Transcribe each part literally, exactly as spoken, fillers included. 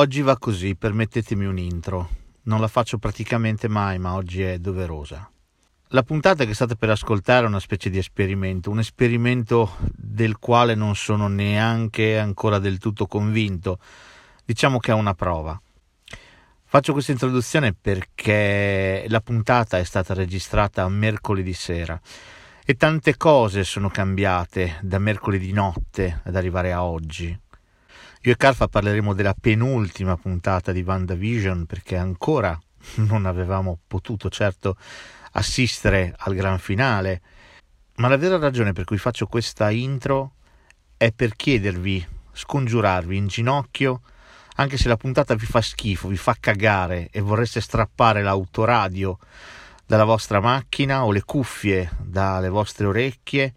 Oggi va così, permettetemi un intro. Non la faccio praticamente mai, ma oggi è doverosa. La puntata che state per ascoltare è una specie di esperimento, un esperimento del quale non sono neanche ancora del tutto convinto. Diciamo che è una prova. Faccio questa introduzione perché la puntata è stata registrata mercoledì sera e tante cose sono cambiate da mercoledì notte ad arrivare a oggi. Io e Carfa parleremo della penultima puntata di WandaVision perché ancora non avevamo potuto certo assistere al gran finale, ma la vera ragione per cui faccio questa intro è per chiedervi, scongiurarvi in ginocchio, anche se la puntata vi fa schifo, vi fa cagare e vorreste strappare l'autoradio dalla vostra macchina o le cuffie dalle vostre orecchie,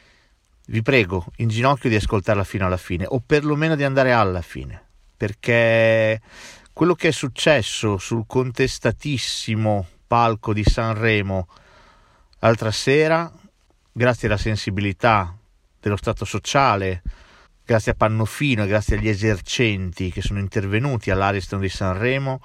vi prego in ginocchio di ascoltarla fino alla fine o perlomeno di andare alla fine, perché quello che è successo sul contestatissimo palco di Sanremo l'altra sera, grazie alla sensibilità dello Stato sociale, grazie a Pannofino e grazie agli esercenti che sono intervenuti all'Ariston di Sanremo,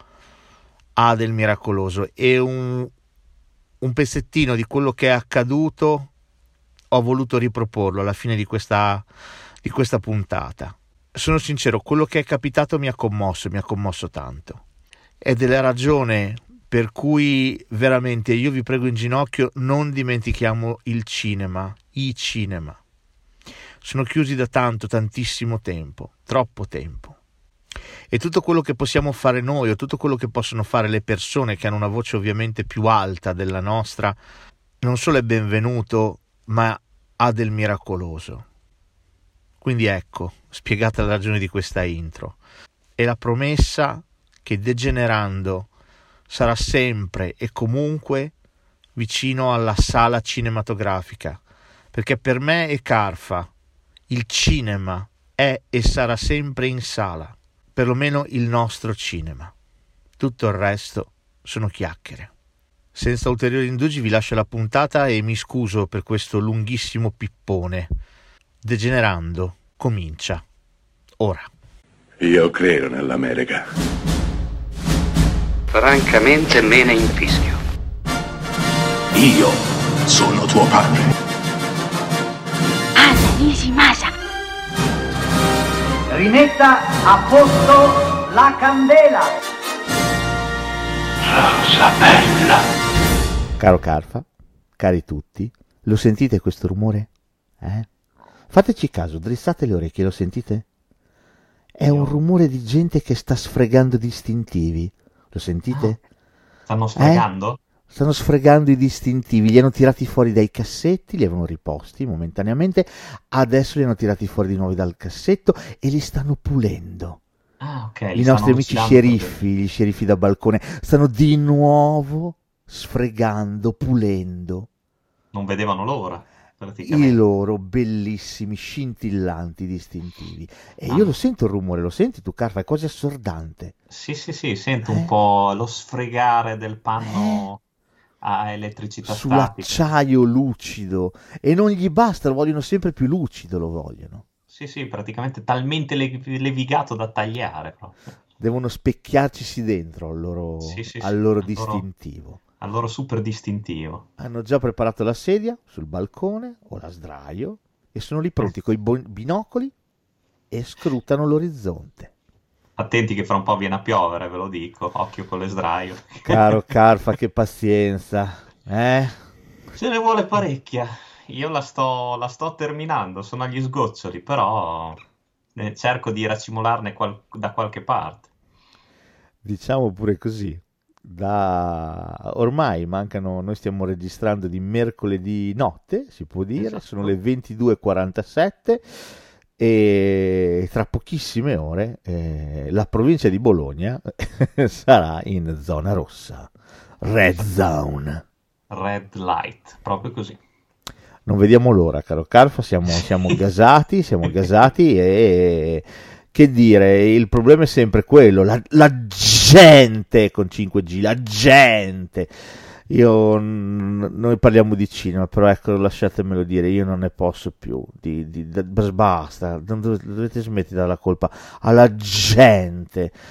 ha del miracoloso e un, un pezzettino di quello che è accaduto ho voluto riproporlo alla fine di questa, di questa puntata. Sono sincero, quello che è capitato mi ha commosso, mi ha commosso tanto. Ed è la ragione per cui veramente io vi prego in ginocchio, non dimentichiamo il cinema, i cinema. Sono chiusi da tanto, tantissimo tempo, troppo tempo. E tutto quello che possiamo fare noi o tutto quello che possono fare le persone che hanno una voce ovviamente più alta della nostra, non solo è benvenuto, ma ha del miracoloso. Quindi ecco, spiegata la ragione di questa intro. È la promessa che Degenerando sarà sempre e comunque vicino alla sala cinematografica, perché per me e Carfa il cinema è e sarà sempre in sala, perlomeno il nostro cinema. Tutto il resto sono chiacchiere. Senza ulteriori indugi vi lascio la puntata e mi scuso per questo lunghissimo pippone. Degenerando comincia ora. Io credo nell'America. Francamente me ne infischio. Io sono tuo padre. Anna Nishimasa. Rimetta a posto la candela. Rosa bella. Caro Carfa, cari tutti, lo sentite questo rumore? Eh? Fateci caso, drizzate le orecchie, lo sentite? È un rumore di gente che sta sfregando distintivi, lo sentite? Stanno sfregando? Eh? Stanno sfregando i distintivi, li hanno tirati fuori dai cassetti, li avevano riposti momentaneamente, adesso li hanno tirati fuori di nuovo dal cassetto e li stanno pulendo. Ah, ok. I nostri amici sceriffi, gli sceriffi da balcone, stanno di nuovo sfregando, pulendo. Non vedevano l'ora, praticamente. I loro bellissimi, scintillanti distintivi. E Ah. io lo sento il rumore, lo senti tu, Carfa? È quasi assordante. Sì, sì, sì, sento Eh? un po' lo sfregare del panno a elettricità statica. Sull'acciaio lucido. E non gli basta, lo vogliono sempre più lucido, lo vogliono. Sì, sì, praticamente talmente le- levigato da tagliare proprio. Devono specchiarcisi dentro al loro, Sì, sì, al sì, loro al loro- distintivo. Al loro super distintivo. Hanno già preparato la sedia sul balcone o la sdraio e sono lì pronti coi bo- binocoli e scrutano l'orizzonte. Attenti che fra un po' viene a piovere, ve lo dico. Occhio con le sdraio. Caro Carfa, che pazienza, eh? Ce ne vuole parecchia. Io la sto, la sto terminando, sono agli sgoccioli, però eh, cerco di racimolarne qual- da qualche parte. Diciamo pure così. Da ormai mancano, noi stiamo registrando di mercoledì notte, si può dire, Esatto. sono le ventidue e quarantasette e tra pochissime ore eh, la provincia di Bologna sarà in zona rossa, red zone. Red light, proprio così. Non vediamo l'ora, caro Carfa, siamo, siamo gasati, siamo gasati e che dire, il problema è sempre quello, la, la gente con cinque G, la gente. Io, n- noi parliamo di cinema, però ecco, lasciatemelo dire, io non ne posso più, di, di, da- basta, non dov- dovete smettere dalla colpa alla gente.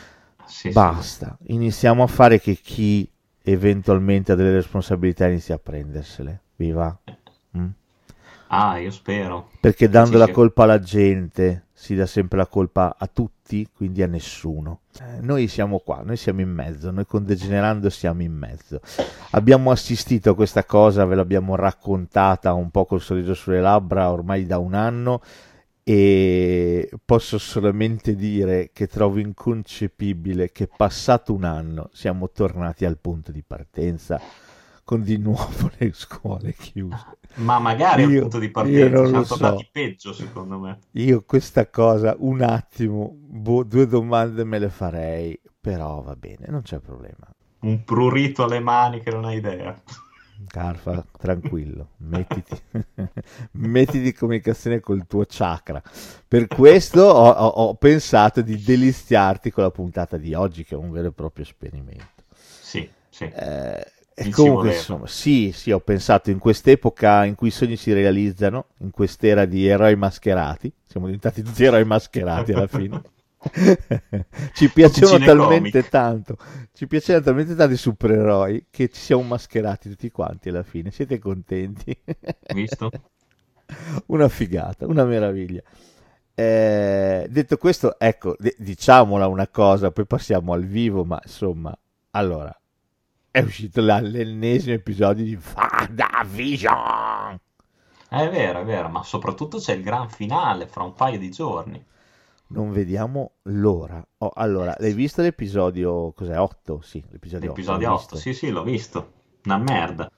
sì, basta, sì. iniziamo a fare che chi eventualmente ha delle responsabilità inizia a prendersele, viva. Mm? Ah, io spero Perché che dando ci la sia. colpa alla gente si dà sempre la colpa a tutti, quindi a nessuno. Eh, noi siamo qua, noi siamo in mezzo, noi con Degenerando siamo in mezzo. Abbiamo assistito a questa cosa, ve l'abbiamo raccontata un po' col sorriso sulle labbra ormai da un anno, e posso solamente dire che trovo inconcepibile che passato un anno siamo tornati al punto di partenza con di nuovo le scuole chiuse. Ma magari al Io, punto di io partenza non lo siamo so. tornati peggio, secondo me. Io questa cosa un attimo, boh, due domande me le farei, però va bene, non c'è problema. Un prurito alle mani che non hai idea. Carfa, tranquillo, mettiti, mettiti in comunicazione col tuo chakra. Per questo ho, ho- ho pensato di deliziarti con la puntata di oggi, che è un vero e proprio esperimento. Sì, sì. Eh, e Mi ci comunque, voleva. insomma, sì, sì, ho pensato in quest'epoca in cui i sogni si realizzano, in quest'era di eroi mascherati, siamo diventati tutti eroi mascherati alla fine. Ci piacevano talmente cinecomic. tanto, ci piacevano talmente tanto i supereroi che ci siamo mascherati tutti quanti alla fine. Siete contenti? Visto? Una figata, una meraviglia. Eh, detto questo, ecco, de- diciamola una cosa, poi passiamo al vivo, ma insomma, allora, è uscito la- l'ennesimo episodio di WandaVision. È vero, è vero, ma soprattutto c'è il gran finale fra un paio di giorni. Non vediamo l'ora. Oh, allora, l'hai visto l'episodio, cos'è? otto? Sì, l'episodio otto, l'hai L'episodio otto, visto? sì, sì, l'ho visto. Una merda.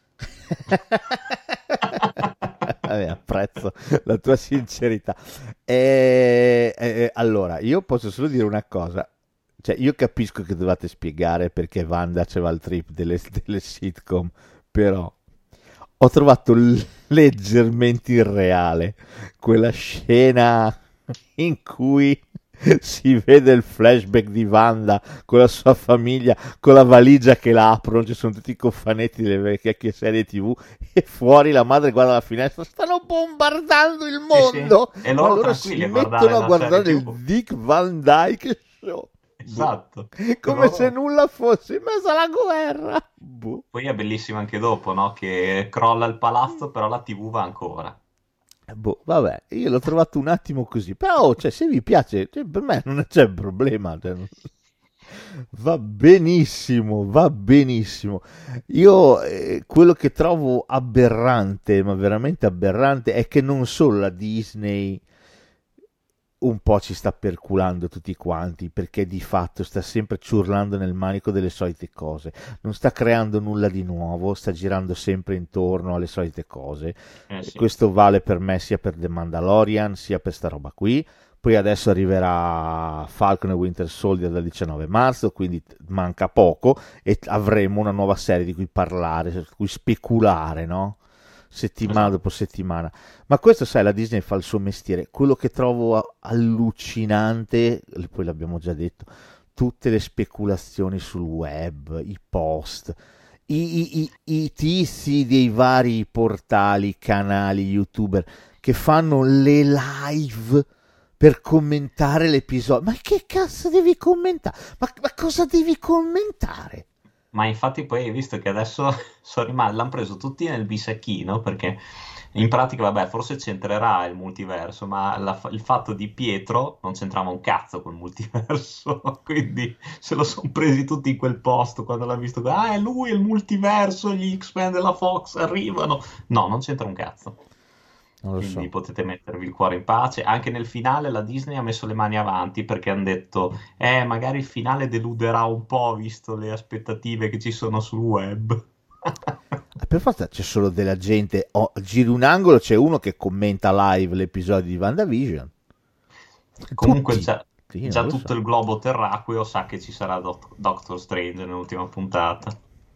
Vabbè, apprezzo la tua sincerità. E, e- allora, io posso solo dire una cosa. Cioè, io capisco che dovete spiegare perché Wanda c'aveva il trip delle, delle sitcom, però ho trovato l- leggermente irreale quella scena in cui si vede il flashback di Wanda con la sua famiglia, con la valigia che la aprono, ci sono tutti i cofanetti delle vecchie serie tv, e fuori la madre guarda la finestra, stanno bombardando il Sì, sì. mondo, E ma loro loro si tranquilli a mettono guardare a la guardare serie il tivù. Dick Van Dyke Show. Boh. Esatto. Come Loro- se nulla fosse in mezzo alla guerra. Boh. Poi è bellissimo anche dopo, no? Che crolla il palazzo, però la tivù va ancora. Boh, vabbè, io l'ho trovato un attimo così, però cioè, se vi piace, cioè, per me non c'è problema, cioè, non- va benissimo, va benissimo. Io eh, quello che trovo aberrante, ma veramente aberrante, è che non solo la Disney un po' ci sta perculando tutti quanti, perché di fatto sta sempre ciurlando nel manico delle solite cose, non sta creando nulla di nuovo, sta girando sempre intorno alle solite cose. Eh sì. Questo vale per me sia per The Mandalorian sia per sta roba qui. Poi adesso arriverà Falcon e Winter Soldier dal diciannove marzo, quindi manca poco e avremo una nuova serie di cui parlare, su cui speculare, no? Settimana Esatto. dopo settimana. Ma questo, sai, la Disney fa il suo mestiere. Quello che trovo allucinante, poi l'abbiamo già detto, tutte le speculazioni sul web, i post, i, i, i, i tizi dei vari portali, canali, youtuber che fanno le live per commentare l'episodio. Ma che cazzo devi commentare? Ma, ma cosa devi commentare? Ma infatti poi hai visto che adesso sono rimasti, l'hanno preso tutti nel bisecchino perché in pratica, vabbè, forse c'entrerà il multiverso, ma la- il fatto di Pietro non c'entrava un cazzo col multiverso, quindi se lo sono presi tutti in quel posto quando l'ha visto, ah, è lui, è il multiverso, gli X-Men della Fox arrivano. No, non c'entra un cazzo. Non lo Quindi so. potete mettervi il cuore in pace. Anche nel finale la Disney ha messo le mani avanti perché hanno detto, eh, magari il finale deluderà un po' visto le aspettative che ci sono sul web. Per forza c'è solo della gente, oh, giri un angolo, c'è uno che commenta live l'episodio di WandaVision. Comunque Tutti. già, Sì, già non lo tutto so. il globo terracqueo sa che ci sarà Doc- Doctor Strange nell'ultima puntata.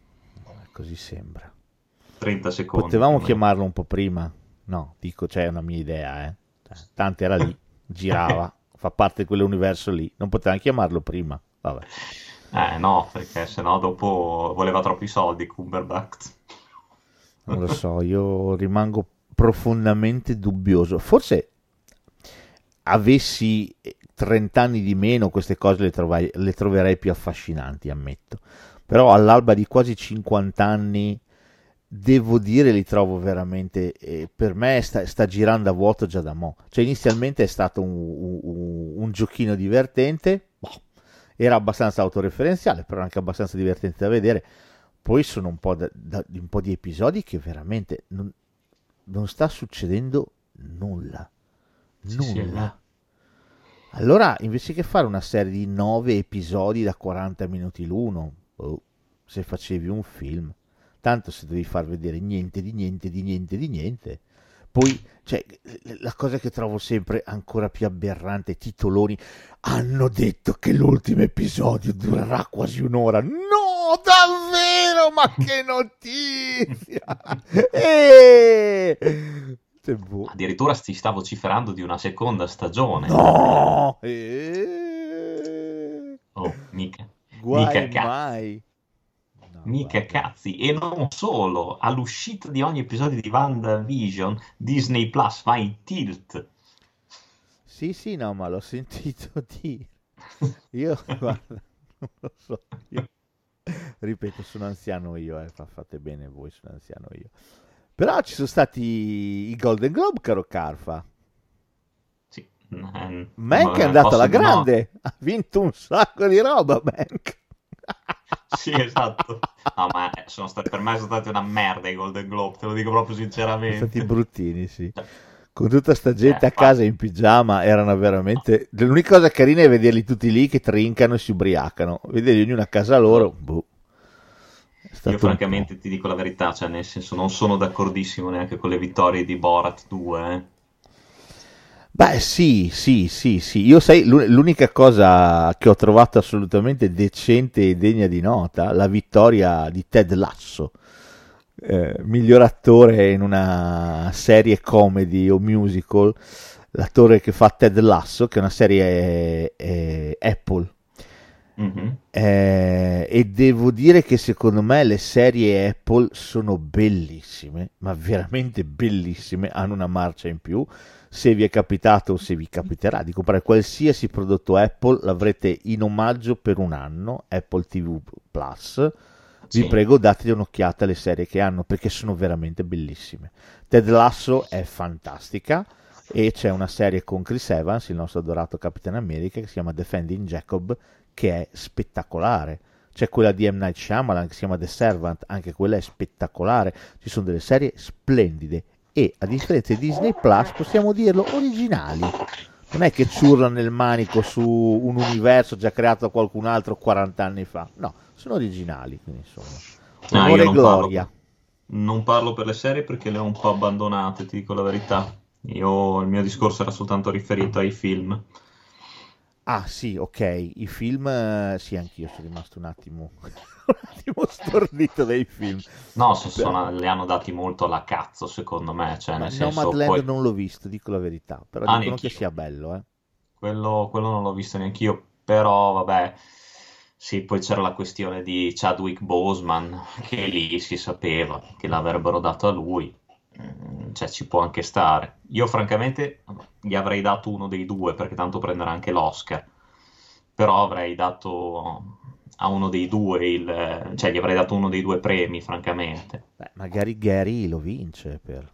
Così sembra. trenta secondi. Potevamo più o meno. chiamarlo un po' prima? No, dico, c'è una mia idea, eh. Cioè, tanto era lì, girava, fa parte di quell'universo lì. Non potevamo chiamarlo prima. Vabbè. Eh no, perché sennò dopo voleva troppi soldi Cumberbatch. Non lo so, io rimango profondamente dubbioso. Forse avessi trenta anni di meno queste cose le, trovai, le troverei più affascinanti, ammetto. Però all'alba di quasi cinquanta anni, devo dire, li trovo veramente, eh, per me sta, sta girando a vuoto già da mo'. Cioè inizialmente è stato un, un, un giochino divertente, boh, era abbastanza autoreferenziale, però anche abbastanza divertente da vedere. Poi sono un po', da, da, un po' di episodi che veramente non, non sta succedendo nulla. Sì, Nulla. sì, Allora, invece che fare una serie di nove episodi da quaranta minuti l'uno, oh, se facevi un film, tanto se devi far vedere niente di niente di niente di niente. Poi, cioè, la cosa che trovo sempre ancora più aberrante, titoloni, hanno detto che l'ultimo episodio durerà quasi un'ora. No, davvero? Ma che notizia! Eh! Cioè, boh. Addirittura si sta vociferando di una seconda stagione. No! Eh! Oh, mica, Guai mica cazzi, mai! No, mica guarda. cazzi. E non solo, all'uscita di ogni episodio di WandaVision, Disney Plus fa i tilt. Sì, sì, no, ma l'ho sentito dire. Io, guarda, non lo so, io, ripeto, sono anziano io, eh, fa- fate bene voi, sono anziano io. Però ci sono stati i Golden Globe, caro Carfa. Sì, ehm, Mank è eh, andato alla posso- no, grande, ha vinto un sacco di roba, Mank. sì, esatto. No, ma eh, sono stati, per me sono stati una merda i Golden Globe, te lo dico proprio Sono sinceramente. stati bruttini, sì. Cioè, Con tutta sta gente eh, a fa- casa in pigiama, erano veramente... L'unica cosa carina è vederli tutti lì che trincano e si ubriacano. Vederli ognuno a casa loro, boh. È Io stato un po'. francamente ti dico la verità, cioè nel senso non sono d'accordissimo neanche con le vittorie di Borat due, eh. Beh, sì, sì, sì, sì. Io sai, l'u- l'unica cosa che ho trovato assolutamente decente e degna di nota, la vittoria di Ted Lasso, eh, miglior attore in una serie comedy o musical, l'attore che fa Ted Lasso, che è una serie eh, Apple. Mhm. Eh, e devo dire che secondo me le serie Apple sono bellissime, ma veramente bellissime, hanno una marcia in più. Se vi è capitato o se vi capiterà di comprare qualsiasi prodotto Apple, l'avrete in omaggio per un anno, Apple T V Plus. Vi Sì. prego, dategli un'occhiata alle serie che hanno perché sono veramente bellissime. Ted Lasso è fantastica e c'è una serie con Chris Evans, il nostro adorato Capitano America, che si chiama Defending Jacob, che è spettacolare. C'è quella di M. Night Shyamalan che si chiama The Servant, anche quella è spettacolare. Ci sono delle serie splendide e, a differenza di Disney Plus, possiamo dirlo, originali. Non è che ciurlano nel manico su un universo già creato da qualcun altro quaranta anni fa. No, sono originali, quindi insomma, No, onore io e non parlo, gloria. non parlo per le serie perché le ho un po' abbandonate, ti dico la verità. Io, il mio discorso era soltanto riferito ai film. Ah sì, ok, i film, eh, sì, anch'io sono rimasto un attimo, un attimo stordito dai film. No, so- Però- sono- le hanno dati molto alla cazzo, secondo me, cioè Ma nel senso, Nomadland poi... non l'ho visto, dico la verità, però Ah, dicono che neanch'io. sia bello, eh. Quello, quello non l'ho visto neanch'io, però vabbè, sì, poi c'era la questione di Chadwick Boseman, che lì si sapeva che l'avrebbero dato a lui. Mm, cioè ci può anche stare. Io francamente gli avrei dato uno dei due, perché tanto prenderà anche l'Oscar, però avrei dato a uno dei due il... cioè gli avrei dato uno dei due premi, francamente. Beh, magari Gary lo vince per...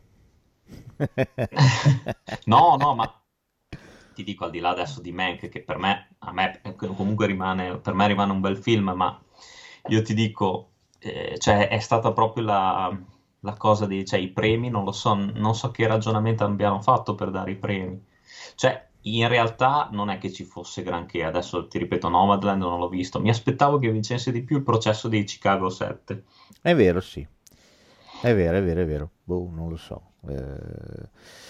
No, no, ma ti dico al di là adesso di Mank, che per me, a me eh, comunque rimane, per me rimane un bel film, ma io ti dico, eh, cioè è stata proprio la, la cosa di, cioè i premi, non lo so, non so che ragionamento abbiano fatto per dare i premi. Cioè, in realtà non è che ci fosse granché, adesso ti ripeto, Nomadland non l'ho visto, mi aspettavo che vincesse di più il processo di Chicago sette. È vero, sì. È vero, è vero, è vero. Boh, non lo so. Eh,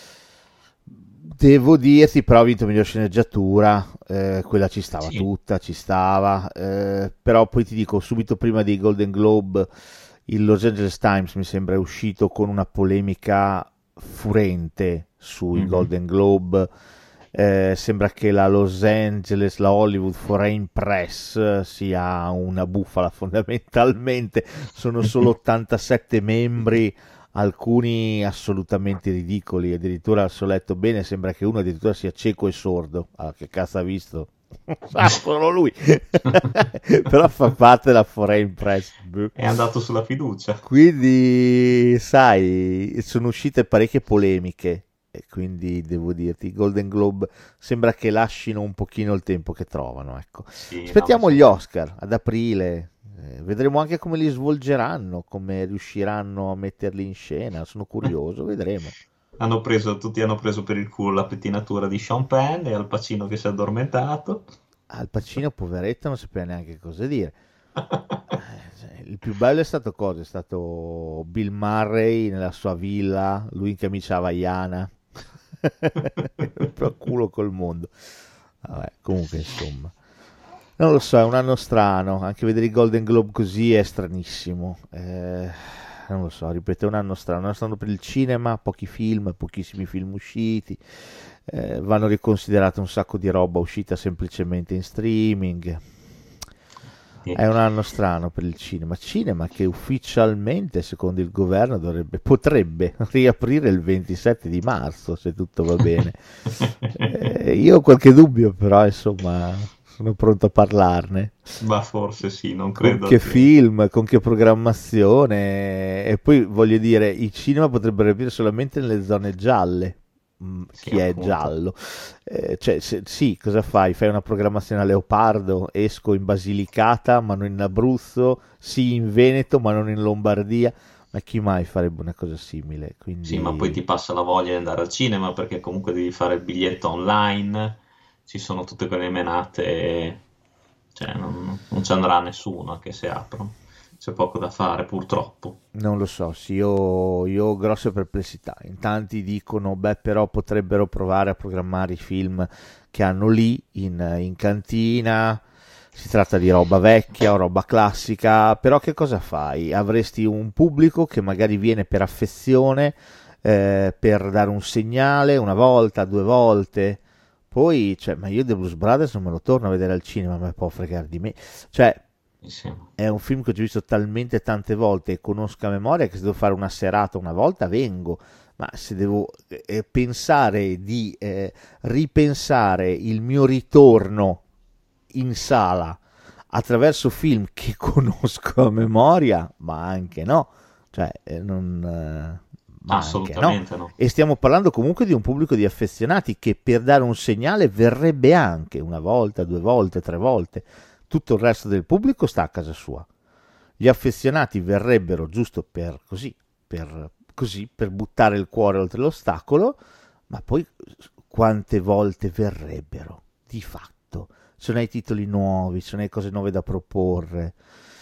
Devo dirti, però ha vinto miglior sceneggiatura, eh, quella ci stava Sì, tutta, ci stava, eh, però poi ti dico, subito prima dei Golden Globe, il Los Angeles Times mi sembra è uscito con una polemica furente sui mhm. Golden Globe. Eh, sembra che la Los Angeles, la Hollywood Foreign Press sia una bufala fondamentalmente, sono solo ottantasette membri, alcuni assolutamente ridicoli, addirittura adesso ho letto bene, sembra che uno addirittura sia cieco e sordo. Ah, che cazzo ha visto? Ah, solo lui. Però fa parte della Foreign Press. È andato sulla fiducia. Quindi sai, sono uscite parecchie polemiche e quindi devo dirti, i Golden Globe sembra che lasciano un pochino il tempo che trovano, ecco. Sì, Aspettiamo no, gli Oscar ad aprile. Eh, vedremo anche come li svolgeranno, come riusciranno a metterli in scena. Sono curioso, vedremo. hanno preso, tutti hanno preso per il culo la pettinatura di Sean Penn e Al Pacino che si è addormentato. Al Pacino, poveretto, non sapeva neanche cosa dire. Eh, Il più bello è stato cosa? È stato Bill Murray nella sua villa, lui in camicia hawaiana. Proprio culo col mondo. Vabbè, comunque, insomma. Non lo so, è un anno strano. Anche vedere i Golden Globe così è stranissimo. Eh, non lo so, ripeto, è un anno strano. Un anno strano per il cinema, pochi film, pochissimi film usciti. Eh, vanno riconsiderate un sacco di roba uscita semplicemente in streaming. È un anno strano per il cinema. Cinema che ufficialmente, secondo il governo, dovrebbe, potrebbe riaprire il ventisette di marzo, se tutto va bene. Eh, io ho qualche dubbio, però, insomma, sono pronto a parlarne. Ma forse sì, non Con credo che che- film, con che programmazione. E poi voglio dire, i cinema potrebbero riaprire solamente nelle zone gialle. Mm, Sì, Chi è appunto. giallo? Eh, cioè, se- sì, cosa fai? Fai una programmazione a Leopardo, esco in Basilicata, ma non in Abruzzo, sì in Veneto, ma non in Lombardia. Ma chi mai farebbe una cosa simile? Quindi Sì, ma poi ti passa la voglia di andare al cinema perché comunque devi fare il biglietto online, ci sono tutte quelle menate, cioè non, non ci andrà nessuno anche se aprono, c'è poco da fare purtroppo. non lo so, sì, io, io ho grosse perplessità. In tanti dicono, beh, però potrebbero provare a programmare i film che hanno lì in, in cantina. Si tratta di roba vecchia o roba classica, però che cosa fai? Avresti un pubblico che magari viene per affezione, eh, per dare un segnale una volta, due volte. Poi, cioè, ma io The Blues Brothers non me lo torno a vedere al cinema, ma può fregare di me. Cioè, Sì. è un film che ho già visto talmente tante volte e conosco a memoria che se devo fare una serata una volta vengo, ma se devo eh, pensare di eh, ripensare il mio ritorno in sala attraverso film che conosco a memoria, ma anche no, cioè eh, non... eh, ma anche no. Assolutamente no. E stiamo parlando comunque di un pubblico di affezionati che per dare un segnale verrebbe anche una volta, due volte, tre volte. Tutto il resto del pubblico sta a casa sua. Gli affezionati verrebbero giusto per così, per così, per buttare il cuore oltre l'ostacolo, ma poi quante volte verrebbero di fatto? Sono i titoli nuovi, sono le cose nuove da proporre.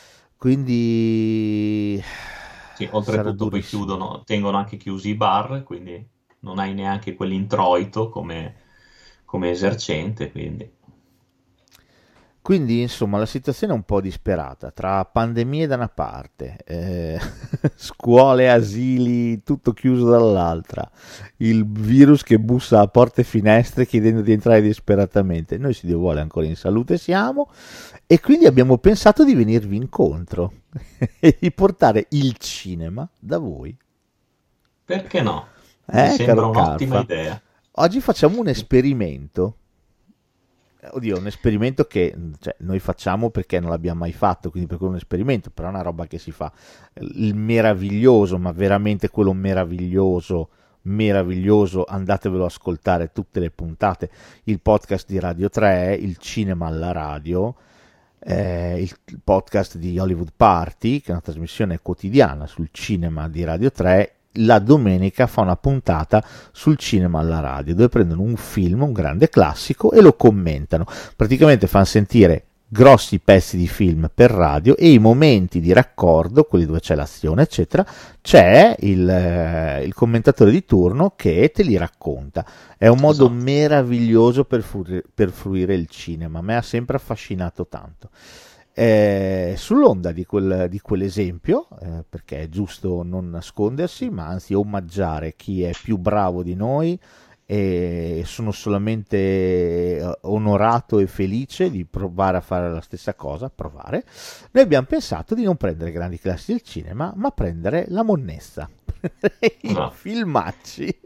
Quindi Sì, sarà oltretutto poi durissimo. chiudono, tengono anche chiusi i bar, quindi non hai neanche quell'introito come, come esercente, quindi Quindi, insomma, la situazione è un po' disperata, tra pandemie da una parte, eh, scuole, asili, tutto chiuso dall'altra, il virus che bussa a porte e finestre chiedendo di entrare disperatamente. Noi, se Dio vuole, ancora in salute siamo, e quindi abbiamo pensato di venirvi incontro e di portare il cinema da voi. perché no? Mi Eh, sembra caro un'ottima Carfa? idea. Oggi facciamo un esperimento. Oddio, un esperimento che cioè, noi facciamo perché non l'abbiamo mai fatto, quindi per quello è un esperimento, però è una roba che si fa. Il meraviglioso, ma veramente quello meraviglioso, meraviglioso, andatevelo a ascoltare tutte le puntate, il podcast di Radio tre, il cinema alla radio, eh, il podcast di Hollywood Party, che è una trasmissione quotidiana sul cinema di Radio tre. La domenica fa una puntata sul cinema alla radio dove prendono un film, un grande classico, e lo commentano. Praticamente fanno sentire grossi pezzi di film per radio e i momenti di raccordo, quelli dove c'è l'azione eccetera, c'è il, eh, il commentatore di turno che te li racconta. È un modo Esatto. meraviglioso per, fruire, per fruire il cinema, a me ha sempre affascinato tanto. Eh, sull'onda di, quel, di quell'esempio, eh, perché è giusto non nascondersi, ma anzi omaggiare chi è più bravo di noi, e sono solamente eh, onorato e felice di provare a fare la stessa cosa, provare. Noi abbiamo pensato di non prendere grandi classi del cinema, ma prendere la monnezza. I No. filmacci.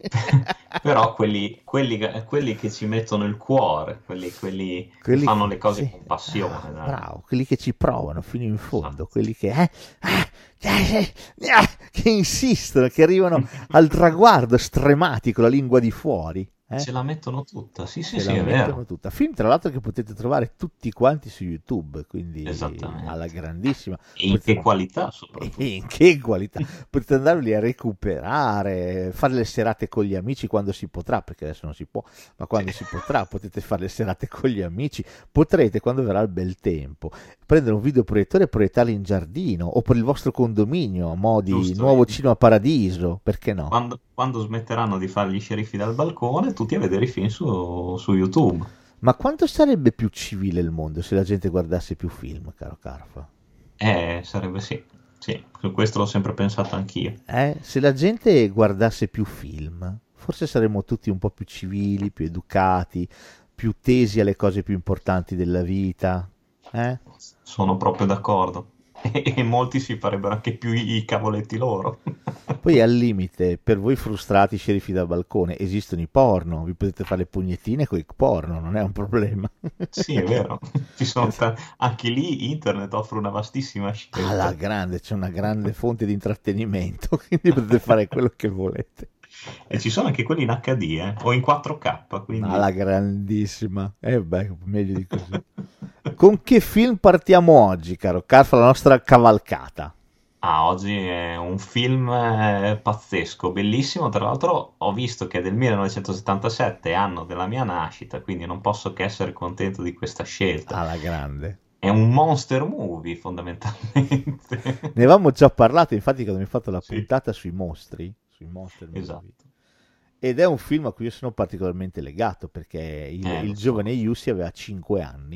Però quelli, quelli, quelli che ci mettono il cuore, quelli, quelli che Quelli fanno che- le cose sì. con passione, Ah, dai. bravo, quelli che ci provano fino in fondo, Esatto. quelli che, eh, eh, eh, eh, eh, che insistono, che arrivano al traguardo stremati con la lingua di fuori. eh. Ce la mettono tutta, sì, sì, Se sì, la è mettono vero. tutta. Film tra l'altro che potete trovare tutti quanti su YouTube, quindi Esattamente. alla grandissima. E in Potete- che qualità soprattutto. E in che qualità? Potete andarli a recuperare, fare le serate con gli amici quando si potrà, perché adesso non si può, ma quando Sì. si potrà potete fare le serate con gli amici. Potrete, quando verrà il bel tempo, prendere un videoproiettore e proiettarlo in giardino o per il vostro condominio a mo' di Giusto. nuovo Cinema Paradiso, perché no? Quando, quando smetteranno di fare gli sceriffi dal balcone, tutti a vedere i film su, su YouTube. Ma quanto sarebbe più civile il mondo se la gente guardasse più film, caro Carfa? Eh, sarebbe sì. Sì, su questo l'ho sempre pensato anch'io. Eh? Se la gente guardasse più film, forse saremmo tutti un po' più civili, più educati, più tesi alle cose più importanti della vita. Eh? Sono proprio d'accordo. E, e molti si farebbero anche più i, i cavoletti loro. Poi al limite, per voi frustrati sceriffi da balcone, esistono i porno, vi potete fare le pugnettine con i porno, non è un problema. Sì, è vero. Ci sono ta- anche lì internet offre una vastissima scelta. Alla grande, c'è una grande fonte di intrattenimento, quindi potete fare quello che volete. E ci sono anche quelli in acca di, eh, o in quattro K, quindi... Alla grandissima. E eh beh, meglio di così. Con che film partiamo oggi, caro Carfa, la nostra cavalcata? Ah, oggi è un film eh, pazzesco, bellissimo. Tra l'altro ho visto che è del millenovecentosettantasette, anno della mia nascita, quindi non posso che essere contento di questa scelta. Alla grande. È un monster movie, fondamentalmente. Ne avevamo già parlato, infatti, quando mi hai fatto la Sì. puntata sui mostri, sui monster movie. Esatto. Ed è un film a cui io sono particolarmente legato, perché il, Eh, il lo so. giovane Yussi aveva cinque anni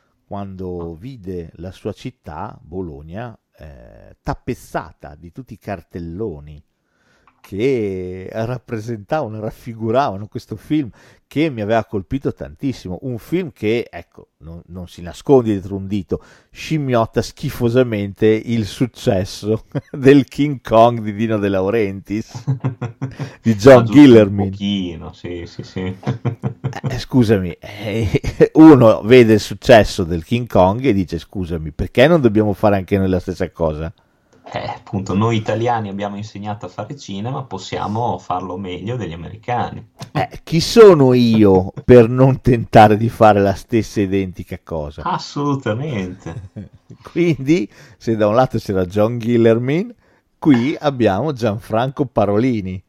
quando vide la sua città, Bologna, eh, tappezzata di tutti i cartelloni che rappresentavano, raffiguravano questo film che mi aveva colpito tantissimo. Un film che, ecco, non, non si nasconde dietro un dito, scimmiotta schifosamente il successo del King Kong di Dino De Laurentiis, di John Ah, giusto, Guillermin. Un pochino, sì, sì, sì. Eh, scusami, eh, uno vede il successo del King Kong e dice: scusami, perché non dobbiamo fare anche noi la stessa cosa? Eh, appunto, noi italiani abbiamo insegnato a fare cinema, possiamo farlo meglio degli americani. Eh, chi sono io per non tentare di fare la stessa identica cosa? Assolutamente. Quindi, se da un lato c'era John Guillermin, qui abbiamo Gianfranco Parolini,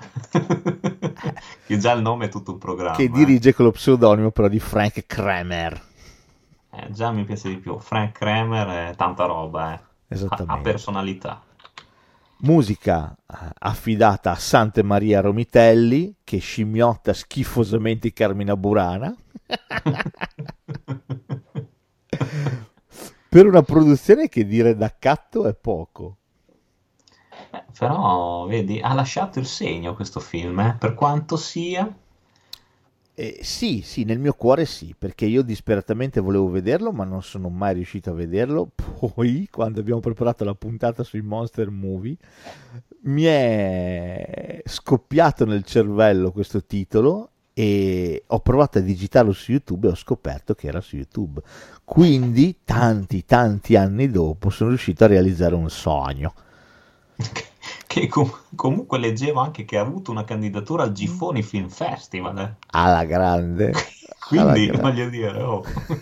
Che già il nome è tutto un programma. che eh. dirige con lo pseudonimo però di Frank Kramer. Eh, già mi piace di più. Frank Kramer è tanta roba, eh. Ha, ha Esattamente. personalità. Musica eh, affidata a Sante Maria Romitelli, che scimmiotta schifosamente Carmina Burana, per una produzione che dire d'accatto è poco. Eh, però, vedi, ha lasciato il segno questo film, eh, per quanto sia... Eh, sì, sì, nel mio cuore sì, perché io disperatamente volevo vederlo, ma non sono mai riuscito a vederlo. Poi, quando abbiamo preparato la puntata sui Monster Movie, mi è scoppiato nel cervello questo titolo e ho provato a digitarlo su YouTube e ho scoperto che era su YouTube. Quindi, tanti, tanti anni dopo, sono riuscito a realizzare un sogno. Che com- comunque leggevo anche che ha avuto una candidatura al Gifoni Film Festival, eh. Alla grande. Alla Quindi, grande. voglio dire, oh.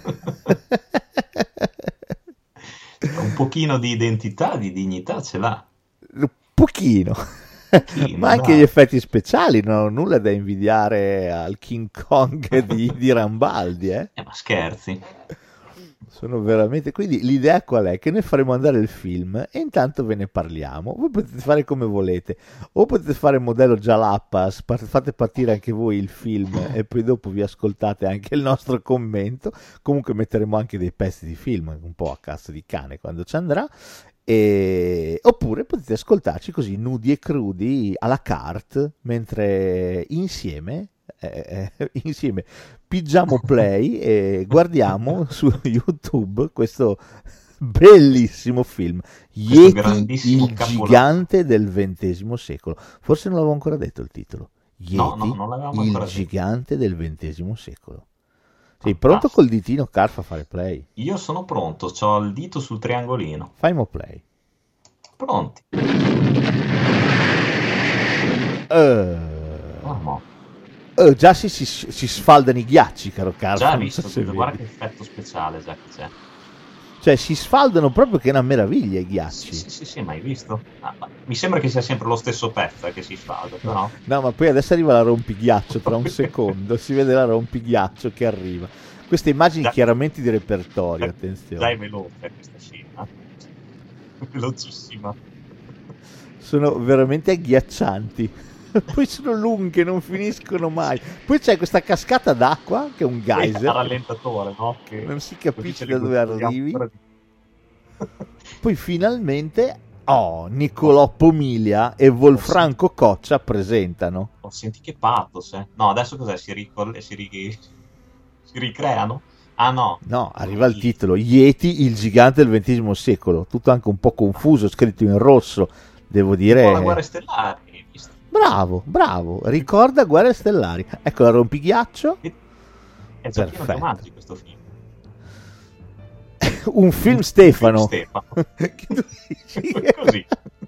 Un pochino di identità, di dignità ce l'ha. Un pochino. Pochino, Ma anche dai. gli effetti speciali non hanno nulla da invidiare al King Kong di, di Rambaldi, eh? Eh, ma scherzi. Sono veramente... Quindi l'idea qual è? Che noi faremo andare il film e intanto ve ne parliamo. Voi potete fare come volete, o potete fare il modello Jalapas, par- fate partire anche voi il film e poi dopo vi ascoltate anche il nostro commento. Comunque metteremo anche dei pezzi di film, un po' a cazzo di cane quando ci andrà. E... oppure potete ascoltarci così nudi e crudi alla carte, mentre insieme eh, eh, insieme pigiamo play e guardiamo su YouTube questo Bellissimo film. Questo Yeti, grandissimo il capolavoro. gigante del ventesimo secolo. Forse non l'avevo ancora detto il titolo. Yeti, No, no, non l'avevamo il ancora detto. gigante del ventesimo secolo. Sei pronto col ditino, Carfa, a fare play? Io sono pronto, ho il dito sul triangolino. Fai mo play. Pronti. Eh, Oh, no. eh, già si, si, si sfaldano i ghiacci, caro Carfa. Già non visto, so se guarda vedi. che effetto speciale già che c'è. Cioè, si sfaldano proprio che è una meraviglia i Sì, ghiacci. sì, sì, sì, ma hai visto? Ah, ma mi sembra che sia sempre lo stesso pezzo eh, che si sfalda, però. No, ma poi adesso arriva la rompighiaccio tra un secondo, si vede la rompighiaccio che arriva. Queste immagini Già- chiaramente di repertorio, Già è attenzione. veloce questa scena. Velocissima. Sono veramente agghiaccianti. Poi sono lunghe, non finiscono mai. Poi c'è questa cascata d'acqua che è un A geyser. rallentatore, no? Che Non si così capisce ce da li dove gustiamo arrivi. ancora di- Poi finalmente, oh, Niccolò Pomiglia e Wolfranco Coccia presentano. Oh, senti che pathos, eh. No, adesso cos'è? Si, ricol- si, ri- si ricreano? Ah no. No, arriva il titolo, Yeti, il gigante del ventesimo secolo. Tutto anche un po' confuso, scritto in rosso. Devo dire... Un po' la guerra stellare, hai visto? Bravo, bravo, ricorda Guerre Stellari. Ecco la rompighiaccio. È già pieno di Perfetto. omaggi questo film. Un film Stefano. Stefano. Che tu dici? Così.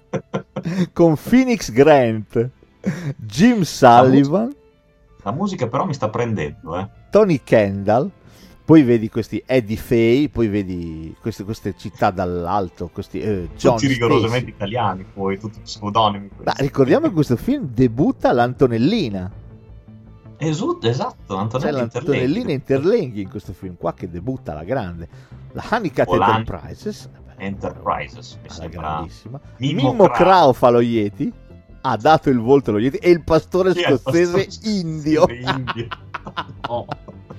Con Phoenix Grant, Jim Sullivan, La musica però mi sta prendendo, eh. Tony Kendall. Poi vedi questi Eddie Fay, poi vedi queste, queste città dall'alto, questi eh, John Tutti rigorosamente Stacy. italiani, poi tutti pseudonimi. Ma ricordiamo che questo film debutta l'Antonellina. Esu- esatto, C'è Antonello l'Antonellina Interlenghi. Interlenghi in questo film qua che debutta alla grande. La Honeycutt Volante. Enterprises. Enterprises, mi Alla sembra. grandissima. Mimmo Mimmo Crao. Crao fa lo Yeti. Ha dato il volto allo Yeti. E il pastore Chi è il scozzese pastore indio. scozzese indio? Oh.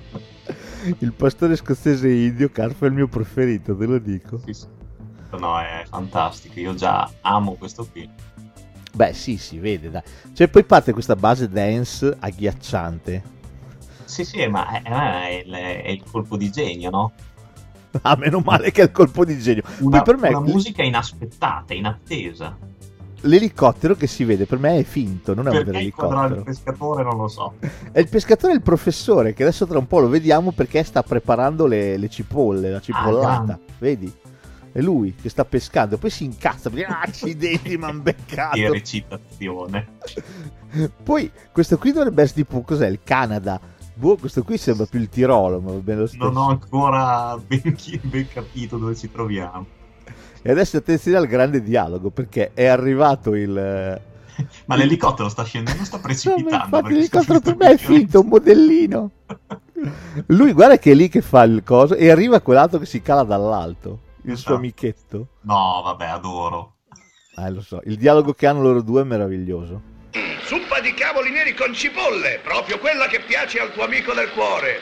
Il pastore scozzese indio, Carfa, è il mio preferito, te lo dico. Sì, sì. No, è fantastico, io già amo questo film. Beh, sì, si vede, dai. Cioè, poi parte questa base dance agghiacciante. Sì, sì, ma è, è il, è il colpo di genio, no? Ah, meno male che è il colpo di genio. Una, Poi per me una musica inaspettata, inattesa. l'elicottero che si vede, per me è finto, non è un vero Perché inquadrare il elicottero. pescatore non lo so. È il pescatore e il professore, che adesso tra un po' lo vediamo perché sta preparando le, le cipolle, la cipollata. grande. Vedi? È lui che sta pescando, poi si incazza perché ah, accidenti, mi han beccato. Che recitazione. Poi questo qui dovrebbe essere tipo, cos'è, il Canada? Boh, questo qui sembra più il Tirolo, ma va bene lo stesso. Non ho ancora ben, chi- ben capito dove ci troviamo. E adesso attenzione al grande dialogo, perché è arrivato il... Ma l'elicottero sta scendendo, sta No, precipitando. ma infatti perché l'elicottero sta per me è finto, un modellino. Lui guarda che è lì che fa il coso e arriva quell'altro che si cala dall'alto, il suo No. amichetto. No, vabbè, adoro. Eh, lo so, il dialogo che hanno loro due è meraviglioso. Zuppa di cavoli neri con cipolle, proprio quella che piace al tuo amico del cuore.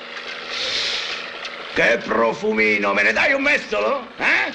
Che profumino, me ne dai un mestolo? Eh?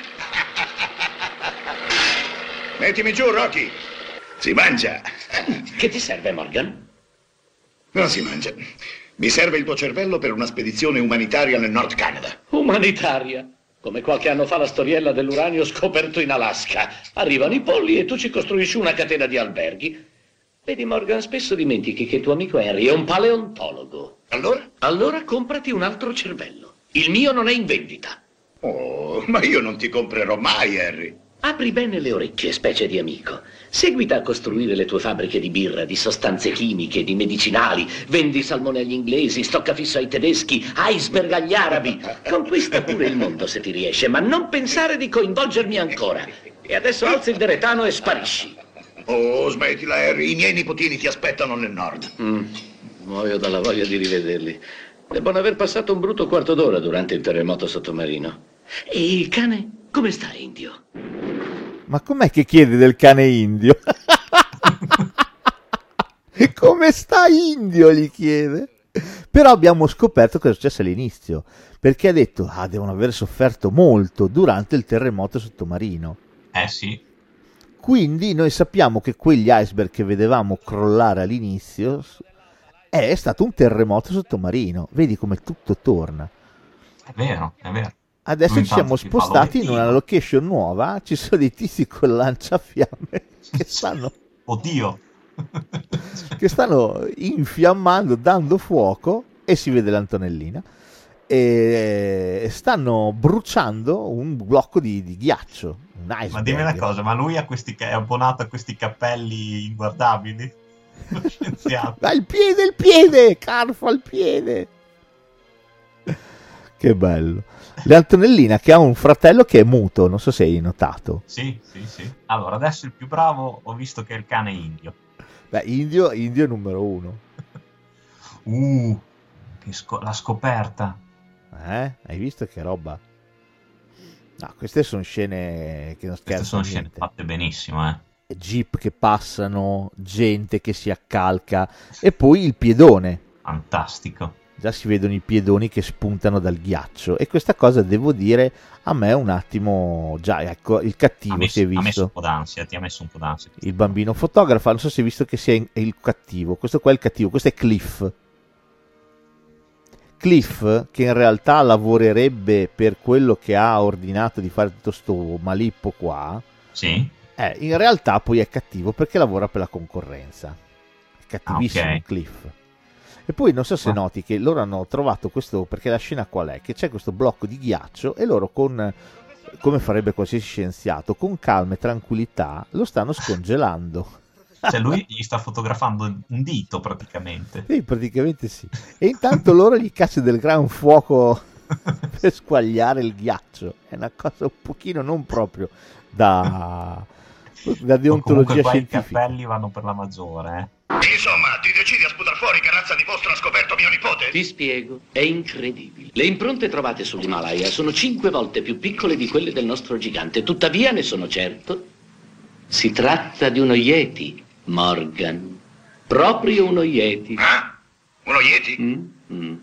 Mettimi giù, Rocky. Si mangia. Che ti serve, Morgan? Non si mangia. Mi serve il tuo cervello per una spedizione umanitaria nel Nord Canada. Umanitaria. Come qualche anno fa la storiella dell'uranio scoperto in Alaska. Arrivano i polli e tu ci costruisci una catena di alberghi. Vedi, Morgan, spesso dimentichi che tuo amico Henry è un paleontologo. Allora? Allora comprati un altro cervello. Il mio non è in vendita. Oh, ma io non ti comprerò mai, Harry. Apri bene le orecchie, specie di amico. Seguita a costruire le tue fabbriche di birra, di sostanze chimiche, di medicinali. Vendi salmone agli inglesi, stocca fisso ai tedeschi, iceberg agli arabi. Conquista pure il mondo se ti riesce, ma non pensare di coinvolgermi ancora. E adesso alzi il deretano e sparisci. Oh, smettila, Harry. I miei nipotini ti aspettano nel Nord. Mm, muoio dalla voglia di rivederli. Devono aver passato un brutto quarto d'ora durante il terremoto sottomarino. E il cane? Come sta, Indio? Ma com'è che chiede del cane indio? Come sta Indio, gli chiede. Però abbiamo scoperto cosa è successo all'inizio, perché ha detto, ah, devono aver sofferto molto durante il terremoto sottomarino. Eh sì. Quindi noi sappiamo che quegli iceberg che vedevamo crollare all'inizio è stato un terremoto sottomarino. Vedi come tutto torna. È vero, è vero. adesso Lui ci siamo intanto si fa spostati in l'obiettivo. una location nuova, ci sono dei tizi con lanciafiamme che stanno, Oddio. che stanno infiammando, dando fuoco, e si vede l'Antonellina, e stanno bruciando un blocco di, di ghiaccio, un iceberg. Ma dimmi una cosa, ma lui ha questi, ca- è abbonato a questi cappelli inguardabili? Lo scienziato. Ah, il piede, il piede, Carfa, il piede. Che bello. L'Antonellina che ha un fratello che è muto, non so se hai notato. Sì, sì, sì. Allora, adesso il più bravo ho visto che è il cane indio. Beh, indio, indio numero uno. Uh, che sco- la scoperta. Eh? Hai visto che roba? No, queste sono scene che non Queste scherzano sono scene niente. fatte benissimo, eh. Jeep che passano, gente che si accalca, e poi il piedone. Fantastico. Già si vedono i piedoni che spuntano dal ghiaccio, e questa cosa, devo dire, a me un attimo, già, ecco, il Ha cattivo messo, si è ha messo un visto, po' d'ansia, ti ha messo un po' d'ansia. il bambino fotografa, non so se hai visto che sia in- è il cattivo, questo qua è il cattivo, questo è Cliff. Cliff, che in realtà lavorerebbe per quello che ha ordinato di fare tutto sto malippo qua, Sì? eh, in realtà poi è cattivo perché lavora per la concorrenza. È cattivissimo Ah, ok. Cliff. E poi non so se Ah. noti che loro hanno trovato questo, perché la scena qual è? Che c'è questo blocco di ghiaccio e loro con, come farebbe qualsiasi scienziato, con calma e tranquillità lo stanno scongelando. Cioè lui gli sta fotografando un dito praticamente. Sì, praticamente sì. E intanto loro gli cacciano del gran fuoco per squagliare il ghiaccio. È una cosa un pochino non proprio da, da O deontologia comunque qua i scientifica. cappelli vanno per la maggiore, eh. Insomma, ti decidi a sputar fuori che razza di mostro ha scoperto mio nipote? Ti spiego, è incredibile. Le impronte trovate sull'Himalaya sono cinque volte più piccole di quelle del nostro gigante, tuttavia ne sono certo. Si tratta di uno Yeti, Morgan. Proprio uno Yeti. Ah? Uno Yeti? Mm? Mm.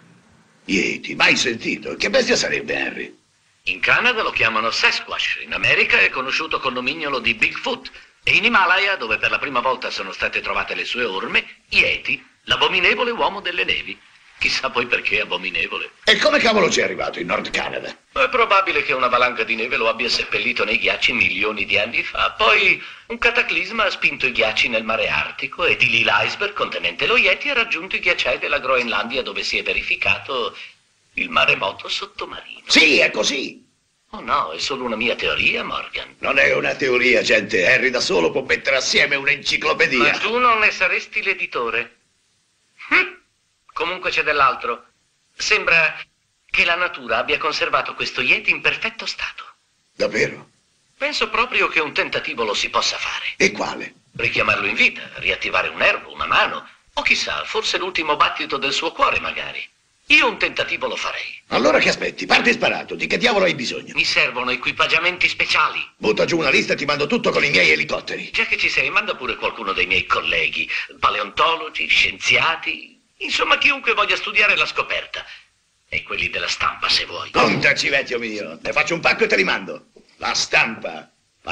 Yeti, mai sentito. Che bestia sarebbe, Henry? In Canada lo chiamano Sasquatch, in America è conosciuto col nomignolo di Bigfoot e in Himalaya, dove per la prima volta sono state trovate le sue orme, Yeti, l'abominevole uomo delle nevi. Chissà poi perché abominevole. E come cavolo c'è arrivato in Nord Canada? È probabile che una valanga di neve lo abbia seppellito nei ghiacci milioni di anni fa. Poi un cataclisma ha spinto i ghiacci nel mare Artico e di lì l'iceberg contenente lo Yeti ha raggiunto i ghiacciai della Groenlandia, dove si è verificato il maremoto sottomarino. Sì, è così. Oh no, è solo una mia teoria, Morgan. Non è una teoria, gente. Henry da solo può mettere assieme un'enciclopedia. Ma tu non ne saresti l'editore. Hm. Comunque c'è dell'altro. Sembra che la natura abbia conservato questo Yeti in perfetto stato. Davvero? Penso proprio che un tentativo lo si possa fare. E quale? Richiamarlo in vita, riattivare un nervo, una mano, o chissà, forse l'ultimo battito del suo cuore magari. Io un tentativo lo farei. Allora che aspetti? Parti sparato. Di che diavolo hai bisogno? Mi servono equipaggiamenti speciali. Butta giù una lista e ti mando tutto con i miei elicotteri. Già che ci sei, manda pure qualcuno dei miei colleghi, paleontologi, scienziati, insomma chiunque voglia studiare la scoperta. E quelli della stampa, se vuoi. Contaci, vecchio mio. Te faccio un pacco e te li mando. La stampa,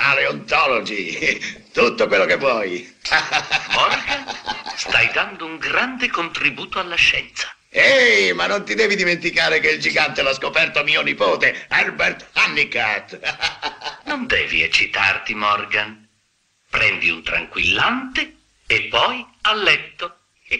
paleontologi, tutto quello che vuoi. Morgan, stai dando un grande contributo alla scienza. Ehi, ma non ti devi dimenticare che il gigante l'ha scoperto mio nipote, Herbert Honeycutt. Non devi eccitarti, Morgan. Prendi un tranquillante e poi a letto.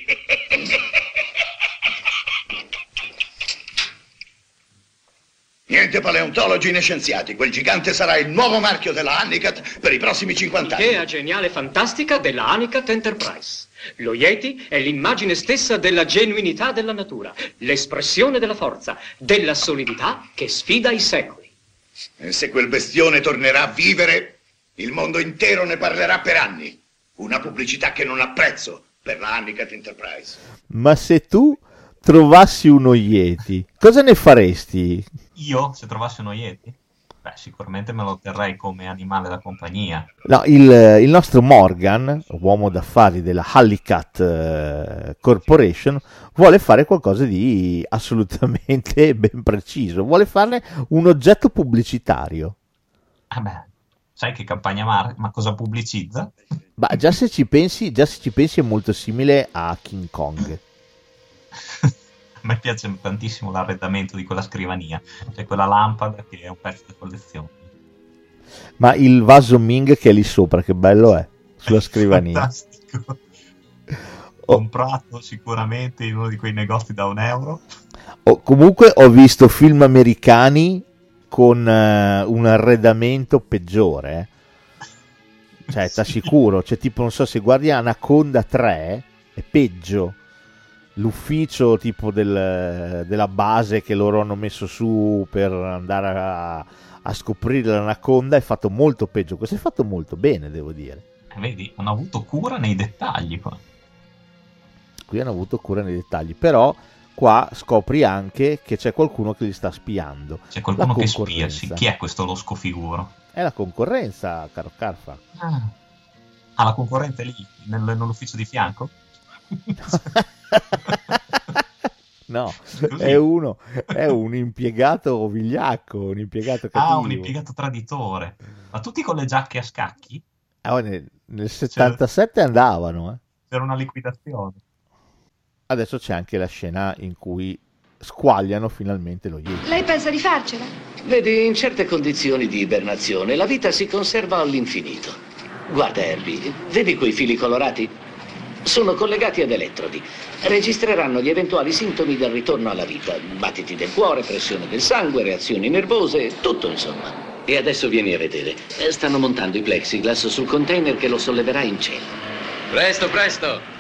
Niente paleontologi né scienziati. Quel gigante sarà il nuovo marchio della Honeycutt per i prossimi cinquanta anni. Idea geniale e fantastica della Honeycutt Enterprise. Lo Yeti è l'immagine stessa della genuinità della natura, l'espressione della forza, della solidità che sfida i secoli. E se quel bestione tornerà a vivere, il mondo intero ne parlerà per anni. Una pubblicità che non ha prezzo per la Honeycutt Enterprise. Ma se tu trovassi uno Yeti, cosa ne faresti? Io, se trovassi uno Yeti, beh, sicuramente me lo terrei come animale da compagnia. No, il, il nostro Morgan, uomo d'affari della Honeycutt eh, Corporation, vuole fare qualcosa di assolutamente ben preciso. Vuole farne un oggetto pubblicitario. Ah beh, sai che campagna mar- ma cosa pubblicizza? Ma già se ci pensi, già se ci pensi è molto simile a King Kong. A me piace tantissimo l'arredamento di quella scrivania, cioè quella lampada che è un pezzo di collezione. Ma il vaso Ming che è lì sopra, che bello è, sulla scrivania. Fantastico. Comprato sicuramente in uno di quei negozi da un euro. Oh, comunque ho visto film americani con uh, un arredamento peggiore, eh? Cioè, t'assicuro, cioè tipo, non so, se guardi Anaconda tre è peggio. L'ufficio tipo del, della base che loro hanno messo su per andare a, a scoprire l'Anaconda è fatto molto peggio. Questo è fatto molto bene, devo dire. Eh, vedi, hanno avuto cura nei dettagli qua. Qui hanno avuto cura nei dettagli, però qua scopri anche che c'è qualcuno che li sta spiando. C'è qualcuno che spia, sì. Chi è questo losco figuro? È la concorrenza, caro Carfa. Ah, ah la concorrente lì, nel, nell'ufficio di fianco? No, è uno, è un impiegato vigliacco, un impiegato cattivo. Ah, un impiegato traditore. Ma tutti con le giacche a scacchi? Ah, nel, nel settantasette c'era, andavano, eh. C'era una liquidazione. Adesso c'è anche la scena in cui squagliano finalmente lo Yeti. Lei pensa di farcela? Vedi, in certe condizioni di ibernazione la vita si conserva all'infinito. Guarda, Herbie, vedi quei fili colorati? Sono collegati ad elettrodi. Registreranno gli eventuali sintomi del ritorno alla vita. Battiti del cuore, pressione del sangue, reazioni nervose, tutto insomma. E adesso vieni a vedere. Stanno montando i plexiglass sul container che lo solleverà in cielo. Presto, presto!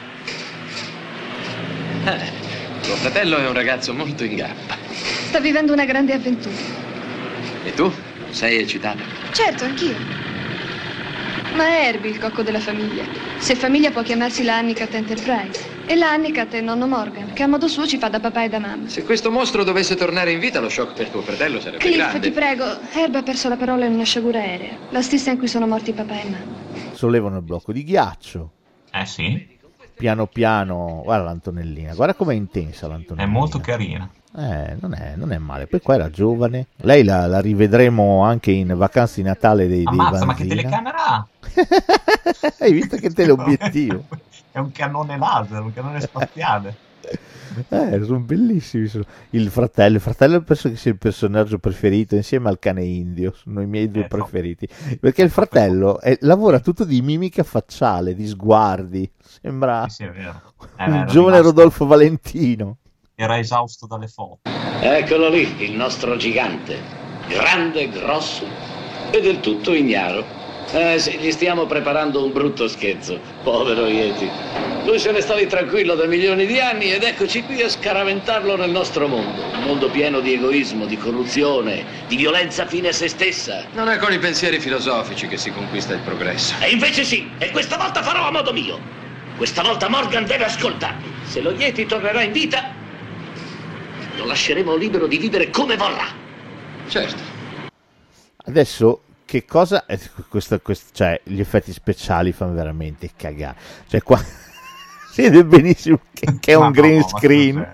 Eh, tuo fratello è un ragazzo molto in gamba. Sta vivendo una grande avventura. E tu? Sei eccitata? Certo, anch'io. Ma è Herbie il cocco della famiglia. Se famiglia può chiamarsi la Hannicat Enterprise. E la Hannicat è nonno Morgan, che a modo suo ci fa da papà e da mamma. Se questo mostro dovesse tornare in vita, lo shock per tuo fratello sarebbe Cliff, grande. ti prego. Herb ha perso la parola in una sciagura aerea. La stessa in cui sono morti papà e mamma. Sollevano il blocco di ghiaccio. Eh sì. Piano piano, guarda l'Antonellina, guarda com'è intensa l'Antonellina. È molto carina. Eh, non è, non è male. Poi qua era giovane. Lei la, la rivedremo anche in Vacanze di Natale dei, dei Ammazza, Vanzina. ma che telecamera ha? Hai visto che teleobiettivo? È un cannone laser, un cannone spaziale. Eh, sono bellissimi. Sono... Il fratello, il fratello penso che sia il personaggio preferito insieme al cane indio. Sono i miei due eh, preferiti. Perché il fratello è, lavora tutto di mimica facciale, di sguardi. Sembra sì, sì, è vero. È un giovane rimasto... Rodolfo Valentino. Era esausto dalle foto. Eccolo lì, il nostro gigante. Grande, grosso e del tutto ignaro. Eh sì, gli stiamo preparando un brutto scherzo. Povero Yeti. Lui se ne sta lì tranquillo da milioni di anni ed eccoci qui a scaraventarlo nel nostro mondo. Un mondo pieno di egoismo, di corruzione, di violenza fine a se stessa. Non è con i pensieri filosofici che si conquista il progresso. E invece sì, e questa volta farò a modo mio. Questa volta Morgan deve ascoltarmi. Se lo Yeti tornerà in vita, lo lasceremo libero di vivere come vorrà. Certo. Adesso che cosa è questo, questo, cioè gli effetti speciali fanno veramente cagare. Cioè qua si vede benissimo che, che è un green screen.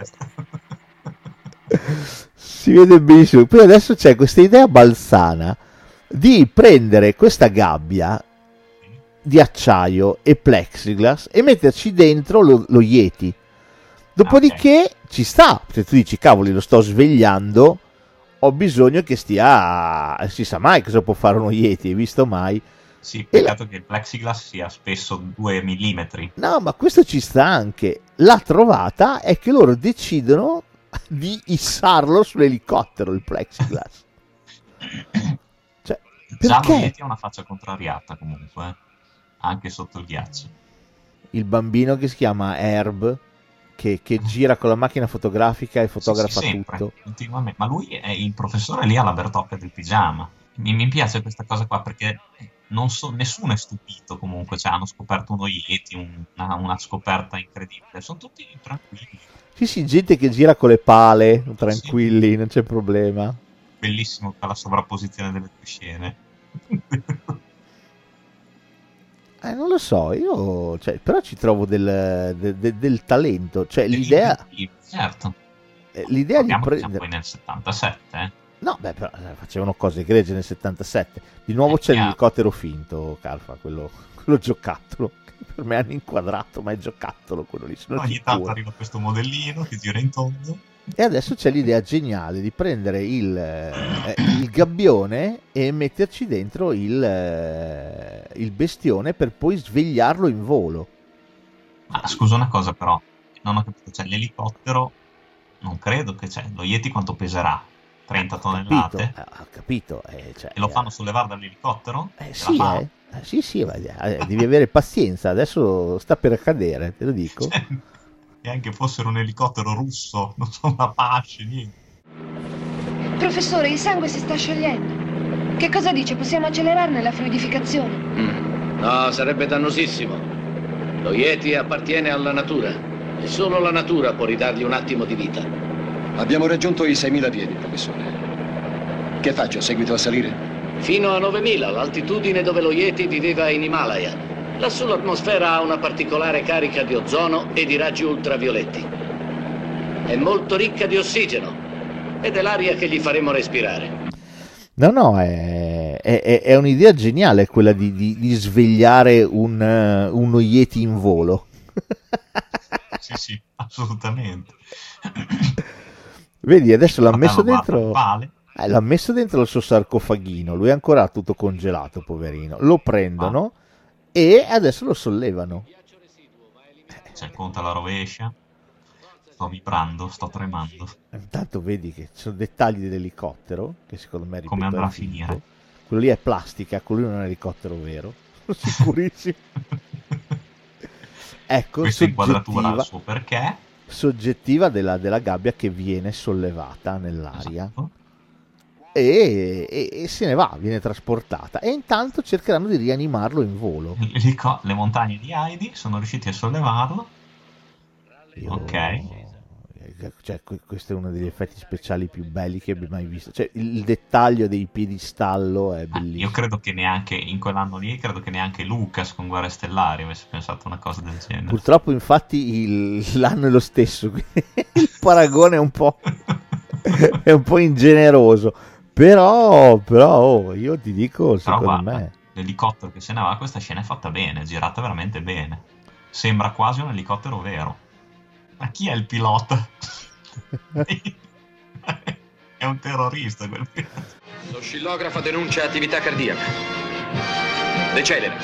Si vede benissimo. Poi adesso c'è questa idea balzana di prendere questa gabbia di acciaio e plexiglass e metterci dentro lo, lo Yeti. Dopodiché okay. Ci sta, se tu dici cavoli lo sto svegliando, ho bisogno che stia, si sa mai cosa può fare uno Yeti, hai visto mai? Sì, peccato la... che il plexiglass sia spesso due millimetri. No, ma questo ci sta anche. La trovata è che loro decidono di issarlo sull'elicottero, il plexiglass. Cioè, Già perché? lo Yeti ha una faccia contrariata comunque, eh? Anche sotto il ghiaccio. Il bambino che si chiama Herb, che, che gira con la macchina fotografica e fotografa sì, sì, sempre, tutto. Continuamente. Ma lui è il professore lì alla Bertocca del pigiama. Mi, mi piace questa cosa qua perché non so, nessuno è stupito comunque. Cioè, hanno scoperto uno Yeti, un, una, una scoperta incredibile. Sono tutti tranquilli. Sì, sì, gente che gira con le pale, tranquilli, sì. Non c'è problema. Bellissimo la sovrapposizione delle due scene. Eh, non lo so, io cioè, però ci trovo del, de, de, del talento, cioè l'idea certo. eh, l'idea di prendere poi nel settantasette eh? No, beh, però eh, facevano cose egregie nel settantasette. Di nuovo eh, c'è chiaro. L'elicottero finto, Carfa, quello, quello giocattolo che per me hanno inquadrato, ma è giocattolo quello lì. Ogni tanto arriva questo modellino che gira in tondo. E adesso c'è l'idea geniale di prendere il, eh, il gabbione e metterci dentro il, eh, il bestione per poi svegliarlo in volo. Ah, scusa una cosa però, non ho capito, cioè l'elicottero non credo che c'è, lo Yeti quanto peserà? trenta tonnellate? Capito, eh, ho capito. Eh, cioè, E lo fanno sollevare dall'elicottero? Eh, Ce la sì, fa? eh. Eh, sì, sì, ma, eh, devi avere pazienza, adesso sta per accadere, te lo dico. Cioè, e anche fossero un elicottero russo, non so, una Apache, niente. Professore, il sangue si sta sciogliendo. Che cosa dice? Possiamo accelerarne la fluidificazione? Mm. No, sarebbe dannosissimo. Lo Yeti appartiene alla natura e solo la natura può ridargli un attimo di vita. Abbiamo raggiunto i seimila piedi, professore. Che faccio? Seguito a salire? Fino a novemila, l'altitudine dove lo Yeti viveva in Himalaya. Lassù l'atmosfera ha una particolare carica di ozono e di raggi ultravioletti. È molto ricca di ossigeno ed è l'aria che gli faremo respirare. No, no, è, è, è un'idea geniale quella di, di, di svegliare un, uh, uno Yeti in volo. Sì, sì, assolutamente. Vedi, adesso l'ha messo Guarda, dentro... vale. Eh, l'ha messo dentro il suo sarcofaghino, lui è ancora tutto congelato, poverino. Lo prendono ah. e adesso lo sollevano. C'è il conto alla rovescia. Sto vibrando, sto tremando. Intanto vedi che ci sono dettagli dell'elicottero che secondo me, ripeto, come andrà a finito. finire? Quello lì è plastica, quello lì non è un elicottero vero. Sono sicurissimo. Ecco, questa inquadratura ha il suo perché. Soggettiva della, della gabbia che viene sollevata nell'aria. Esatto. E, e, e se ne va, viene trasportata. E intanto cercheranno di rianimarlo in volo. Le montagne di Heidi sono riusciti a sollevarlo. Io... Ok. Cioè, questo è uno degli effetti speciali più belli che abbia mai visto. Cioè, il dettaglio dei piedistallo è bellissimo. Ah, io credo che neanche in quell'anno lì, credo che neanche Lucas con Guerre Stellari avesse pensato una cosa del genere. Purtroppo, infatti, il, l'anno è lo stesso. Il paragone è un po', è un po' ingeneroso. Però, però oh, io ti dico, secondo però, guarda, me, l'elicottero che se ne va, questa scena è fatta bene, è girata veramente bene. Sembra quasi un elicottero vero. Ma chi è il pilota? È un terrorista quel pilota. L'oscillografo denuncia attività cardiaca. Decelera.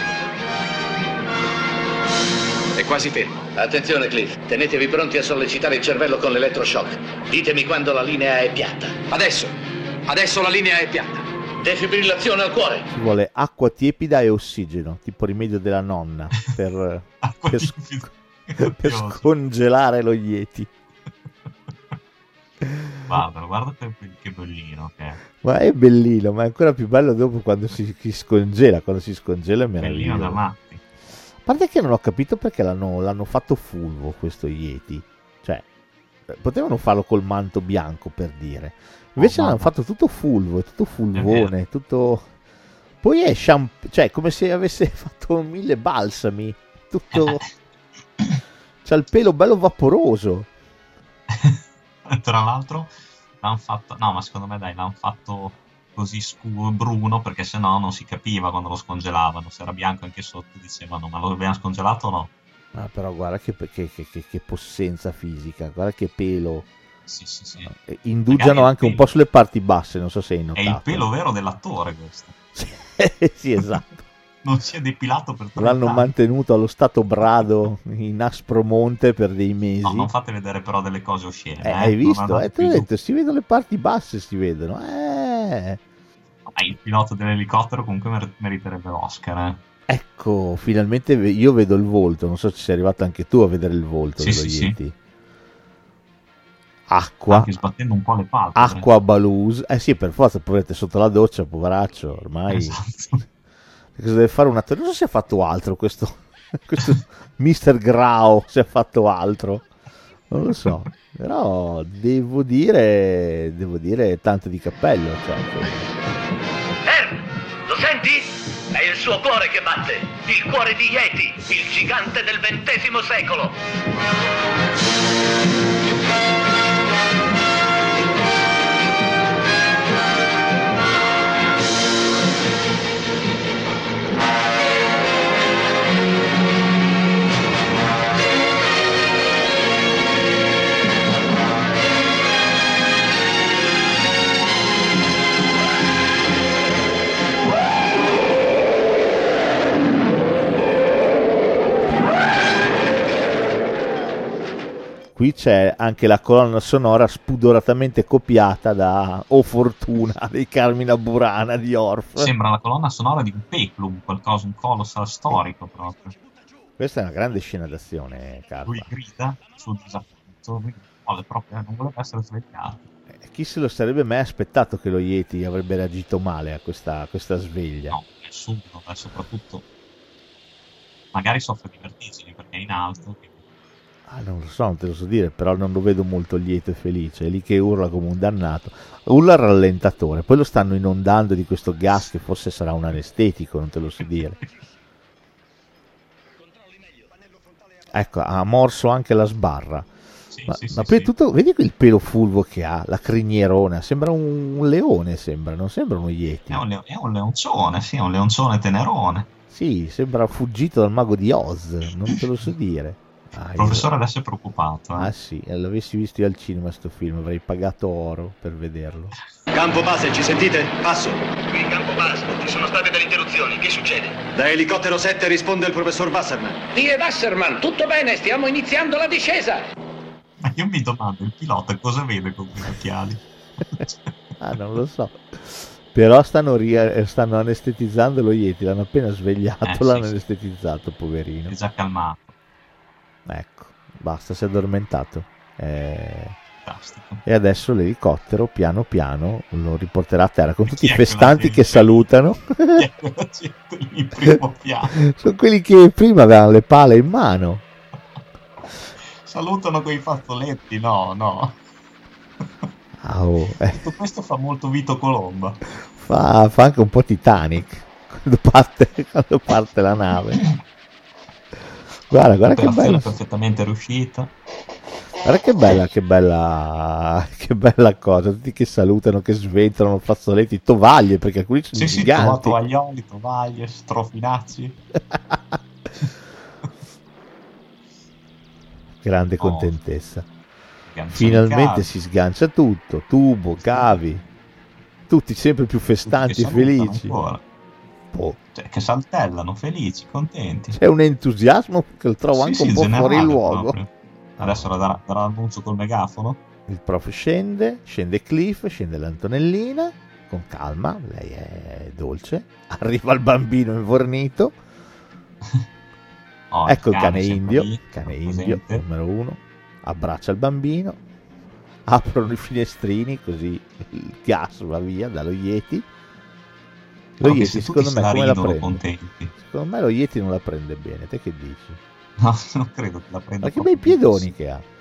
È quasi fermo. Attenzione, Cliff. Tenetevi pronti a sollecitare il cervello con l'elettroshock. Ditemi quando la linea è piatta. Adesso. Adesso la linea è piatta. Defibrillazione al cuore. Ci vuole acqua tiepida e ossigeno, tipo rimedio della nonna, per, per, sc- per scongelare lo Yeti. Guarda, guarda che bellino che è. Ma è bellino, ma è ancora più bello dopo quando si, si scongela. Quando si scongela è meraviglioso. Bellino da matti. A parte che non ho capito perché l'hanno, l'hanno fatto fulvo questo Yeti. Cioè, potevano farlo col manto bianco, per dire. Invece oh, l'hanno fatto tutto fulvo, tutto fulvone, tutto... Poi è shampoo, cioè come se avesse fatto mille balsami. Tutto... C'ha il pelo bello vaporoso. Tra l'altro l'hanno fatto... No, ma secondo me dai, l'hanno fatto così scuro, bruno, perché sennò non si capiva quando lo scongelavano. Se era bianco anche sotto dicevano, ma lo abbiamo scongelato o no? Ah, però guarda che, che, che, che, che possenza fisica, guarda che pelo. Sì, sì, sì. Indugiano anche un po' sulle parti basse, non so se hai notato. È il pelo vero dell'attore questo. Sì, esatto. Non si è depilato per trenta L'hanno anni. mantenuto allo stato brado in Aspromonte per dei mesi. No, non fate vedere però delle cose oscene. Eh, eh. hai visto? Eh, te l'ho più. detto, si vedono le parti basse, si vedono. Eh. Ma il pilota dell'elicottero comunque mer- meriterebbe l'Oscar, eh. Ecco, finalmente io vedo il volto. Non so se sei arrivato anche tu a vedere il volto sì, dello sì, Yeti. Sì. Acqua, anche sbattendo un po' le palpebre. Acqua Balus, eh sì, per forza, poverete sotto la doccia, poveraccio, ormai. Esatto. Cosa deve fare un attore? Non so se ha fatto altro questo, questo mister Grau, se ha fatto altro, non lo so, però devo dire, devo dire tanto di cappello. Cioè, Herb, lo senti? È il suo cuore che batte, il cuore di Yeti, il gigante del ventesimo secolo. qui c'è anche la colonna sonora spudoratamente copiata da O Fortuna dei Carmina Burana di Orff. Sembra la colonna sonora di un peplum, qualcosa, un colossal storico proprio. Questa è una grande scena d'azione, Carpa. Lui grida sul disappunto, lui vuole proprio, non voleva essere svegliato. Chi se lo sarebbe mai aspettato che lo Yeti avrebbe reagito male a questa, a questa sveglia? No, nessuno, e soprattutto magari soffre di vertigini perché è in alto. Quindi... Ah, non lo so, non te lo so dire, però non lo vedo molto lieto e felice, è lì che urla come un dannato. Urla al rallentatore, poi lo stanno inondando di questo gas che forse sarà un anestetico, non te lo so dire. Ecco, ha morso anche la sbarra. Sì, ma, sì, ma sì, poi sì. tutto, vedi quel pelo fulvo che ha, la crinierona, sembra un, un leone, sembra, non sembra uno Yeti. È un, leo- è un leoncione, sì, è un leoncione tenerone. Sì, sembra fuggito dal mago di Oz, non te lo so dire. Ah, Il professore io... adesso è preoccupato. Eh? Ah sì, l'avessi visto io al cinema sto film, avrei pagato oro per vederlo. Campo base, ci sentite? Passo. Qui campo base, ci sono state delle interruzioni, che succede? Da elicottero sette risponde il professor Wasserman. Qui è Wasserman, tutto bene, stiamo iniziando la discesa. Ma io mi domando, il pilota cosa vede con quegli occhiali? Ah, non lo so. Però stanno, ria- stanno anestetizzando lo Yeti, l'hanno appena svegliato, Eh, l'hanno sì, anestetizzato, poverino. È già calmato. Ecco, basta, si è addormentato. Eh... Fantastico. E adesso l'elicottero piano piano lo riporterà a terra con tutti Chi i è quella festanti gente? che salutano. Chi è quella gente lì in primo piano? Sono quelli che prima avevano le pale in mano. Salutano con i fazzoletti, no, no. Ah, oh, eh. Tutto questo fa molto Vito Colomba. fa, fa anche un po' Titanic quando parte, quando parte la nave. Guarda, guarda che Operazione bella, perfettamente riuscita. guarda che bella, che bella, che bella cosa. Tutti che salutano, che sventolano fazzoletti, tovaglie, perché alcuni sono Sì, sì, giganti. tovaglioli, tovaglie, strofinazzi. Grande Oh. contentezza. Gancio Finalmente di si sgancia tutto, tubo, cavi, tutti sempre più cavi, festanti che e salutano felici. ancora. Oh, Cioè, che saltellano, felici, contenti. c'è un entusiasmo che lo trovo Sì, anche sì, un po' generale fuori luogo. proprio. Adesso la darà, darà l'annuncio col megafono. Il prof scende, scende Cliff, scende l'Antonellina, con calma, lei è dolce, arriva il bambino infornito, Oh, ecco il cane sempre indio, lì, cane presente. indio, numero uno, abbraccia il bambino, aprono i finestrini così il gas va via dallo Yeti. Lo No, che Yeti se tutti secondo se me la come la ridono prende? contenti. Secondo me lo Yeti non la prende bene, te che dici? No, non credo che la prenda. Ma che proprio bei piedoni benissimo. che ha!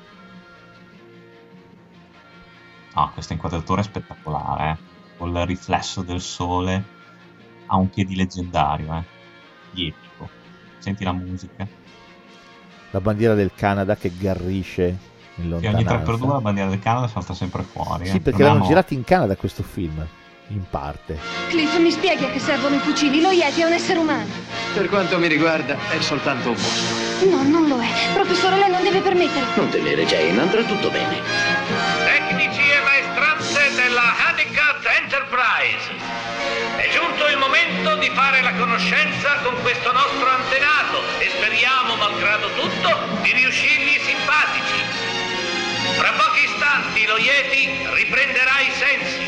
Ah, questa inquadratura è spettacolare, eh. Col riflesso del sole. Ha un piedi leggendario, eh. Di epico. Senti la musica. La bandiera del Canada che garrisce in Che ogni tre per due lontananza. la bandiera del Canada salta sempre fuori. Sì, eh. perché Non l'hanno hanno- girato in Canada questo film, in parte. Cliff, mi spieghi a che servono i fucili? Lo Yeti è un essere umano. Per quanto mi riguarda, è soltanto un mostro. No, non lo è. Professore, lei non deve permettere. Non temere, Jane, andrà tutto bene. Tecnici e maestranze della Honeycutt Enterprise. È giunto il momento di fare la conoscenza con questo nostro antenato e speriamo, malgrado tutto, di riuscirgli simpatici. Fra pochi istanti lo Yeti riprenderà i sensi.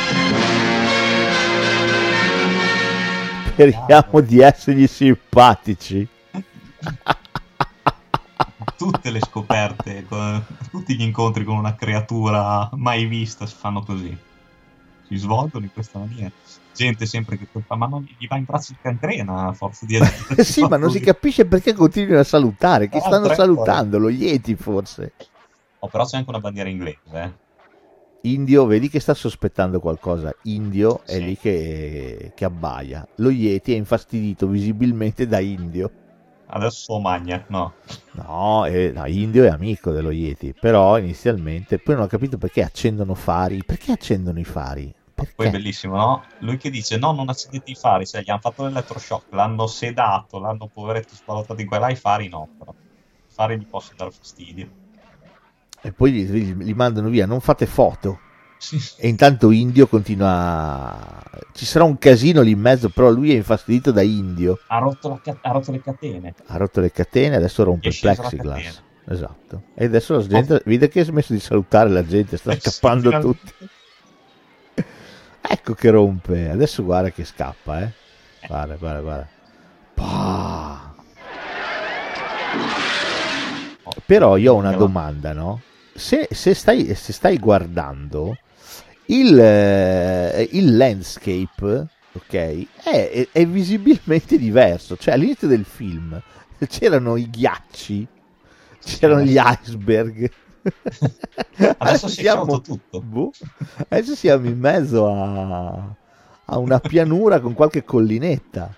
Speriamo di essergli simpatici. Tutte le scoperte, con- tutti gli incontri con una creatura mai vista si fanno così. Si svolgono in questa maniera. Gente sempre che fa, ma non gli va in braccio il cancrena a forza di agire. Sì, ma non si capisce perché continuino a salutare. Chi Ah, stanno tre salutando? Lo Yeti forse? Oh, però c'è anche una bandiera inglese, eh. Indio, vedi che sta sospettando qualcosa. Indio è Sì. lì che, che abbaia. Lo Yeti è infastidito visibilmente da Indio. Adesso magna, no. No, eh, no, Indio è amico dello Yeti, però inizialmente poi non ho capito perché accendono fari. Perché accendono i fari? Poi è Perché? bellissimo, no? Lui che dice no, non accendete i fari, cioè gli hanno fatto l'elettroshock, l'hanno sedato, l'hanno poveretto sballottato in qua e là, i fari no, però. I fari gli possono dare fastidio. E poi gli, gli- gli mandano via, non fate foto. Sì. E intanto Indio continua. Ci sarà un casino lì in mezzo, però lui è infastidito da Indio. Ha rotto, la ca- ha rotto le catene. Ha rotto le catene, adesso rompe È il scesa la plexiglass. catena. esatto. E adesso la gente, vede che ha smesso di salutare la gente, sta scappando sì, tutti. Ecco che rompe, adesso guarda che scappa, eh. Guarda, guarda, guarda. Pah. Però io ho una domanda, no? Se, se, stai, se stai guardando il, eh, il landscape, ok, è, è, è visibilmente diverso. Cioè all'inizio del film c'erano i ghiacci, c'erano gli iceberg. Adesso si è siamo, tutto. Boh, adesso siamo in mezzo a, a una pianura con qualche collinetta.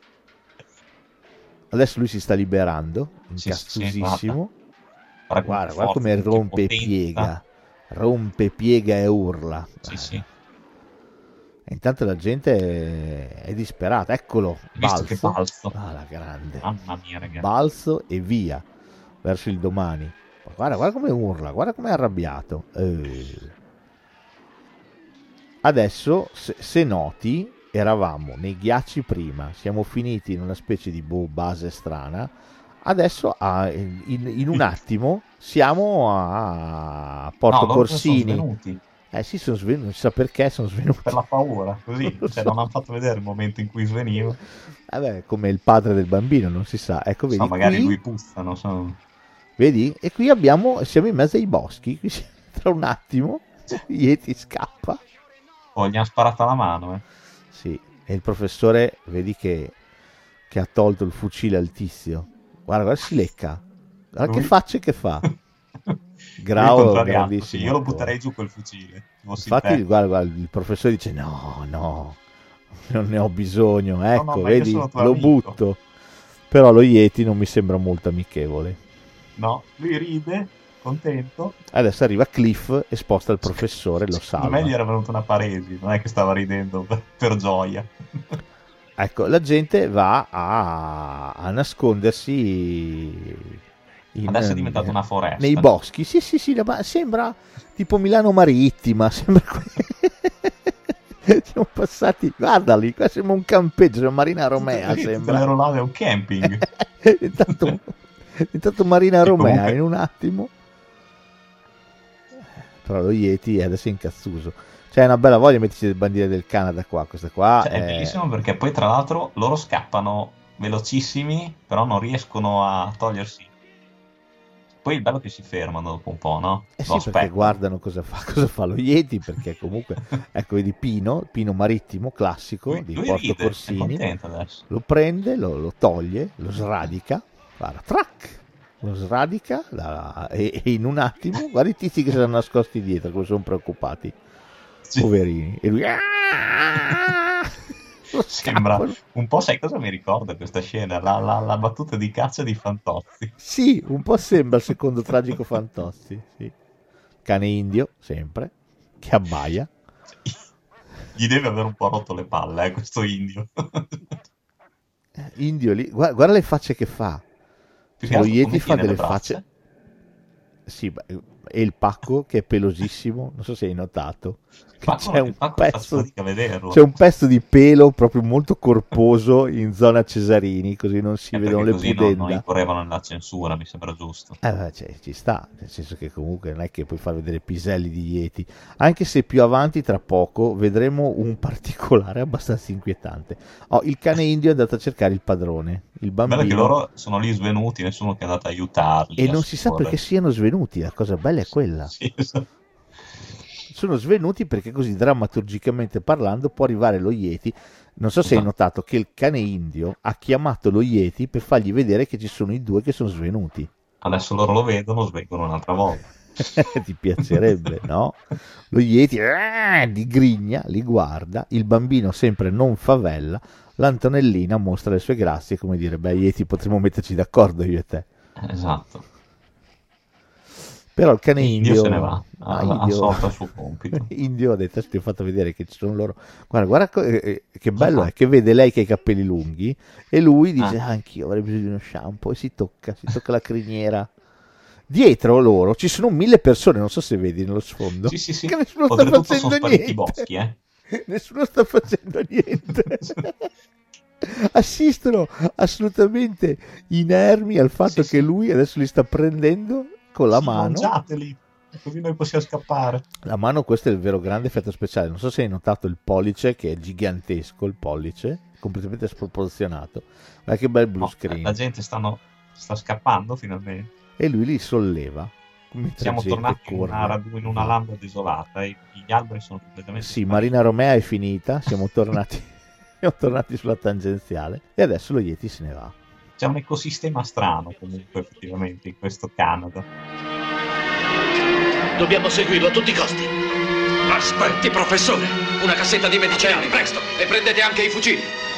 Adesso lui si sta liberando, incazzosissimo. Sì, sì, guarda, guarda, guarda come rompe e piega, rompe, piega e urla. Sì, sì. E intanto la gente è, è disperata. Eccolo, balzo. Che balzo. Ah, la grande. Mamma mia, ragazzi. Balzo e via verso il domani. Guarda, guarda come urla, guarda come è arrabbiato. Eh. Adesso, se, se noti, eravamo nei ghiacci prima, siamo finiti in una specie di boh, base strana. Adesso, a, in, in un attimo, siamo a Porto no, Corsini. Sono svenuti. Eh sì, sono svenuti, non si sa perché sono svenuti. Per la paura, così, non, cioè, so. non hanno fatto vedere il momento in cui svenivo. Vabbè, come il padre del bambino, non si sa. Ecco, vedi, no, magari qui, lui puzza, non so. Vedi? E qui abbiamo, siamo in mezzo ai boschi, qui tra un attimo Yeti scappa. Oh, gli ha sparato la mano, eh. Sì, e il professore, vedi che, che ha tolto il fucile al tizio. Guarda, guarda, si lecca. Guarda lui... che facce che fa. Grau, grandissimo. Sì, io lo butterei giù quel fucile. Infatti, guarda, guarda, il professore dice no, no, non ne ho bisogno. Ecco, no, no, vedi, lo amico. Butto. Però lo Yeti non mi sembra molto amichevole. No, lui ride, contento. Adesso arriva Cliff e sposta il professore e lo salva. A me gli era venuta una paresi, non è che stava ridendo per, per gioia. Ecco, la gente va a, a nascondersi in, adesso è diventata una foresta nei boschi. Sì, sì, sì, sembra tipo Milano Marittima, sembra siamo passati, guardali, qua sembra un campeggio, sembra Marina Romea, sembra. L'aeronave è un camping. Intanto, intanto Marina Romea comunque... in un attimo. Però lo Yeti è adesso incazzuso. Cioè, è una bella voglia metterci le bandiere del Canada qua. Questa qua cioè, è... è bellissimo perché poi, tra l'altro, loro scappano velocissimi, però non riescono a togliersi. Poi il bello è che si fermano dopo un po', no? Eh sì, perché guardano cosa fa, cosa fa lo Yeti, perché comunque, ecco, vedi Pino, Pino marittimo, classico, lui, di lui Porto ride, Corsini. Lo prende, lo, lo toglie, lo sradica, guarda, trac! Lo sradica la, e, e in un attimo, guarda i tizi che si sono nascosti dietro, come sono preoccupati. Sì. Poverini. E lui... Sembra un po', sai cosa mi ricorda questa scena? La, la, la battuta di caccia di Fantozzi. Sì, un po' sembra il secondo tragico Fantozzi. Sì. Cane indio, sempre, che abbaia. Gli deve aver un po' rotto le palle, eh, questo indio. Indio lì, guarda, guarda le facce che fa. Cioè, lo Yeti fa delle facce. Sì, e il pacco che è pelosissimo, non so se hai notato. Pacco, c'è, un pezzo, vederlo. c'è un pezzo di pelo proprio molto corposo in zona Cesarini, così non si eh, vedono le così pudenda. Non, non incorrevano nella censura, mi sembra giusto. Eh, beh, cioè, ci sta, nel senso che comunque non è che puoi far vedere piselli di Yeti, anche se più avanti tra poco vedremo un particolare abbastanza inquietante. Oh, il cane indio è andato a cercare il padrone, il bambino. Bello che loro sono lì svenuti, nessuno che è andato a aiutarli. E non si sa perché siano svenuti, la cosa bella è quella. Sì, esatto. Sono svenuti perché così drammaturgicamente parlando può arrivare lo Yeti. Non so se hai notato che il cane indio ha chiamato lo Yeti per fargli vedere che ci sono i due che sono svenuti. Adesso loro lo vedono, svengono un'altra volta. Ti piacerebbe, no? Lo Yeti eh, digrigna, li guarda, il bambino sempre non favella, l'Antonellina mostra le sue grazie, come dire, beh Yeti potremmo metterci d'accordo io e te. Esatto. Però il cane indio, indio se ne va, ah, indio, assolta il suo compito. Indio ha detto, ti ho fatto vedere che ci sono loro. Guarda, guarda eh, che bello ah. è che vede lei che ha i capelli lunghi e lui dice ah. ah, anch'io avrei bisogno di uno shampoo e si tocca, si tocca la criniera. Dietro loro ci sono mille persone, non so se vedi nello sfondo. Sì, sì, sì. Che nessuno sta facendo niente. I boschi, eh. Nessuno sta facendo niente. assistono assolutamente inermi al fatto Sì, che sì. lui adesso li sta prendendo con la Sì, mano. mangiateli, così noi possiamo scappare. La mano, questo è il vero grande effetto speciale. Non so se hai notato il pollice, che è gigantesco, il pollice, completamente sproporzionato. Guarda che bel blue No, screen. la gente stanno, sta scappando finalmente. E lui li solleva. Mentre Siamo la gente tornati in corre. una, radu- in una landa desolata e gli alberi sono completamente Sì, spariti. Marina Romea è finita, siamo tornati, siamo tornati sulla tangenziale e adesso lo Yeti se ne va. C'è un ecosistema strano comunque effettivamente in questo Canada. Dobbiamo seguirlo a tutti i costi. Aspetti, professore! Una cassetta di medicinali, presto! E prendete anche i fucili!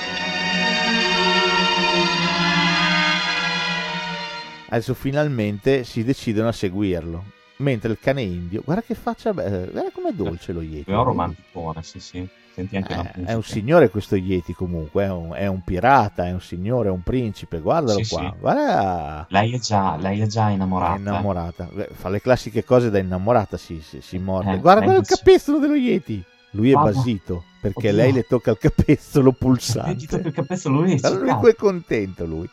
Adesso finalmente si decidono a seguirlo, mentre il cane indio, guarda che faccia, be- guarda com'è dolce lo Yeti. È un romanticone, sì sì. Senti anche la Eh, musica. è un signore questo Yeti comunque, è un, è un pirata, è un signore, è un principe, guardalo Sì, qua, sì. guarda, Lei è già, lei è già innamorata. è innamorata. Beh, fa le classiche cose da innamorata, si, si, si morde. Eh, guarda, lei guarda il dice- capezzolo dello Yeti. Lui è Guarda. basito perché Oddio. lei le tocca il capezzolo Vedi pulsante. tutto il capezzolo lui è Allora lui eccitato. è contento lui.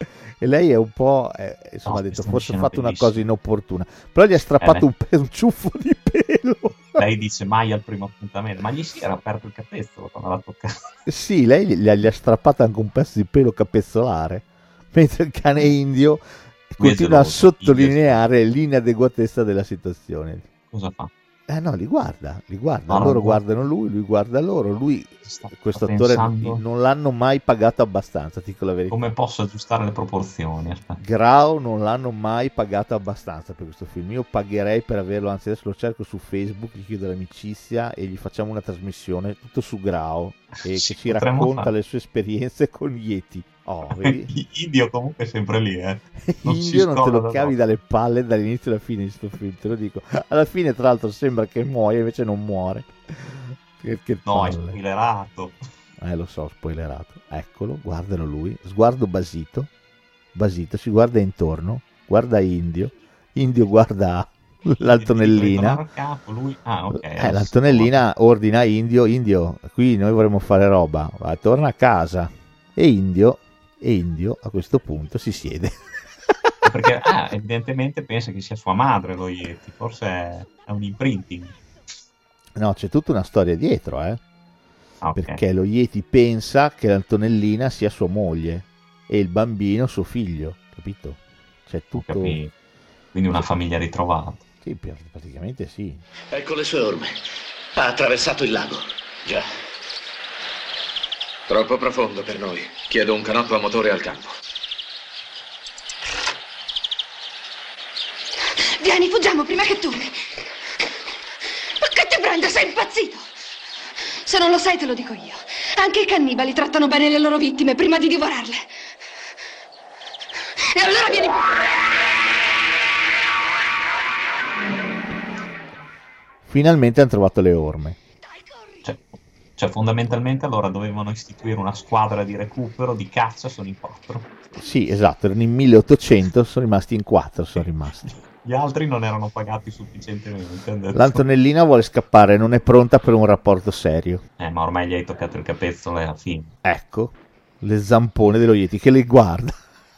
E lei è un po', eh, insomma, No, ha detto questa è una forse ho scena fatto una bellissima. cosa inopportuna, però gli ha strappato Eh, un, pe- un ciuffo di pelo. Lei dice mai al primo appuntamento, ma gli si era aperto il capezzolo quando l'ha toccato. Sì, lei gli, gli ha strappato anche un pezzo di pelo capezzolare, mentre il cane indio Lui è continua a geloso, sottolineare l'inadeguatezza della situazione. Cosa fa? Eh no, li guarda, li guarda, No, no, loro guarda. guardano lui, lui guarda loro, lui, Sta- questo sta attore pensando non l'hanno mai pagato abbastanza, ti dico la verità. come posso aggiustare le proporzioni. Aspetta. Grau non l'hanno mai pagato abbastanza per questo film. Io pagherei per averlo, anzi adesso lo cerco su Facebook, gli chiedo l'amicizia e gli facciamo una trasmissione tutto su Grau e Sì, che ci potremmo racconta fare. le sue esperienze con Yeti. Oh, vedi? Indio comunque è sempre lì, eh. Non si Indio non te scolla lo da cavi dopo. dalle palle dall'inizio alla fine di sto film, te lo dico. Alla fine, tra l'altro, sembra che muoia, invece non muore. Che, che No, è palle. spoilerato. Eh, lo so, spoilerato. Eccolo, guardalo lui. Sguardo basito. Basito, si guarda intorno. Guarda Indio. Indio guarda l'Antonellina. Deve ritornare a capo, lui... Ah, ok. Eh, l'Antonellina ordina a Indio. Indio, qui noi vorremmo fare roba. Va, torna a casa. E Indio, e Indio a questo punto si siede. Perché ah, evidentemente pensa che sia sua madre lo Yeti. Forse è, è un imprinting. No, c'è tutta una storia dietro, eh. Ah, ok. Perché lo Yeti pensa che l'Antonellina sia sua moglie e il bambino suo figlio, capito? C'è tutto... Capì. Quindi una famiglia ritrovata. Sì, pr- praticamente sì. Ecco le sue orme. Ha attraversato il lago. Già. Troppo profondo per noi. Chiedo un canotto a motore al campo. Vieni, fuggiamo prima che torni. Ma che ti prende? Sei impazzito? Se non lo sai, te lo dico io. Anche i cannibali trattano bene le loro vittime prima di divorarle. E allora vieni... Finalmente hanno trovato le orme. Cioè, cioè, fondamentalmente allora dovevano istituire una squadra di recupero, di caccia, sono in quattro. Sì, esatto, erano in milleottocento, sono rimasti in quattro, sono rimasti. Gli altri non erano pagati sufficientemente. hanno detto. L'Antonellina vuole scappare, non è pronta per un rapporto serio. Eh, ma ormai gli hai toccato il capezzolo e alla fine. Ecco, le zampone dello Yeti che le guarda.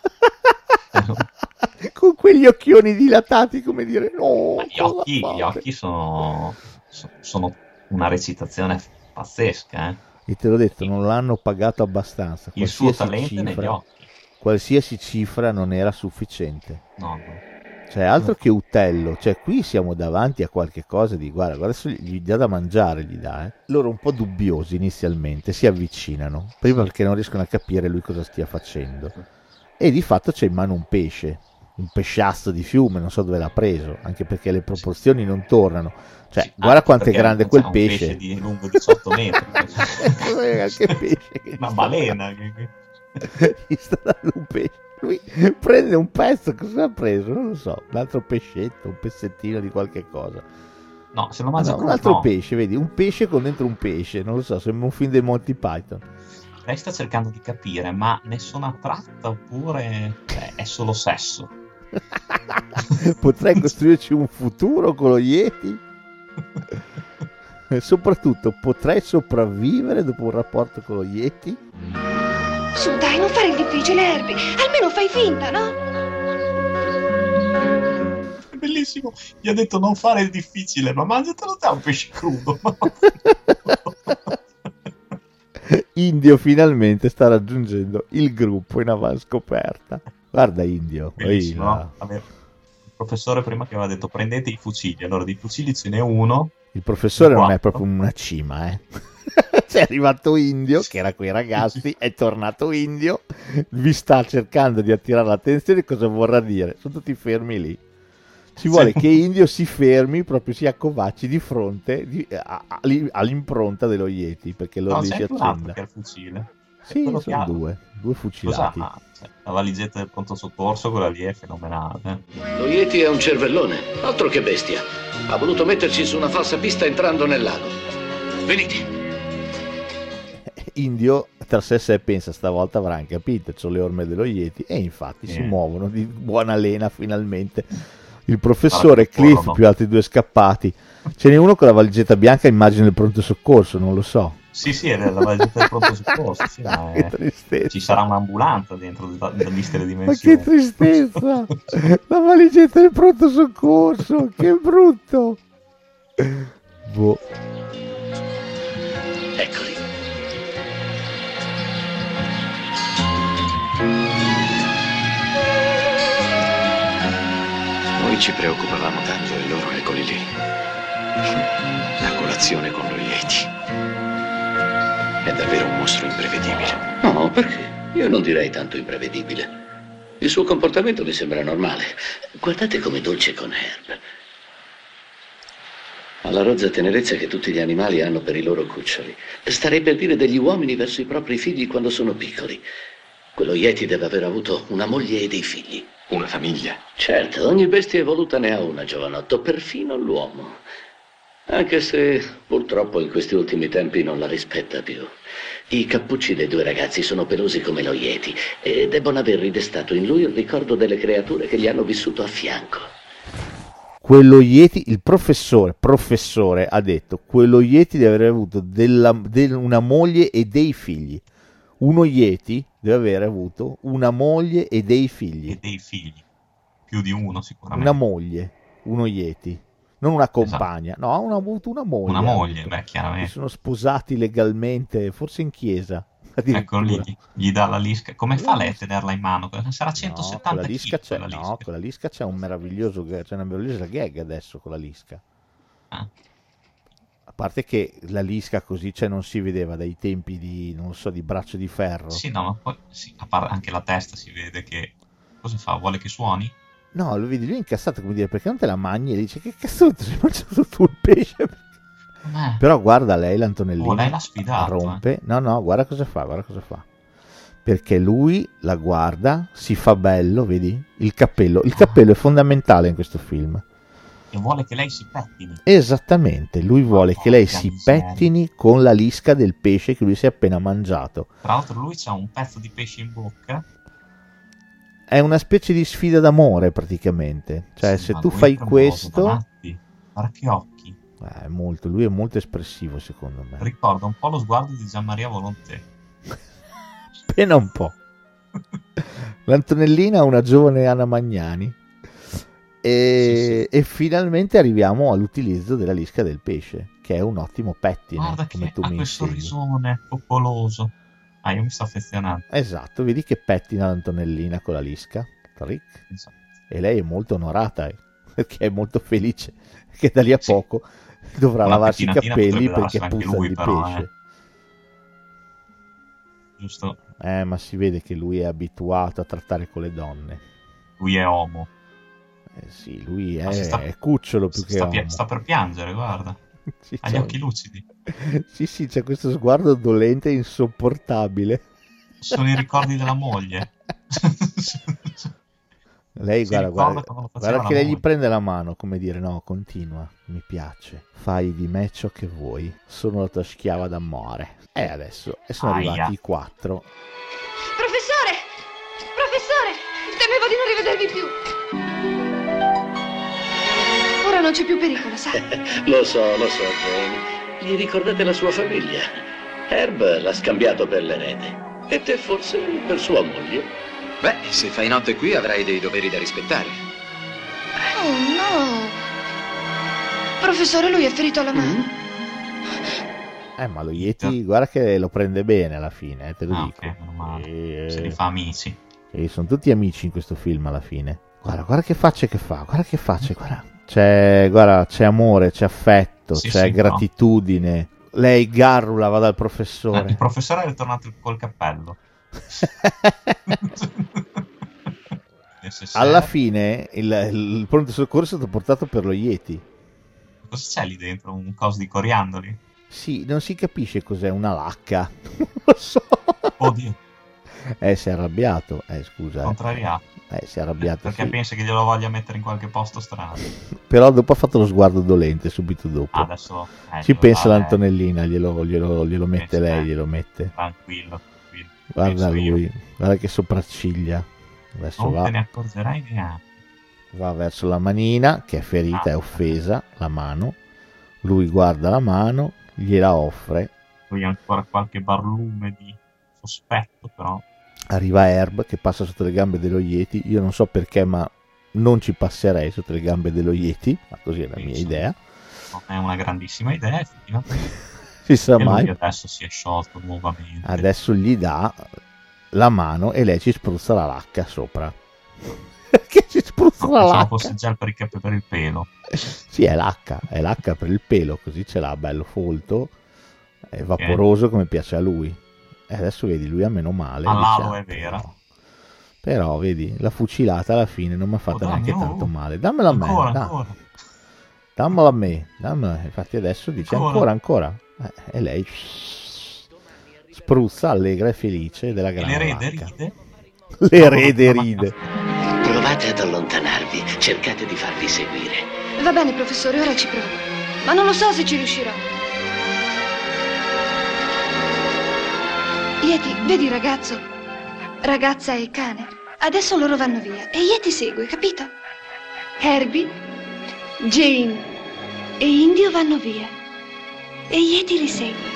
Con quegli occhioni dilatati, come dire, no. Ma gli cosa occhi, fate? gli occhi sono, so- sono una recitazione pazzesca, eh. E te l'ho detto, non l'hanno pagato abbastanza. Il suo Qualsiasi talento è negli cifra, occhi. qualsiasi cifra non era sufficiente. No, no. Cioè, altro che utello, cioè qui siamo davanti a qualche cosa di, guarda, guarda, adesso gli gli dà da mangiare, gli dà, eh. Loro un po' dubbiosi inizialmente, si avvicinano, prima perché non riescono a capire lui cosa stia facendo. E di fatto c'è in mano un pesce, un pesciazzo di fiume, non so dove l'ha preso, anche perché le proporzioni non tornano. Cioè, Sì, guarda anche quanto è perché grande c'ha quel un pesce. pesce di lungo diciotto metri. Cos'è che pesce che Una sta- balena. che- che- Gli sta dando un pesce. Lui prende un pezzo, cosa ha preso? Non lo so, un altro pescetto, un pezzettino di qualche cosa. No, se lo Ah, mangia no, un crudo, altro no. pesce, vedi, un pesce con dentro un pesce, non lo so, sembra un film dei Monty Python. Lei sta cercando di capire, ma nessuna tratta oppure cioè, è solo sesso? Potrei costruirci un futuro con lo Yeti? E soprattutto, potrei sopravvivere dopo un rapporto con lo Yeti? Su, dai, non fare il difficile, Herbie. Almeno fai finta, no? È bellissimo. Gli ha detto non fare il difficile, ma mangiatelo te un pesce crudo. Indio finalmente sta raggiungendo il gruppo in avanscoperta. Guarda Indio. Bellissimo, Ehi, no? Vabbè, il professore prima che aveva detto prendete i fucili, allora di fucili ce n'è uno. Il professore non è quattro. proprio una cima, eh. C'è arrivato Indio, che era quei ragazzi, è tornato Indio, vi sta cercando di attirare l'attenzione. Cosa vorrà dire? Sono tutti fermi lì. Ci vuole Sì. che Indio si fermi, proprio si accovacci di fronte di, a, a, all'impronta dello Yeti, perché lo No, lì c'è si anche un altro accenda. che ha il fucile. Sì, quello sono che ha- due, due Cos'ha? fucilati. Ah, cioè, la valigetta del pronto soccorso, quella lì è fenomenale. Lo Yeti è un cervellone, altro che bestia. Ha voluto metterci su una falsa pista entrando nel lago. Venite. Indio tra sé e sé pensa stavolta avranno capito, c'ho le orme dello Yeti, e infatti si Eh. muovono di buona lena finalmente. Il professore, Ah, Cliff corrono. più altri due scappati. Ce n'è uno con la valigetta bianca, immagino il pronto soccorso, non lo so. Sì, sì, è la valigetta del pronto soccorso. Sì, ma Che è- tristezza. ci sarà un'ambulanza dentro da, da viste le Ma dimensioni. che tristezza! La valigetta del pronto soccorso, che brutto! Boh. Eccoli. Noi ci preoccupavamo tanto e loro eccoli lì. La colazione con lo Yeti. È davvero un mostro imprevedibile. No, perché? Io non direi tanto imprevedibile. Il suo comportamento mi sembra normale. Guardate com'è dolce con Herb. Ha la rozza tenerezza che tutti gli animali hanno per i loro cuccioli. Starei per dire degli uomini verso i propri figli quando sono piccoli. Quello Yeti deve aver avuto una moglie e dei figli. Una famiglia. Certo, ogni bestia evoluta ne ha una, giovanotto, perfino l'uomo. Anche se purtroppo in questi ultimi tempi non la rispetta più. I cappucci dei due ragazzi sono pelosi come lo Yeti e debbono aver ridestato in lui il ricordo delle creature che gli hanno vissuto a fianco. Quello Yeti, il professore, professore ha detto, quello Yeti deve aver avuto della, del- una moglie e dei figli. Uno Yeti deve aver avuto una moglie e dei figli. E dei figli. Più di uno sicuramente. Una moglie, uno Yeti. Non una compagna, no, ha avuto una moglie. Una ha moglie, avuto. beh, chiaramente. Si sono sposati legalmente, forse in chiesa. Ecco lì, addirittura. gli, gli dà la lisca. Come fa lei a tenerla in mano? Sarà No, centosettanta con la lisca chili c'è, quella no, lisca. con la lisca c'è un meraviglioso, c'è una meravigliosa gag adesso con la lisca. Ah. A parte che la lisca così, cioè, non si vedeva dai tempi di, non so, di Braccio di Ferro. Sì, no, ma poi sì, a parte anche la testa si vede che... Cosa fa? Vuole che suoni? No, lo vedi lui è incassato, come dire, perché non te la mangi? E dice, che cazzo ti sei mangiato tu il pesce? Eh, Però guarda lei, l'Antonellino, Oh, lei l'ha sfidato, rompe. No, no, guarda cosa fa, guarda cosa fa. Perché lui la guarda, si fa bello, vedi? Il cappello. Il cappello è fondamentale in questo film. e vuole che lei si pettini. Esattamente, lui vuole che lei porca si miseria. pettini con la lisca del pesce che lui si è appena mangiato. Tra l'altro lui c'ha un pezzo di pesce in bocca. È una specie di sfida d'amore praticamente. Cioè, Sì, se ma tu lui è fai cremoso, questo... da matti. Guarda che occhi. Eh, è molto, lui è molto espressivo secondo me. Ricorda un po' lo sguardo di Gianmaria Volonté. Appena un po'. L'Antonellina è una giovane Anna Magnani. E, e finalmente arriviamo all'utilizzo della lisca del pesce, che è un ottimo pettine, Guarda come che tu ha mi quel insegni. sorrisone popoloso. Ah, io mi sto affezionando. Esatto, vedi che pettina l'Antonellina con la lisca. Tric. Esatto. E lei è molto onorata, eh, perché è molto felice che da lì a Sì. poco dovrà Una lavarsi i pettinatina capelli potrebbe perché darsela anche puzzano lui, di però, pesce. eh. Giusto? Eh, ma si vede che lui è abituato a trattare con le donne. Lui è uomo. Eh sì, lui è, Ma si sta- è cucciolo più che Sta, pi- uomo. sta per piangere, guarda. Sì, Ha gli c'ha- occhi lucidi. sì, sì, c'è questo sguardo dolente e insopportabile. Sono i ricordi della moglie. Lei, Si guarda, ricorda guarda, quando lo faceva guarda la che lei gli moglie. prende la mano, come dire, no, continua, mi piace, fai di me ciò che vuoi, sono la tua schiava d'amore. E adesso, e sono Aia. arrivati i quattro. Professore! Professore! Temevo di non rivedervi più. Ora non c'è più pericolo, sa? Lo so, lo so, Jane. Gli ricordate la sua famiglia? Herb l'ha scambiato per l'erede. E te forse per sua moglie? Beh, se fai notte qui avrai dei doveri da rispettare. Oh no! Professore, lui è ferito alla mano. Mm-hmm. Eh, ma lo Yeti, guarda che lo prende bene alla fine, eh, te lo ah, dico. Okay, e... Se li fa amici. E sono tutti amici in questo film alla fine. Guarda, guarda che facce che fa, guarda che facce, guarda. C'è, guarda, c'è amore, c'è affetto, sì, c'è sì, gratitudine. No. Lei garrula, va dal professore. Eh, il professore è ritornato col cappello. Alla fine il, il pronto soccorso è stato portato per lo Yeti. Cosa c'è lì dentro? Un coso di coriandoli? Sì, non si capisce cos'è, una lacca. Non lo so. Oddio. Eh, si è arrabbiato. Eh, scusa. Contrariato. Eh, si è arrabbiato. Perché sì. pensa che glielo voglia mettere in qualche posto strano. Però dopo ha fatto lo sguardo dolente, subito dopo. Ah, adesso... Eh, ci pensa vale. l'Antonellina, glielo, glielo, glielo mette lei, glielo mette. Tranquillo, tranquillo. Guarda penso lui, io. guarda che sopracciglia. Adesso non va. te ne accorgerai neanche. Va verso la manina, che è ferita, ah, è offesa, la mano. Lui guarda la mano, gliela offre. Poi ancora qualche barlume di sospetto, però. Arriva Herb che passa sotto le gambe dello Yeti. Io non so perché, ma non ci passerei sotto le gambe dello Yeti. Ma così è la mia idea. Non è una grandissima idea, effettivamente. Si sa e mai. Lui adesso si è sciolto nuovamente. Adesso gli dà la mano e lei ci spruzza la lacca sopra. Perché ci spruzza no, la lacca? Fosse già il perché per il pelo. Sì, è lacca, è lacca per il pelo, così ce l'ha bello folto, è vaporoso okay. Come piace a lui. E adesso vedi, lui ha meno male. All'alo è vera. Però, però vedi, la fucilata alla fine non mi ha fatto oh, neanche dai, tanto oh. male. Dammela a me, ancora, da. ancora. dammela a me, dammela. Infatti adesso dice ancora, ancora. ancora. Eh, e lei spruzza allegra e felice della grande e l'erede lacca. ride. L'erede ride. Provate ad allontanarvi, cercate di farvi seguire. Va bene, professore, ora ci provo. Ma non lo so se ci riuscirò. Yeti, vedi ragazzo, ragazza e cane. Adesso loro vanno via e Yeti segue, capito? Herbie, Jane e Indio vanno via e Yeti li segue.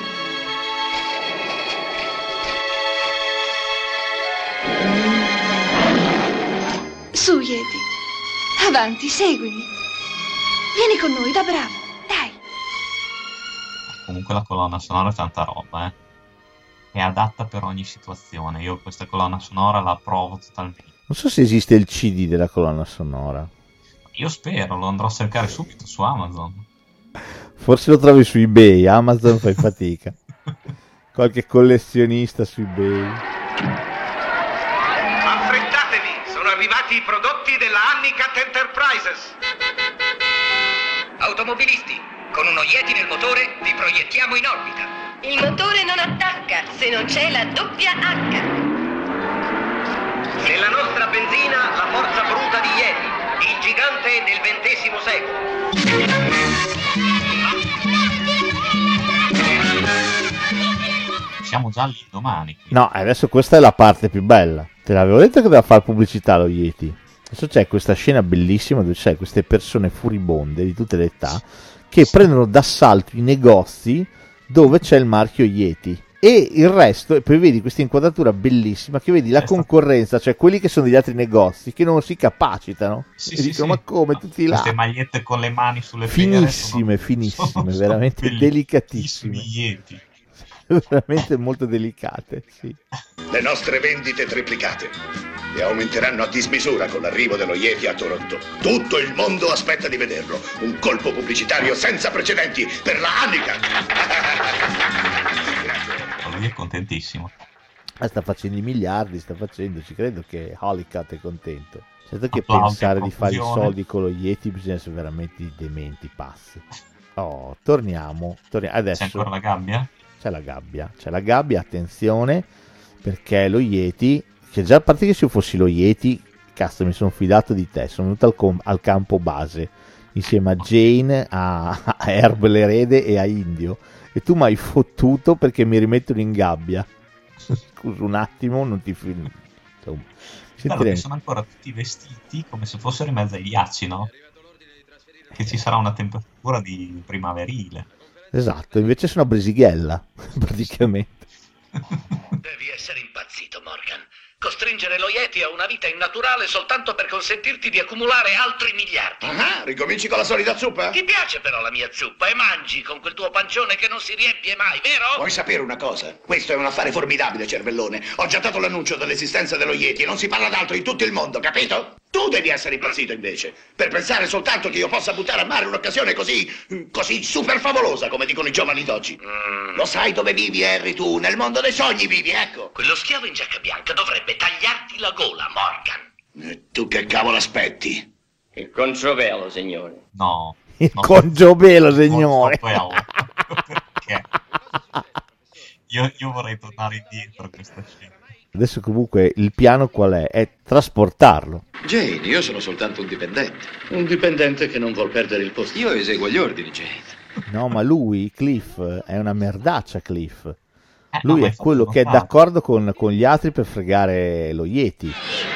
Su, Yeti. Avanti, seguimi. Vieni con noi, da bravo. Dai. Comunque la colonna sonora è tanta roba, eh. È adatta per ogni situazione. Io questa colonna sonora la approvo totalmente. Non so se esiste il C D della colonna sonora. Io spero, lo andrò a cercare subito su Amazon. Forse lo trovi su eBay, Amazon fai fatica. Qualche collezionista su eBay. Affrettatevi, sono arrivati i prodotti della Honeycutt Enterprises. Automobilisti, con uno Yeti nel motore vi proiettiamo in orbita. Il motore non attacca se non c'è la doppia H. Nella nostra benzina la forza bruta di Yeti, il gigante del ventesimo secolo. Siamo già lì domani. Quindi. No, adesso questa è la parte più bella. Te l'avevo detto che doveva fare pubblicità lo Yeti. Adesso c'è questa scena bellissima dove c'è queste persone furibonde di tutte le età che prendono d'assalto i negozi dove c'è il marchio Yeti. E il resto, e poi vedi questa inquadratura bellissima che vedi la concorrenza, cioè quelli che sono degli altri negozi che non si capacitano sì, e sì, dicono sì. ma come tutti là, queste magliette con le mani sulle finissime, pere, finissime, sono, veramente sono delicatissime, Yeti. veramente molto delicate, sì. Le nostre vendite triplicate e aumenteranno a dismisura con l'arrivo dello Yeti a Toronto. Tutto il mondo aspetta di vederlo. Un colpo pubblicitario senza precedenti per la Honeycutt. Lui è contentissimo. Ah, sta facendo i miliardi, sta facendo, ci credo che Honeycutt è contento. Certo che Applausi, pensare di fare i confusione. soldi con lo Yeti bisogna essere veramente dementi, pazzi. Oh, torniamo, torniamo. Adesso c'è ancora la gabbia? C'è la gabbia, c'è la gabbia, attenzione, perché lo Yeti, che già a parte che se io fossi lo Yeti, cazzo mi sono fidato di te, sono venuto al, com- al campo base, insieme a Jane, a, a Herb l'erede e a Indio, e tu mi hai fottuto perché mi rimettono in gabbia. Scusa un attimo, non ti film. Insomma, che sono ancora tutti vestiti come se fossero in mezzo ai ghiacci, no? Che ci sarà una temperatura di primaverile. Esatto, invece sono a Brisighella, praticamente. Devi essere impazzato. impazzito, Morgan. Costringere lo Yeti a una vita innaturale soltanto per consentirti di accumulare altri miliardi. Ah, ricominci con la solita zuppa? Ti piace però la mia zuppa e mangi con quel tuo pancione che non si riempie mai, vero? Vuoi sapere una cosa? Questo è un affare formidabile, cervellone. Ho già dato l'annuncio dell'esistenza dello Yeti e non si parla d'altro in tutto il mondo, capito? Tu devi essere impazzito invece, per pensare soltanto che io possa buttare a mare un'occasione così, così super favolosa, come dicono i giovani d'oggi. Mm. Lo sai dove vivi, Harry, tu? Nel mondo dei sogni vivi, ecco. Quello schiavo in giacca bianca dovrebbe tagliarti la gola, Morgan. E tu che cavolo aspetti? Il congiovelo, signore. No. Il no. congiovelo, signore. Perché? Io, io vorrei tornare indietro a questa scena. Adesso comunque il piano qual è? È trasportarlo. Jane, io sono soltanto un dipendente. Un dipendente che non vuol perdere il posto. Io eseguo gli ordini, Jane. No, ma lui, Cliff, è una merdaccia, Cliff. Eh, lui no, è quello che è fatto. d'accordo con, con gli altri per fregare lo Yeti.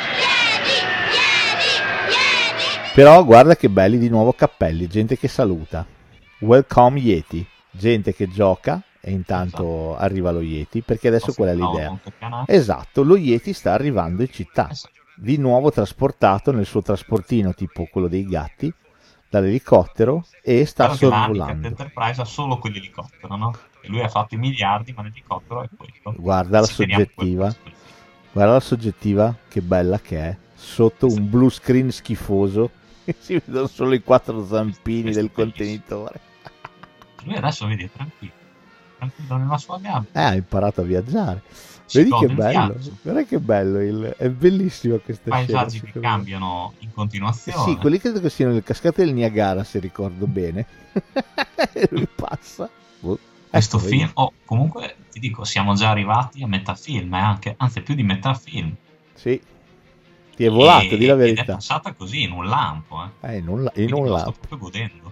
Però guarda che belli di nuovo cappelli, gente che saluta. Welcome Yeti. Gente che gioca. E intanto esatto. arriva lo Yeti, perché adesso qual è l'idea? Esatto, lo Yeti sta arrivando in città, esatto. di nuovo trasportato nel suo trasportino tipo quello dei gatti, dall'elicottero, e sta Guarda sorvolando. Enterprise ha solo quell'elicottero, no? E lui ha fatto i miliardi, ma l'elicottero è questo. Guarda la soggettiva, guarda la soggettiva, che bella che è, sotto un blue screen schifoso, si vedono solo i quattro zampini del contenitore. Lui adesso vedi, è tranquillo. tranquillo nella sua gabbia. Eh, ha imparato a viaggiare. Si Vedi che bello, guarda che bello, il... è bellissima questa paesaggi scena. Paesaggi che cambiano in continuazione. Sì, quelli credo che siano le cascate del Niagara, se ricordo bene. E lui passa. Oh, questo ecco, film, vedi. oh, comunque ti dico, siamo già arrivati a metà film, eh, anche, anzi più di metà film. Sì, ti è volato, e, di la verità. Ed è passata così, in un lampo. Eh, eh in un, in un lampo. Sto proprio godendo.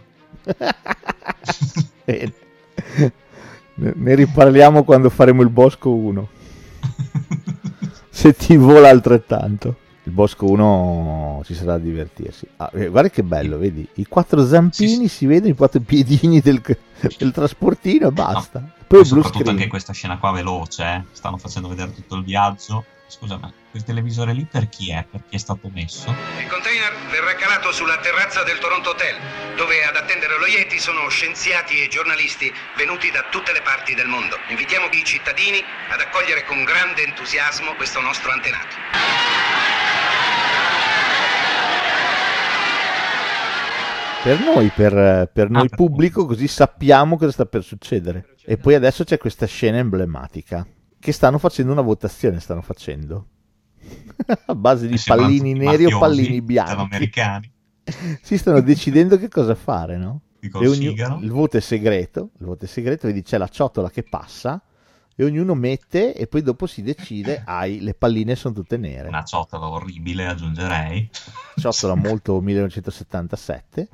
Bene. Ne riparliamo quando faremo il Bosco uno. Se ti vola altrettanto. Il Bosco uno ci sarà a divertirsi. Ah, guarda che bello, vedi? I quattro zampini, sì, si vedono, i quattro piedini del, del trasportino e basta. No, poi il soprattutto blue screen. Anche questa scena qua veloce, eh? Stanno facendo vedere tutto il viaggio. Scusa, ma quel televisore lì per chi è? Per chi è stato messo? Il container verrà calato sulla terrazza del Toronto Hotel, dove ad attendere lo Yeti sono scienziati e giornalisti venuti da tutte le parti del mondo. Invitiamo i cittadini ad accogliere con grande entusiasmo questo nostro antenato. Per noi, per, per noi ah, pubblico, così sappiamo cosa sta per succedere. E poi adesso c'è questa scena emblematica. Che stanno facendo una votazione, stanno facendo a base di pallini neri o pallini bianchi. Americani. Si stanno decidendo che cosa fare, no? E ognuno, il voto è segreto, il voto è segreto, vedi c'è la ciotola che passa e ognuno mette e poi dopo si decide, hai, le palline sono tutte nere. Una ciotola orribile, aggiungerei. Ciotola molto millenovecentosettantasette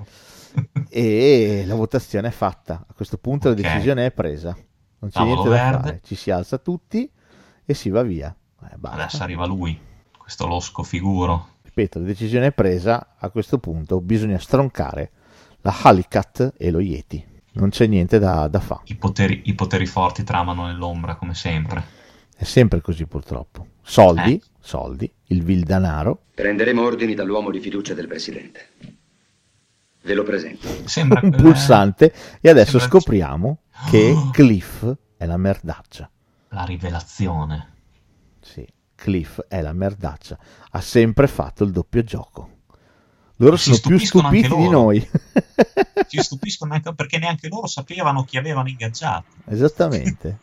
e la votazione è fatta. A questo punto okay. La decisione è presa. Non c'è Tavolo niente da verde. fare, ci si alza tutti e si va via. Eh, Adesso arriva lui, questo losco figuro. Ripeto, la decisione è presa, a questo punto bisogna stroncare la Halicat e lo Yeti. Non c'è niente da, da fare. I poteri, I poteri forti tramano nell'ombra, come sempre. È sempre così, purtroppo. Soldi, eh. soldi, il vil danaro. Prenderemo ordini dall'uomo di fiducia del presidente. Ve lo presento. Sembra un pulsante e adesso sembra... scopriamo che Cliff è la merdaccia. La rivelazione. Sì, Cliff è la merdaccia. Ha sempre fatto il doppio gioco. Loro sono più stupiti di noi. Ci stupiscono anche perché neanche loro sapevano chi avevano ingaggiato. Esattamente.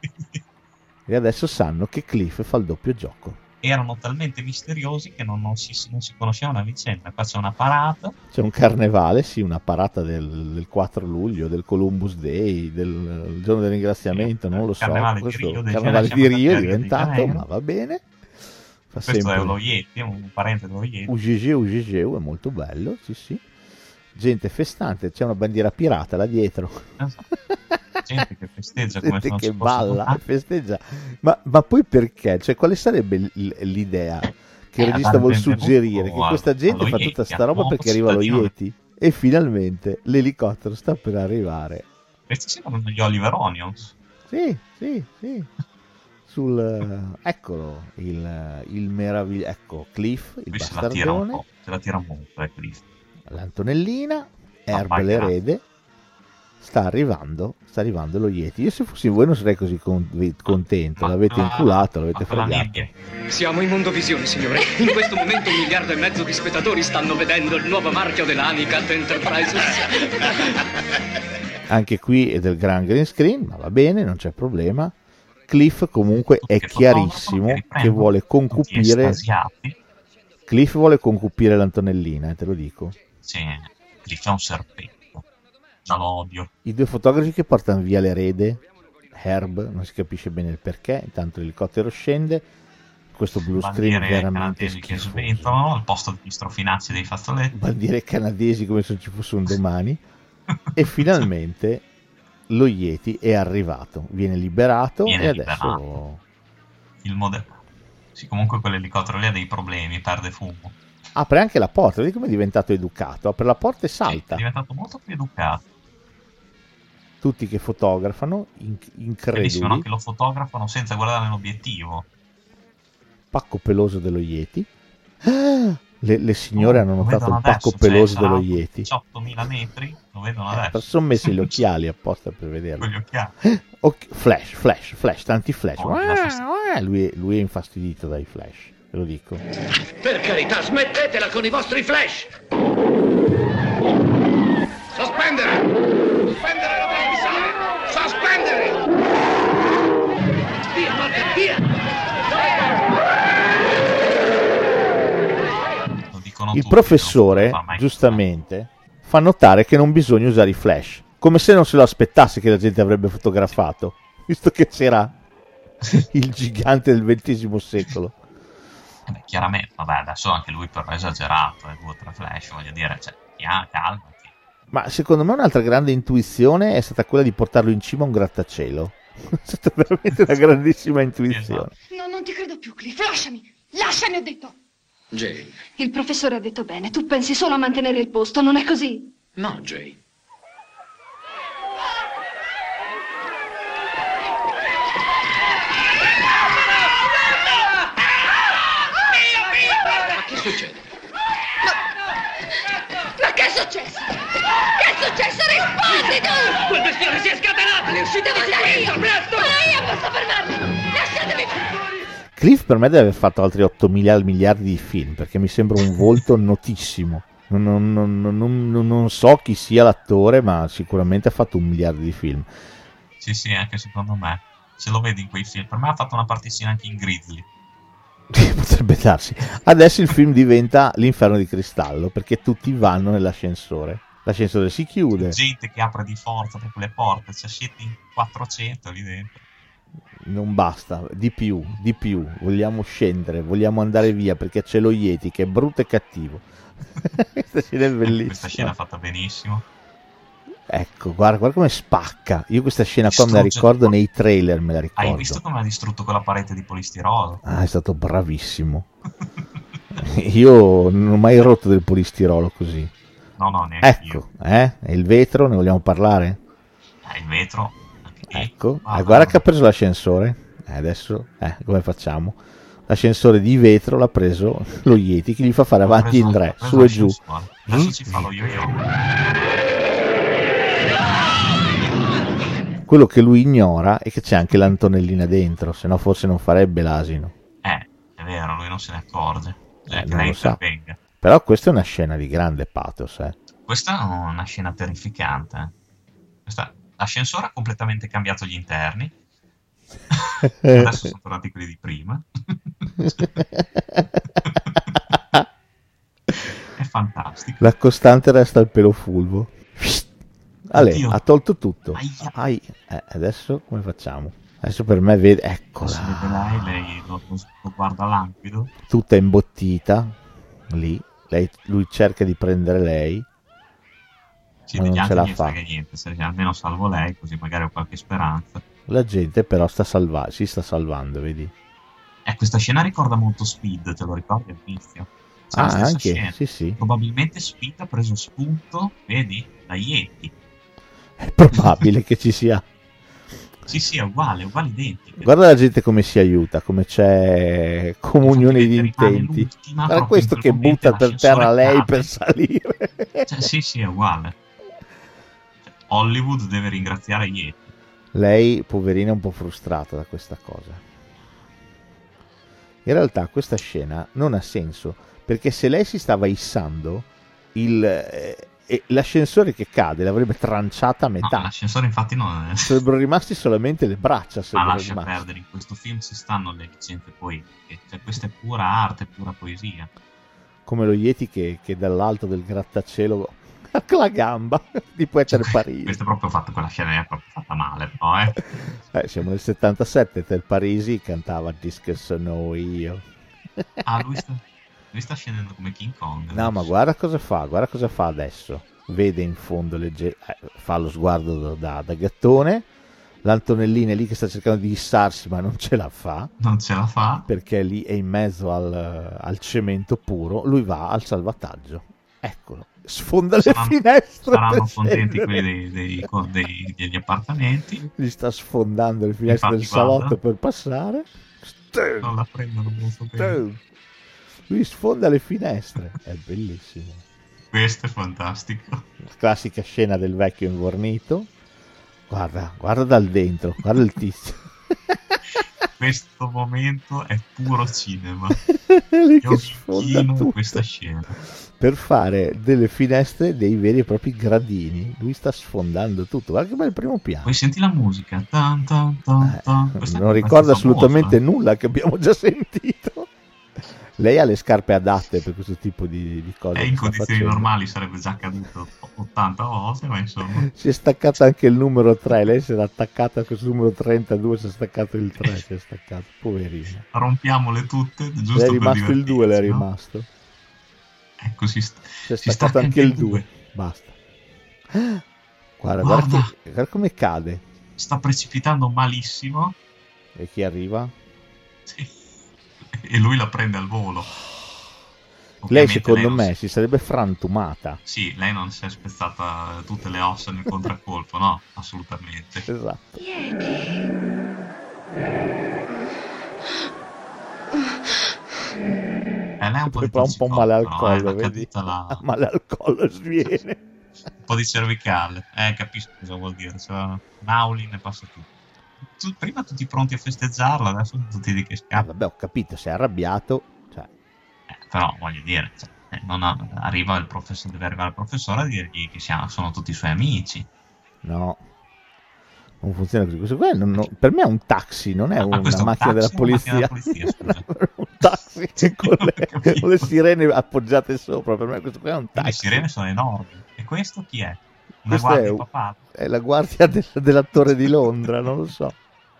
E adesso sanno che Cliff fa il doppio gioco. Erano talmente misteriosi che non, non, si, non si conoscevano a vicenda. Qua c'è una parata. C'è un carnevale, sì, una parata del, del quattro luglio, del Columbus Day, del giorno del ringraziamento, sì, non lo so. Carnevale Questo di Rio, carnevale di Rio è diventato, ma va bene. Fa Questo sempre... è uno Yeti, un parente dello Yeti. Ugigeu, Ugigeu, è molto bello, sì sì. Gente festante, c'è una bandiera pirata là dietro. Gente che festeggia come gente se non che ci balla fosse... e festeggia. Ma, ma poi perché? Cioè, quale sarebbe l'idea che il eh, regista vuol suggerire? Che questa gente fa tutta sta roba perché arriva lo Yeti e finalmente l'elicottero sta per arrivare. Questi sembrano gli Oliver Onions. Sì, sì, sì. sul eccolo il, il meraviglioso, ecco Cliff il Lui se la tira un bastardone, po', se la tira molto, eh, Cliff. l'Antonellina, Herb vai, l'erede, sta arrivando sta arrivando lo Yeti. Io se fossi voi non sarei così con- contento, l'avete inculato, l'avete fregato. Siamo in Mondovisione, signore. In questo momento un miliardo e mezzo di spettatori stanno vedendo il nuovo marchio dell'Anicat Enterprises. Anche qui è del gran green screen, ma va bene, non c'è problema. Cliff comunque è chiarissimo che vuole concupire Cliff vuole concupire l'Antonellina, eh, te lo dico. Sì, Cliff è un serpente, già lo odio. I due fotografi che portano via l'erede, Herb, non si capisce bene il perché, intanto l'elicottero scende, questo blue screen Bandiere veramente canadesi che schifoso. sventolano al posto degli strofinazzi dei fazzoletti. Bandiere canadesi come se non ci fosse un domani. E finalmente lo Yeti è arrivato, viene liberato Viene e liberato. adesso Il modello. Sì, comunque quell'elicottero lì ha dei problemi, perde fumo. apre anche la porta, vedi come è diventato educato, apre la porta e salta. È diventato molto più educato. Tutti che fotografano, inc- Bellissimo, no? increduli, Che lo fotografano senza guardare l'obiettivo. pacco peloso dello Yeti. Ah! Le, le signore Oh, hanno lo notato vedono il pacco adesso, cioè, peloso sarà dello a Yeti. diciottomila metri, lo vedono Eh, adesso. sono messi gli occhiali apposta per vederlo. Con gli occhiali. Ok, flash, flash, flash, tanti flash. Oh, Ah, la fast- ah, lui, è, lui è infastidito dai flash, ve lo dico. Per carità, smettetela con i vostri flash! Sospendere! Sospendere la trasmissione! Sospendere! Via, morte, via! Lo dicono Il tutti, professore, non fa mai- giustamente, fa notare che non bisogna usare i flash, come se non se lo aspettasse che la gente avrebbe fotografato, visto che c'era il gigante del ventesimo secolo. Eh beh, chiaramente, vabbè, adesso anche lui però è esagerato, eh, due o tre flash, voglio dire, cioè, yeah, calmati. Ma secondo me un'altra grande intuizione è stata quella di portarlo in cima a un grattacielo. È stata veramente una grandissima intuizione. No, non ti credo più, Cliff. Lasciami. Lasciami, ho detto. Jane. Il professore ha detto bene. Tu pensi solo a mantenere il posto, non è così? No, Jane. Ma che succede? Ma che è successo? Che è successo? Rispondi tu! Quel bestione si è scatenato! Le uscite di sequenza, presto! Ma io posso fermarmi! Lasciatemi fare! Cliff per me deve aver fatto altri otto miliardi di film, perché mi sembra un volto notissimo. Non, non- non- non- non- non so chi sia l'attore, ma sicuramente ha fatto un miliardo di film. Sì, sì, anche secondo me. Se lo vedi in quei film, per me ha fatto una particina anche in Grizzly. Potrebbe darsi. Adesso il film diventa l'inferno di cristallo, perché tutti vanno nell'ascensore. L'ascensore si chiude. Gente che apre di forza proprio le porte, c'è siete in quattrocento lì dentro. Non basta, di più, di più. Vogliamo scendere, vogliamo andare via perché c'è lo Yeti che è brutto e cattivo. Questa scena è bellissima. Questa scena è fatta benissimo. Ecco, guarda, guarda come spacca. Io questa scena qua me la Distrugge- ricordo nei trailer, me la ricordo. Hai visto come ha distrutto quella parete di polistirolo? Ah, è stato bravissimo. Io non ho mai rotto del polistirolo così. No, no, neanche io. Ecco, eh? E il vetro, ne vogliamo parlare? Eh, il vetro. Ecco, Ah, eh, guarda che ha preso l'ascensore. Eh, adesso, eh, come facciamo? L'ascensore di vetro l'ha preso lo Yeti che gli fa fare Ha avanti e preso- indietro, ha preso su e giù. l'ascensore. Adesso ci fa lo yo-yo. Quello che lui ignora è che c'è anche l'Antonellina dentro, se no forse non farebbe l'asino. Eh, è vero, lui non se ne accorge. Cioè, Eh, che non lei lo sa. intervenga. Però questa è una scena di grande pathos, eh. Questa è una scena terrificante. eh. Questa... L'ascensore ha completamente cambiato gli interni. Adesso sono tornati quelli di prima. È fantastico. La costante resta il pelo fulvo. Ale, Oddio. ha tolto tutto. Aia. Ai, eh, adesso come facciamo? Adesso per me vede, Si eccola, vede lei, lei lo, lo- lo guarda languido. tutta imbottita lì. Lei, lui cerca di prendere lei, Sì, ma degli non ce altri la non fa. frega niente, se almeno salvo lei, così magari ho qualche speranza. La gente però sta salva- si sta salvando, vedi? Eh, questa scena ricorda molto Speed, te lo ricordi all'inizio? C'è la Ah, stessa anche, scena. sì, sì. Probabilmente Speed ha preso spunto, vedi, da Yeti. È probabile che ci sia Sì, sì, è uguale, è uguale, identico. Guarda la gente come si aiuta, come c'è comunione di intenti. Guarda questo che butta per terra lei cade. Per salire. Cioè, sì, sì, è uguale. Cioè, Hollywood deve ringraziare Yeti. Lei, poverina, è un po' frustrata da questa cosa. In realtà questa scena non ha senso, perché se lei si stava issando, il... Eh, e l'ascensore che cade l'avrebbe tranciata a metà. No, l'ascensore infatti non è... sarebbero rimasti solamente le braccia. Ma lascia rimasti. perdere, in questo film ci stanno le licenze poetiche, cioè questa è pura arte, pura poesia. Come lo Yeti che, che dall'alto del grattacielo con la gamba di Puerto cioè, Parigi. Questo è proprio fatto, quella scena è proprio fatta male, però, eh. eh siamo nel settantasette, Tel Parisi cantava Disco sono io. Ah, lui sta... Lui sta scendendo come King Kong. No, ma guarda cosa fa, guarda cosa fa adesso. Vede in fondo, legge... eh, fa lo sguardo da, da gattone. L'Antonellina è lì che sta cercando di issarsi, ma non ce la fa. Non ce la fa. Perché lì è in mezzo al, al cemento puro. Lui va al salvataggio. Eccolo. Sfonda saranno, le finestre. Saranno contenti quelli dei, dei, dei, degli appartamenti. Gli sta sfondando le finestre Infatti, del salotto guarda. Per passare. Stum. Non la prendono molto bene. Lui sfonda le finestre, è bellissimo. Questo è fantastico. La classica scena del vecchio invornito. Guarda, guarda dal dentro, guarda il tizio. Questo momento è puro cinema. Io sfonda questa scena. Per fare delle finestre dei veri e propri gradini. Lui sta sfondando tutto. Guarda che bel primo piano. Poi senti la musica. Tan, tan, tan, tan. Eh, non ricorda assolutamente famoso, eh. nulla che abbiamo già sentito. Lei ha le scarpe adatte per questo tipo di, di cose. E in condizioni normali sarebbe già caduto ottanta volte, ma insomma. Si è staccato anche il numero tre, lei si era attaccata a questo numero trentadue, si è staccato il tre, si è staccato, poverina. Rompiamole tutte, giusto le è per rimasto il due, le è rimasto. No? Ecco, si, st- si è staccato anche il due, basta. Guarda, guarda, guarda, che, guarda come cade. Sta precipitando malissimo. E chi arriva? Sì. E lui la prende al volo. Ovviamente lei secondo lei me si... si sarebbe frantumata. Sì, lei non si è spezzata tutte le ossa nel contraccolpo, no, assolutamente. Esatto. E lei è un po' di un po' male al collo, eh, vedi? La... male al collo sviene. Un po' di cervicale, eh, capisco cosa vuol dire. Cioè, Nauli ne passa tutto. Tu, prima tutti pronti a festeggiarla, adesso tutti di che scappa. Eh, vabbè, ho capito, sei arrabbiato. Cioè. Eh, però voglio dire, cioè, eh, non ha, arriva il professore, deve arrivare il professore a dirgli che siamo, sono tutti i suoi amici. No, non funziona così. Questo qua non, non, per me è un taxi, non è ah, una macchina, un taxi, della polizia. Una macchina della polizia un taxi con le, con le sirene appoggiate sopra. Per me questo qua è un taxi. Le sirene sono enormi. E questo chi è? Una Questa guardia è, papà. È la guardia del, dell'attore di Londra, non lo so.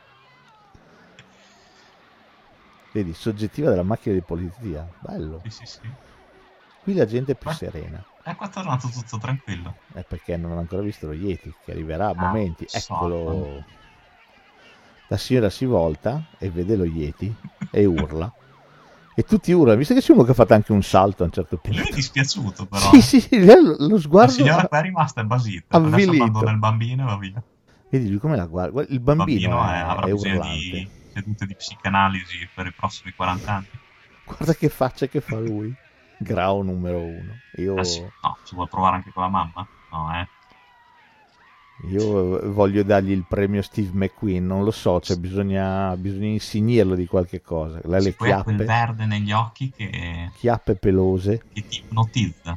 Vedi, soggettiva della macchina di polizia, bello. Sì, sì, sì. Qui la gente è più Beh, serena. È qua tornato tutto tranquillo. È perché non hanno ancora visto lo Yeti, che arriverà a ah, momenti. Eccolo. So. La signora si volta e vede lo Yeti e urla. E tutti urlano, visto che c'è uno che ha fatto anche un salto a un certo punto. Lui è dispiaciuto però. Sì, sì, sì, lo sguardo... La signora qua è rimasta basita. Adesso abbandona il bambino e va via. Vedi lui come la guarda. Il bambino, il bambino è, è, avrà è bisogno urlante. Di sedute di psicanalisi per i prossimi quaranta anni. Guarda che faccia che fa lui. Grau numero uno. Io... Ah, sì. No, si vuole provare anche con la mamma? No, eh. Io voglio dargli il premio Steve McQueen, non lo so, cioè bisogna, bisogna insignirlo di qualche cosa. Lei le poi chiappe, ha quel verde negli occhi che... chiappe pelose. Che ti ipnotizza.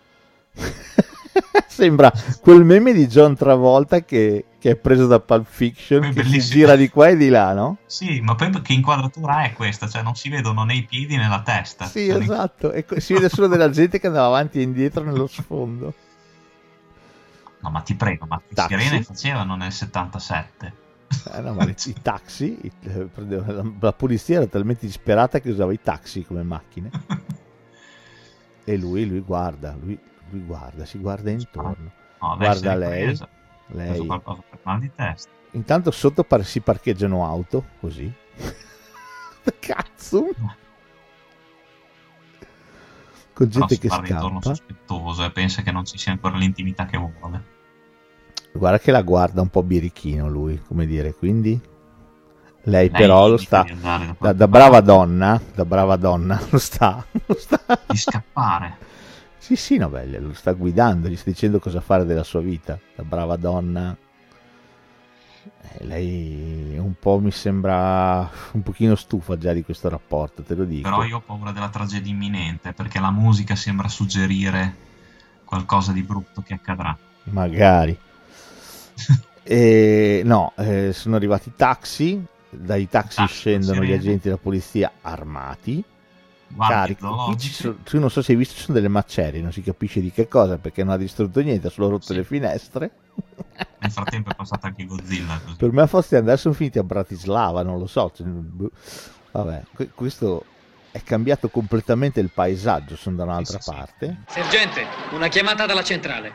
Sembra quel meme di John Travolta che, che è preso da Pulp Fiction, poi che bellissimo. Si gira di qua e di là, no? Sì, ma poi che inquadratura è questa? Cioè non si vedono né i piedi né la testa. Sì, cioè, esatto, e si vede solo della gente che andava avanti e indietro nello sfondo. No, ma ti prego, ma che sirene facevano nel settantasette? Eh no, ma i taxi, i, la, la polizia era talmente disperata che usava i taxi come macchine. E lui, lui guarda, lui, lui guarda, si guarda intorno. No, guarda lei, lei. Qualcosa per mal di testa. Intanto sotto par- si parcheggiano auto, così. Cazzo! Con gente che scappa. Sospettoso e pensa che non ci sia ancora l'intimità che vuole. Guarda che la guarda un po' birichino lui, come dire, quindi lei, Lei però lo limita sta di andare da da, qualche da brava donna, da brava donna lo sta, lo sta di scappare. Sì, sì, no, beh, lo sta guidando, gli sta dicendo cosa fare della sua vita, da brava donna. Eh, lei un po' mi sembra un pochino stufa già di questo rapporto, te lo dico. Però io ho paura della tragedia imminente, perché la musica sembra suggerire qualcosa di brutto che accadrà. Magari. E, no, eh, sono arrivati i taxi, dai taxi Ah, scendono gli sirene. agenti della polizia armati, Guardi carichi. Qui ci zoologici. sono- tu non so se hai visto, ci sono delle macerie, non si capisce di che cosa, perché non ha distrutto niente, ha solo rotto Sì. le finestre. Nel frattempo è passato anche Godzilla. Così. Per me forse andare sono finiti a Bratislava, non lo so. cioè, boh. Vabbè, que- questo è cambiato completamente il paesaggio, sono da un'altra Sì, sì, sì. parte. Sergente, una chiamata dalla centrale.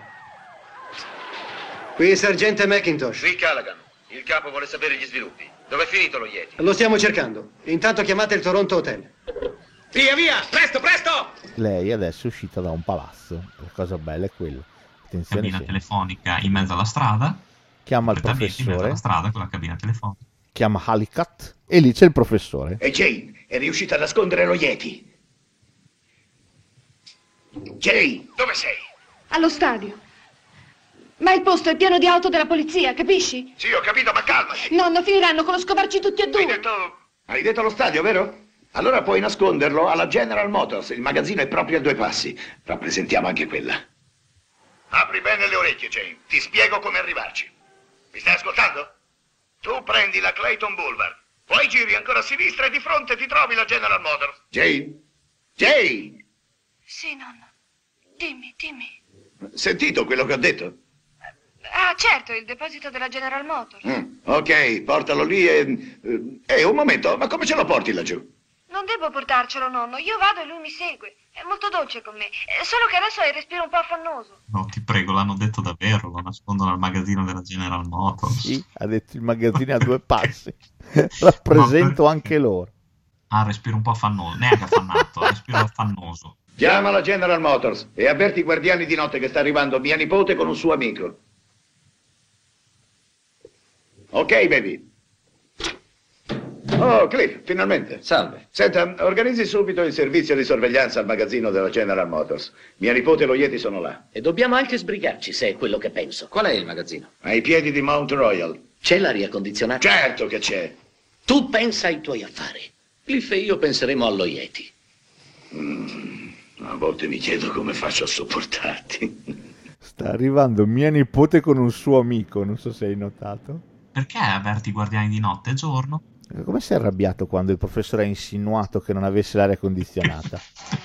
Qui sergente McIntosh. Qui Callaghan. Il capo vuole sapere gli sviluppi. Dove è finito lo Yeti? Lo stiamo cercando. Intanto chiamate il Toronto Hotel. Via, via! Presto, presto! Lei adesso è uscita da un palazzo, la cosa bella è quella. Attenzione, Cabina sì. telefonica in mezzo alla strada. Chiama il Completamente in mezzo alla professore, strada con la cabina telefonica. chiama Halicat e lì c'è il professore. E Jane è riuscita a nascondere lo Yeti. Jane! Dove sei? Allo stadio. Ma il posto è pieno di auto della polizia, capisci? Sì, ho capito, ma calmati. Nonno, finiranno con lo scovarci tutti e Hai due. detto... Hai detto allo stadio, vero? Allora puoi nasconderlo alla General Motors. Il magazzino è proprio a due passi. Rappresentiamo anche quella. Apri bene le orecchie, Jane. Ti spiego come arrivarci. Mi stai ascoltando? Tu prendi la Clayton Boulevard. Poi giri ancora a sinistra e di fronte ti trovi la General Motors. Jane? Jane! Sì, nonno. Dimmi, dimmi. Sentito quello che ho detto? Ah, certo, il deposito della General Motors. Mm, ok, portalo lì e... Eh, eh, un momento, ma come ce lo porti laggiù? Non devo portarcelo, nonno. Io vado e lui mi segue. È molto dolce con me. Eh, Solo che adesso ha il respiro un po' affannoso. No, ti prego, l'hanno detto davvero. Lo nascondono al magazzino della General Motors. Sì, ha detto il magazzino a due passi. Rappresento Ma anche loro. Ah, respiro un po' affannoso. Neanche affannato, respiro affannoso. Chiama la General Motors e avverti i guardiani di notte che sta arrivando mia nipote con un suo amico. Ok, baby. Oh, Cliff, finalmente. Salve. Senta, organizzi subito il servizio di sorveglianza al magazzino della General Motors. Mia nipote e lo Yeti sono là. E dobbiamo anche sbrigarci, se è quello che penso. Qual è il magazzino? Ai piedi di Mount Royal. C'è l'aria condizionata? Certo che c'è. Tu pensa ai tuoi affari. Cliff e io penseremo allo Yeti. Mm, a volte mi chiedo come faccio a sopportarti. Sta arrivando mia nipote con un suo amico, non so se hai notato. Perché avverti i guardiani di notte e giorno? Come si è arrabbiato quando il professore ha insinuato che non avesse l'aria condizionata?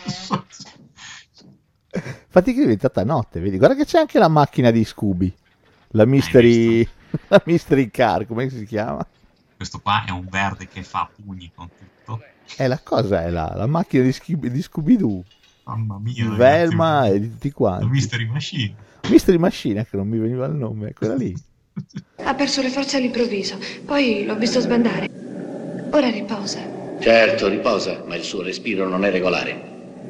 Infatti che è diventata notte, vedi? Guarda che c'è anche la macchina di Scooby. La Mystery... la Mystery Car, come si chiama? Questo qua è un verde che fa pugni con tutto. È la cosa, è la, la macchina di, Scooby, di Scooby-Doo. Mamma mia. Di ragazzi, Velma e di tutti quanti. La Mystery Machine. Mystery Machine, che non mi veniva il nome, è quella lì. Ha perso le forze all'improvviso. Poi l'ho visto sbandare. Ora riposa. Certo, riposa, ma il suo respiro non è regolare.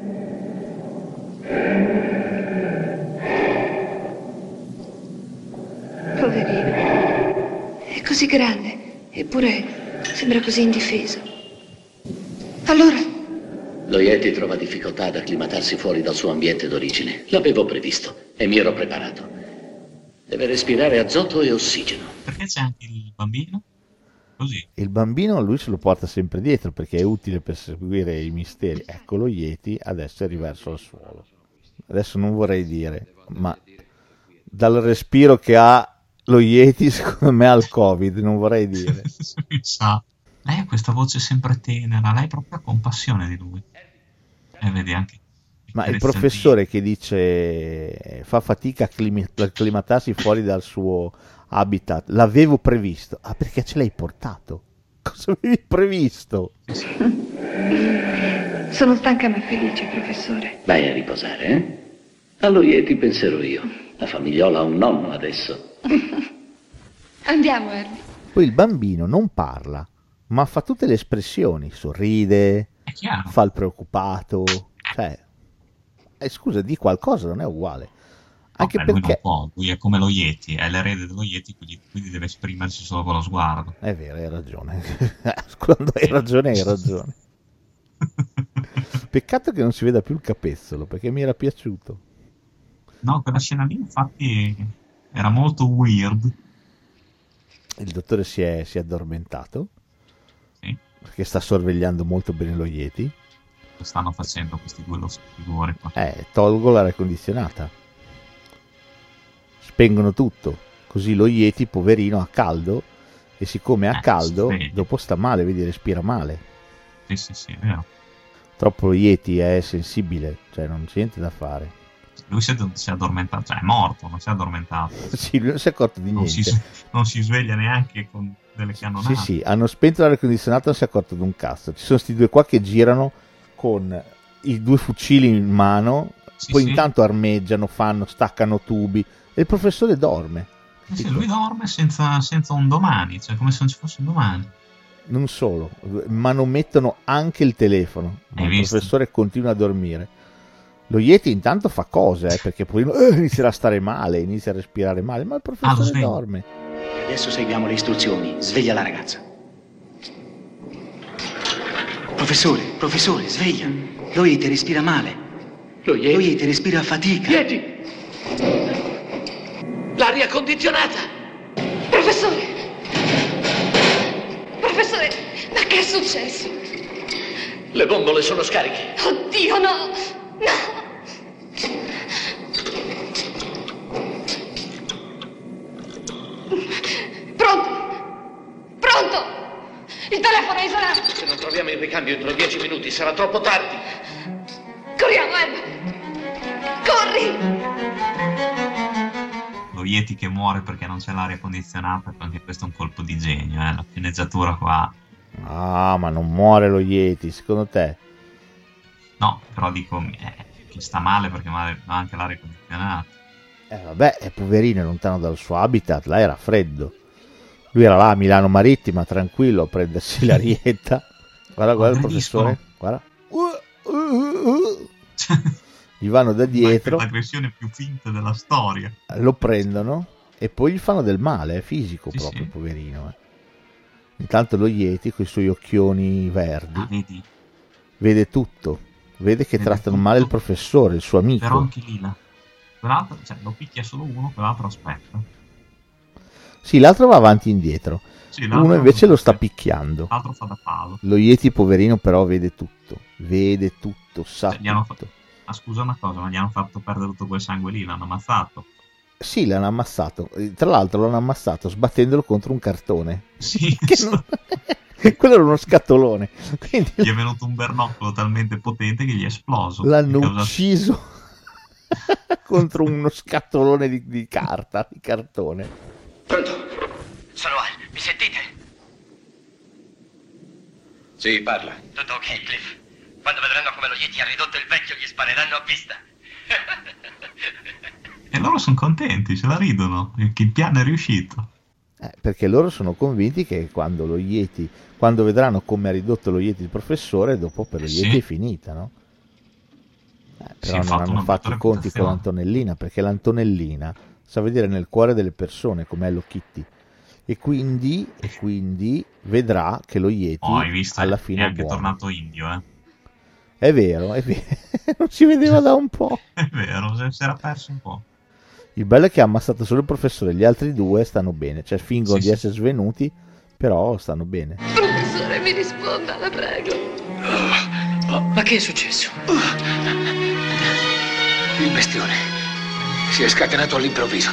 Poverino. È così grande, eppure sembra così indifeso. Allora, Lo Yeti trova difficoltà ad acclimatarsi fuori dal suo ambiente d'origine. L'avevo previsto e mi ero preparato. Deve respirare azoto e ossigeno. Perché c'è anche il bambino? Così. Il bambino lui se lo porta sempre dietro perché è utile per seguire i misteri. Ecco lo Yeti adesso è riverso al suolo. Adesso non vorrei dire, ma dal respiro che ha lo Yeti secondo me ha il Covid, non vorrei dire. Mi sa. Lei ha questa voce sempre tenera, lei proprio ha compassione di lui. E vedi anche. Ma il professore che dice fa fatica a climi- acclimatarsi fuori dal suo habitat, l'avevo previsto. Ah, perché ce l'hai portato? Cosa avevi previsto? sono stanca ma felice, professore. Vai a riposare, eh? Allo Yeti penserò io. La famigliola ha un nonno adesso. Andiamo, Herbie. Poi il bambino non parla, ma fa tutte le espressioni, sorride, È chiaro. fa il preoccupato, cioè, eh, scusa, di qualcosa, non è uguale. Anche Vabbè, lui perché non può, lui è come lo Yeti, è l'erede dello Yeti, quindi, quindi deve esprimersi solo con lo sguardo. è vero, hai ragione. Quando hai ragione, hai ragione. Peccato che non si veda più il capezzolo, perché mi era piaciuto. No, quella scena lì infatti era molto weird. Il dottore si è, si è addormentato, Sì, perché sta sorvegliando molto bene lo Yeti. lo stanno facendo questi due figure qua. Eh, tolgo l'aria condizionata. Spengono tutto, così lo Yeti, poverino, ha caldo, e siccome ha Eh, caldo, si vede. dopo sta male, vedi, respira male. Sì, sì, sì, è vero. Troppo lo Yeti è sensibile, cioè non c'è niente da fare. Lui si è, si è addormentato, cioè è morto, non si è addormentato. Sì, lui non si è accorto di Non niente. si, non si sveglia neanche con delle cannonate. Sì, sì, hanno spento l'aria condizionata, non si è accorto di un cazzo. Ci sono sti due qua che girano con i due fucili in mano, Sì, poi sì. intanto armeggiano, fanno, staccano tubi, e il professore dorme. Eh sì, lui dorme senza, senza un domani, cioè come se non ci fosse un domani. Non solo, manomettono anche il telefono, ma Hai il visto? professore continua a dormire. Lo Yeti intanto fa cose, eh, perché poi eh, inizierà a stare male, inizia a respirare male, ma il Ah, lo professore sveglia. dorme. Adesso seguiamo le istruzioni. Sveglia la ragazza. Professore, professore, sveglia. Lo Yeti respira male. Lo Lo Yeti? Yeti respira a fatica. Yeti! L'aria condizionata! Professore! Professore, ma che è successo? Le bombole sono scariche. Oddio, no! No! Pronto? Pronto? Il telefono è isolato! Se non troviamo il ricambio entro dieci minuti sarà troppo tardi. Corriamo, Emma! Corri! Lo Yeti che muore perché non c'è l'aria condizionata, anche questo è un colpo di genio, eh? La sceneggiatura qua. Ah, ma non muore lo Yeti, secondo te? No, però dico eh, che sta male perché ha anche l'aria condizionata. Eh vabbè, è poverino, è lontano dal suo habitat, là era freddo. Lui era là a Milano Marittima, tranquillo, a prendersi l'arietta. Guarda, guarda il professore, guarda. Gli vanno da dietro, L'aggressione più finta della storia. lo prendono e poi gli fanno del male, è fisico Sì, proprio, sì. poverino. Eh. Intanto lo Yeti, con i suoi occhioni verdi, Ah, vedi? vede tutto. Vede che Vede trattano tutto. male il professore, il suo amico. Però anche lì là. Quell'altro, cioè, lo picchia solo uno, quell'altro aspetta. Sì, l'altro va avanti e indietro. Sì, l'altro- Uno invece lo sta picchiando. L'altro fa da palo. Lo Yeti, poverino, però vede tutto. Vede tutto, sa Cioè, gli hanno tutto. Ma scusa una cosa, ma gli hanno fatto perdere tutto quel sangue lì, l'hanno ammazzato. Sì, l'hanno ammazzato. Eh, Tra l'altro l'hanno ammazzato sbattendolo contro un cartone. Sì, Che non- Quello era uno scatolone. Quindi gli è venuto un bernoccolo talmente potente che gli è esploso. l'hanno A causa- ucciso contro uno scatolone di, di carta, di cartone. Pronto? Sono Al, mi sentite? Sì, parla. Tutto ok, Cliff. Quando vedranno come lo Yeti ha ridotto il vecchio, gli spareranno a vista. E loro sono contenti, se la ridono, che il piano è riuscito. Eh, perché loro sono convinti che quando lo Yeti, quando vedranno come ha ridotto lo Yeti il professore, dopo per lo Sì. Yeti è finita, no? Eh, Sì, però ha non fatto hanno una fatto brutta i conti con reputazione. l'Antonellina, perché l'Antonellina sa vedere nel cuore delle persone come Hello Kitty, e quindi, e quindi vedrà che lo Yeti Oh, hai visto? alla È fine è anche buono. tornato indio, eh. È vero, è vero. Non si vedeva da un po'. È vero, se- si era perso un po'. Il bello è che ha ammazzato solo il professore, gli altri due stanno bene, cioè fingono Sì, di sì. essere svenuti, però stanno bene. Professore, mi risponda, la prego. Ma che è successo? Il bestione si è scatenato all'improvviso.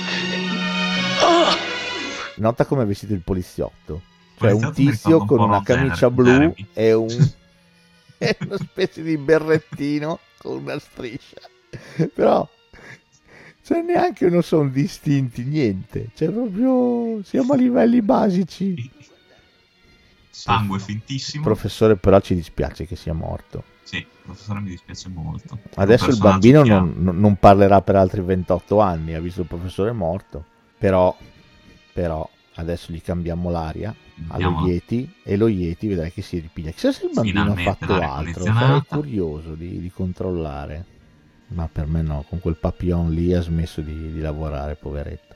Nota come è vestito il poliziotto, cioè un Poliziotto mi tizio ricorda un con po' una Ron camicia Jeremy. blu Jeremy. e un e una specie di berrettino con una striscia, però c'è neanche, non sono distinti, niente, cioè proprio siamo a livelli basici. Sangue Il fintissimo. professore però ci dispiace che sia morto. Sì, il professore mi dispiace molto. Adesso Un il personaggio bambino chiaro. non, non- non parlerà per altri ventotto anni, ha visto il professore morto, però, però adesso gli cambiamo l'aria allo Cambiamola. Yeti e lo Yeti vedrai che si ripiglia. Chissà se il bambino Finalmente ha fatto l'aria altro, condizionata. sarei curioso di, di controllare. Ma per me no, con quel papillon lì ha smesso di, di lavorare, poveretto.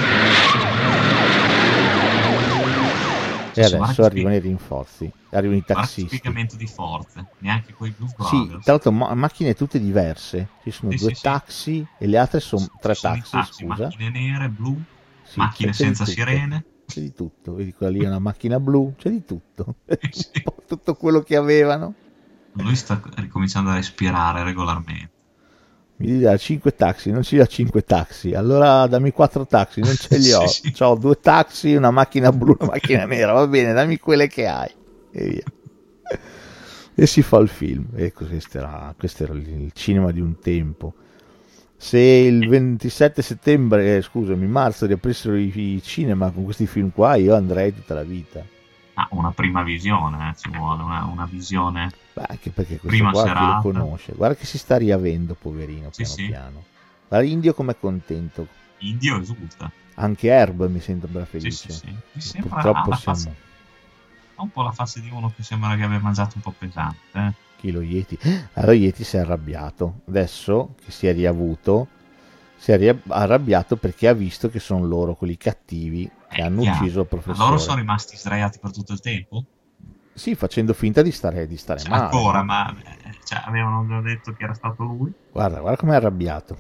E adesso arrivano i rinforzi, arrivano i taxisti. Spiegamento di forze, neanche con i Blues Brothers. Sì, tra l'altro ma- macchine tutte diverse. Ci sono sì, due sì, taxi sì. e le altre sono tre sono taxi, taxi, scusa. Macchine nere, blu, sì, macchine senza sirene. C'è di tutto, vedi quella lì è una macchina blu, c'è di tutto. Tutto quello che avevano. Lui sta ricominciando a respirare regolarmente. Mi dà cinque taxi, non ci dà cinque taxi, allora dammi quattro taxi, non ce li ho, sì, sì. Ho due taxi, una macchina blu, una macchina nera, va bene, dammi quelle che hai, e via. E si fa il film, e questo era, questo era il cinema di un tempo. Se il ventisette settembre, eh, scusami, marzo riaprissero i, i cinema con questi film qua, io andrei tutta la vita. Ah, una prima visione, eh, ci vuole una, una visione. Beh, anche perché questo prima qua serata. Chi lo conosce, guarda che si sta riavendo, poverino, sì, piano sì. piano. Guarda Indio com'è contento. Indio esulta. Anche Herb mi sembra felice. Sì, sì, sì. Mi sembra, purtroppo ha, siamo... faccia, ha un po' la faccia di uno che sembra che abbia mangiato un po' pesante. Eh? Chi lo Yeti? Allora Yeti si è arrabbiato. Adesso che si è riavuto, si è arrabbiato perché ha visto che sono loro quelli cattivi che hanno chiaro. ucciso il professore. Loro sono rimasti sdraiati per tutto il tempo? Sì, facendo finta di stare, di stare cioè, male. Ancora, ma cioè, avevano già detto che era stato lui? Guarda, guarda com'è arrabbiato.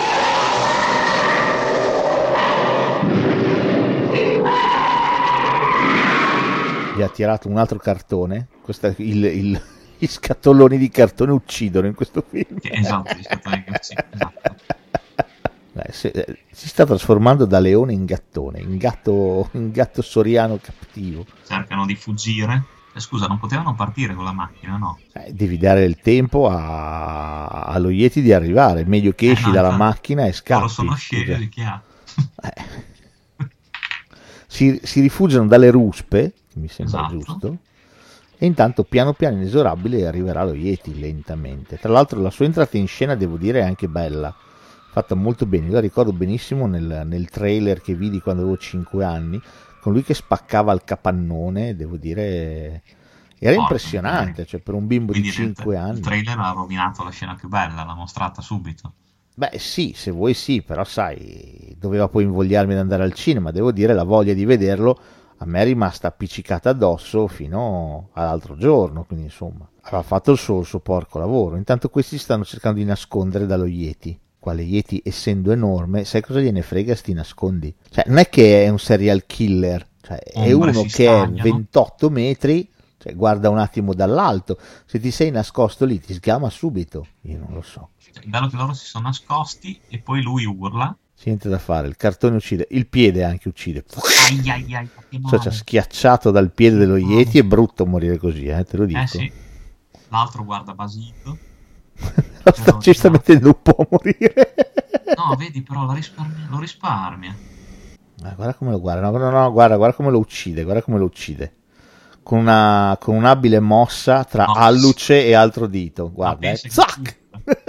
Gli ha tirato un altro cartone. Questa, il, il, gli scatoloni di cartone uccidono in questo film. Che, esatto, gli scatoloni che uccidono. Esatto. Eh, si, eh, si sta trasformando da leone in gattone, in gatto, in gatto soriano cattivo. Cercano di fuggire. Eh, scusa, non potevano partire con la macchina, no? Eh, devi dare il tempo a, allo Yeti di arrivare. Meglio che esci eh, no, dalla infatti, macchina e scappi. Loro sono scemi che ha. Eh. si, si rifugiano dalle ruspe, che mi sembra esatto. giusto. E intanto piano piano inesorabile arriverà lo Yeti lentamente. Tra l'altro la sua entrata in scena, devo dire, è anche bella. Fatta molto bene, io la ricordo benissimo nel, nel trailer che vidi quando avevo cinque anni, con lui che spaccava il capannone, devo dire, era oh, impressionante, cioè per un bimbo di cinque il, anni. Il trailer ha rovinato la scena più bella, l'ha mostrata subito. Beh sì, se vuoi sì, però sai, doveva poi invogliarmi ad andare al cinema, devo dire la voglia di vederlo a me è rimasta appiccicata addosso fino all'altro giorno, quindi insomma, aveva fatto il suo, il suo porco lavoro. Intanto questi stanno cercando di nascondere dallo Yeti. Quale Yeti, essendo enorme, sai cosa gliene frega, sti nascondi? Cioè, non è che è un serial killer, cioè, è Ombre uno che stagnano. è ventotto metri, cioè, guarda un attimo dall'alto, se ti sei nascosto lì ti sgama subito, io non lo so. Cioè, è bello che loro si sono nascosti e poi lui urla. C'è niente da fare, il cartone uccide, il piede anche uccide. Ai ai ai, che cioè, c'è schiacciato dal piede dello Yeti, è brutto morire così, eh, te lo dico. Eh sì, l'altro guarda basito. Lo sta, ci sta mettendo un po' a morire. No, vedi, però lo risparmia. Lo risparmia. Eh, guarda come lo guarda, no, no, no, guarda, guarda come lo uccide, guarda come lo uccide. Con una con un'abile mossa tra no, alluce e altro dito. Guarda, eh. Zac!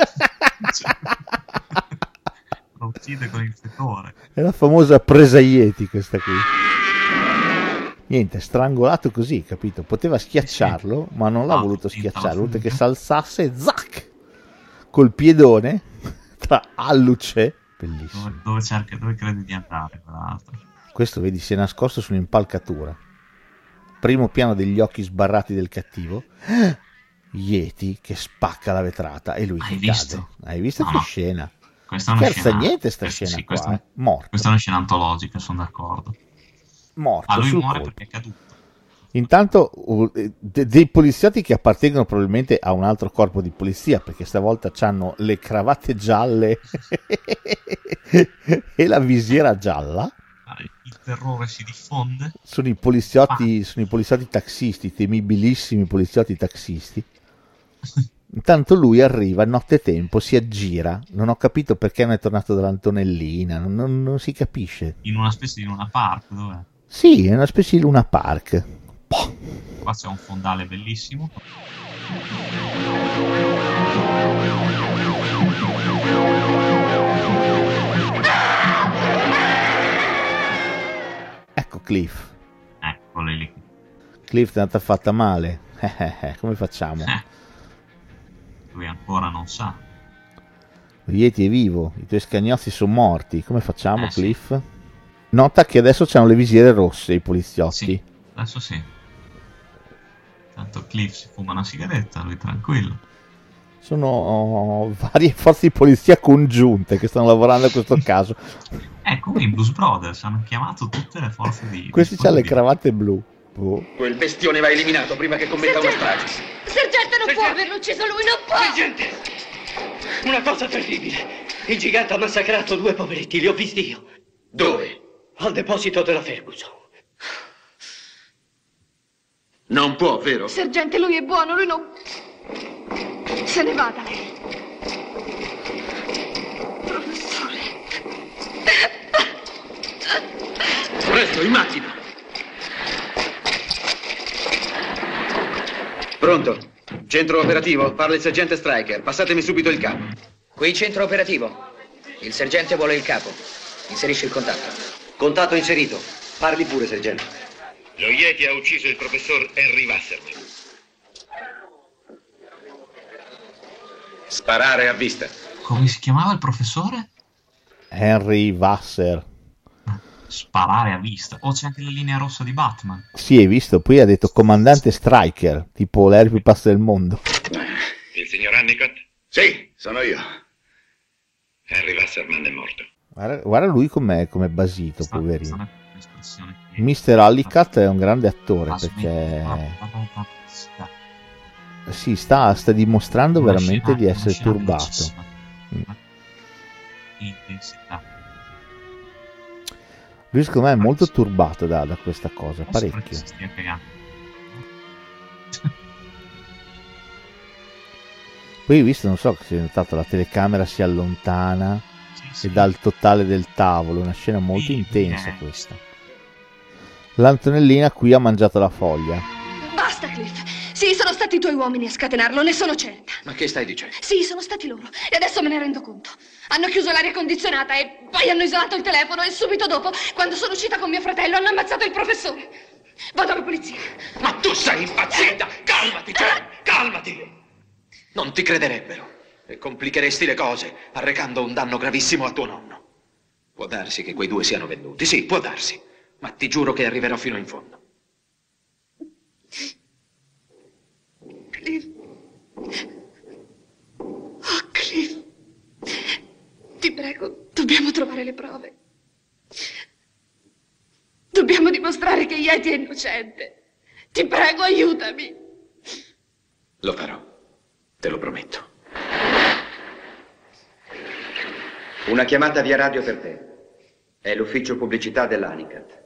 Lo uccide con il fetore. È la famosa presa Yeti questa qui. Niente, strangolato così, capito? Poteva schiacciarlo, sì, sì. ma non l'ha ah, voluto schiacciare, ha voluto che s'alzasse e zac! Col piedone tra alluce, bellissimo. Dove, dove cerca, dove credi di andare, tra l'altro? Questo, vedi, si è nascosto su un'impalcatura. Primo piano degli occhi sbarrati del cattivo. Yeti che spacca la vetrata e lui Hai che visto? cade. Hai visto no, che no. scena? Questa è una Scherza scena, niente sta questa, scena sì, qua, questa, eh. Morto. Questa è una scena antologica, sono d'accordo. Morto. Ah, lui sul muore colpo. perché è caduto. Intanto uh, de- dei poliziotti che appartengono probabilmente a un altro corpo di polizia, perché stavolta hanno le cravatte gialle e la visiera gialla. Il terrore si diffonde. Sono i poliziotti, ah. sono i poliziotti taxisti, temibilissimi poliziotti taxisti. Intanto lui arriva nottetempo, si aggira, non ho capito perché non è tornato dall'Antonellina, non, non, non si capisce. In una specie di Luna Park, dov'è? Sì, è una specie di Luna Park. Poh. Qua c'è un fondale bellissimo. Ecco Cliff. Eccolo lì. Cliff è andata fatta male. Come facciamo? Eh. Lui ancora non sa. Lo Yeti è vivo, i tuoi scagnozzi sono morti. Come facciamo, Eh, sì. Cliff? Nota che adesso c'hanno le visiere rosse i poliziotti. Sì, adesso sì. Tanto Cliff si fuma una sigaretta, lui tranquillo. Sono oh, varie forze di polizia congiunte che stanno lavorando a questo caso. Ecco, i Blues Brothers hanno chiamato tutte le forze di... Questi c'hanno le cravatte blu. Oh. Quel bestione va eliminato prima che commetta una strage. Sergente, non può averlo ucciso lui, non può! Sergente! Una cosa terribile. Il gigante ha massacrato due poveretti, li ho visti io. Dove? Al deposito della Ferguson. Non può, vero? Sergente, lui è buono, lui non... Se ne vada. Professore. Presto, in macchina. Pronto? Centro operativo, parla il sergente Stryker. Passatemi subito il capo. Qui centro operativo. Il sergente vuole il capo. Inserisci il contatto. Contatto inserito. Parli pure, sergente. Lo Yeti ha ucciso il professor Henry Wasserman. Sparare a vista. Come si chiamava il professore? Henry Wasser. Sparare a vista. O c'è anche la linea rossa di Batman. Sì, hai visto? Poi ha detto comandante Stryker, tipo l'aereo più pazzo del mondo. Il signor Honeycutt? Sì, sono io. Henry Wasserman è morto. Guarda, guarda lui com'è, com'è basito, Sta- poverino. sta un'espressione che- mister Honeycutt è un grande attore Ma perché smetti- sì, sta, sta dimostrando Una veramente scena- di una essere scena turbato. velocissima. Mm. Intensità. Lui secondo me è molto turbato da, da questa cosa, Non so perché parecchio. si stia cagando. Poi hai visto, non so se hai notato, la telecamera si allontana Sì, e sì. dà il totale del tavolo, una scena molto Sì, intensa eh. questa. L'Antonellina qui ha mangiato la foglia. Basta, Cliff. Sì, sono stati i tuoi uomini a scatenarlo, ne sono certa. Ma che stai dicendo? Sì, sono stati loro. E adesso me ne rendo conto. Hanno chiuso l'aria condizionata e poi hanno isolato il telefono e subito dopo, quando sono uscita con mio fratello, hanno ammazzato il professore. Vado alla polizia. Ma tu sei impazzita! Calmati, Jen! Calmati! Non ti crederebbero. E complicheresti le cose, arrecando un danno gravissimo a tuo nonno. Può darsi che quei due siano venduti, sì, può darsi. Ma ti giuro che arriverò fino in fondo. Cliff. Oh, Cliff. Ti prego, dobbiamo trovare le prove. Dobbiamo dimostrare che Yeti è innocente. Ti prego, aiutami. Lo farò. Te lo prometto. Una chiamata via radio per te. È l'ufficio pubblicità dell'Anicat.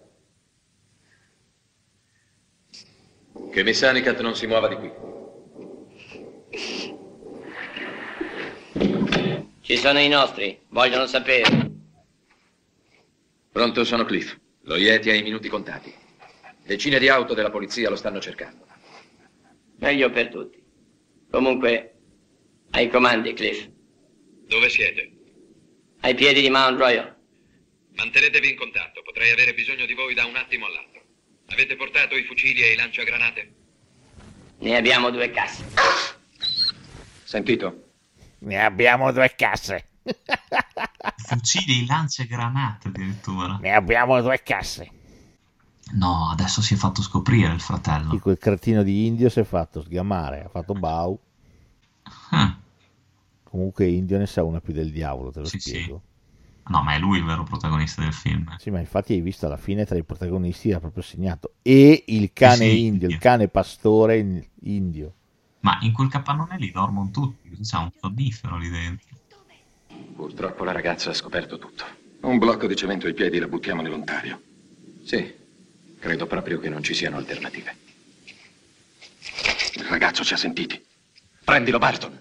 Che Miss Anicat non si muova di qui. Ci sono i nostri, vogliono sapere. Pronto, sono Cliff. Lo Yeti ha i minuti contati. Decine di auto della polizia lo stanno cercando. Meglio per tutti. Comunque, ai comandi, Cliff. Dove siete? Ai piedi di Mount Royal. Mantenetevi in contatto, potrei avere bisogno di voi da un attimo all'altro. Avete portato i fucili e i lanciagranate? Ne abbiamo due casse. Sentito? Ne abbiamo due casse. Fucili, lanciagranate addirittura. Ne abbiamo due casse. No, adesso si è fatto scoprire il fratello. Sì, quel cretino di Indio si è fatto sgamare, ha fatto bau. Ah, Comunque Indio ne sa una più del diavolo, te lo Sì, sì. spiego. no, ma è lui il vero protagonista del film. Sì, ma infatti hai visto alla fine tra i protagonisti era proprio segnato e il cane Sì, indio, il Indio. cane pastore in- indio. Ma in quel capannone lì dormono tutti, c'è un sonnifero lì dentro. Purtroppo la ragazza ha scoperto tutto. Un blocco di cemento ai piedi la buttiamo nell'Ontario. Sì, credo proprio che non ci siano alternative. Il ragazzo ci ha sentiti. Prendilo, Barton.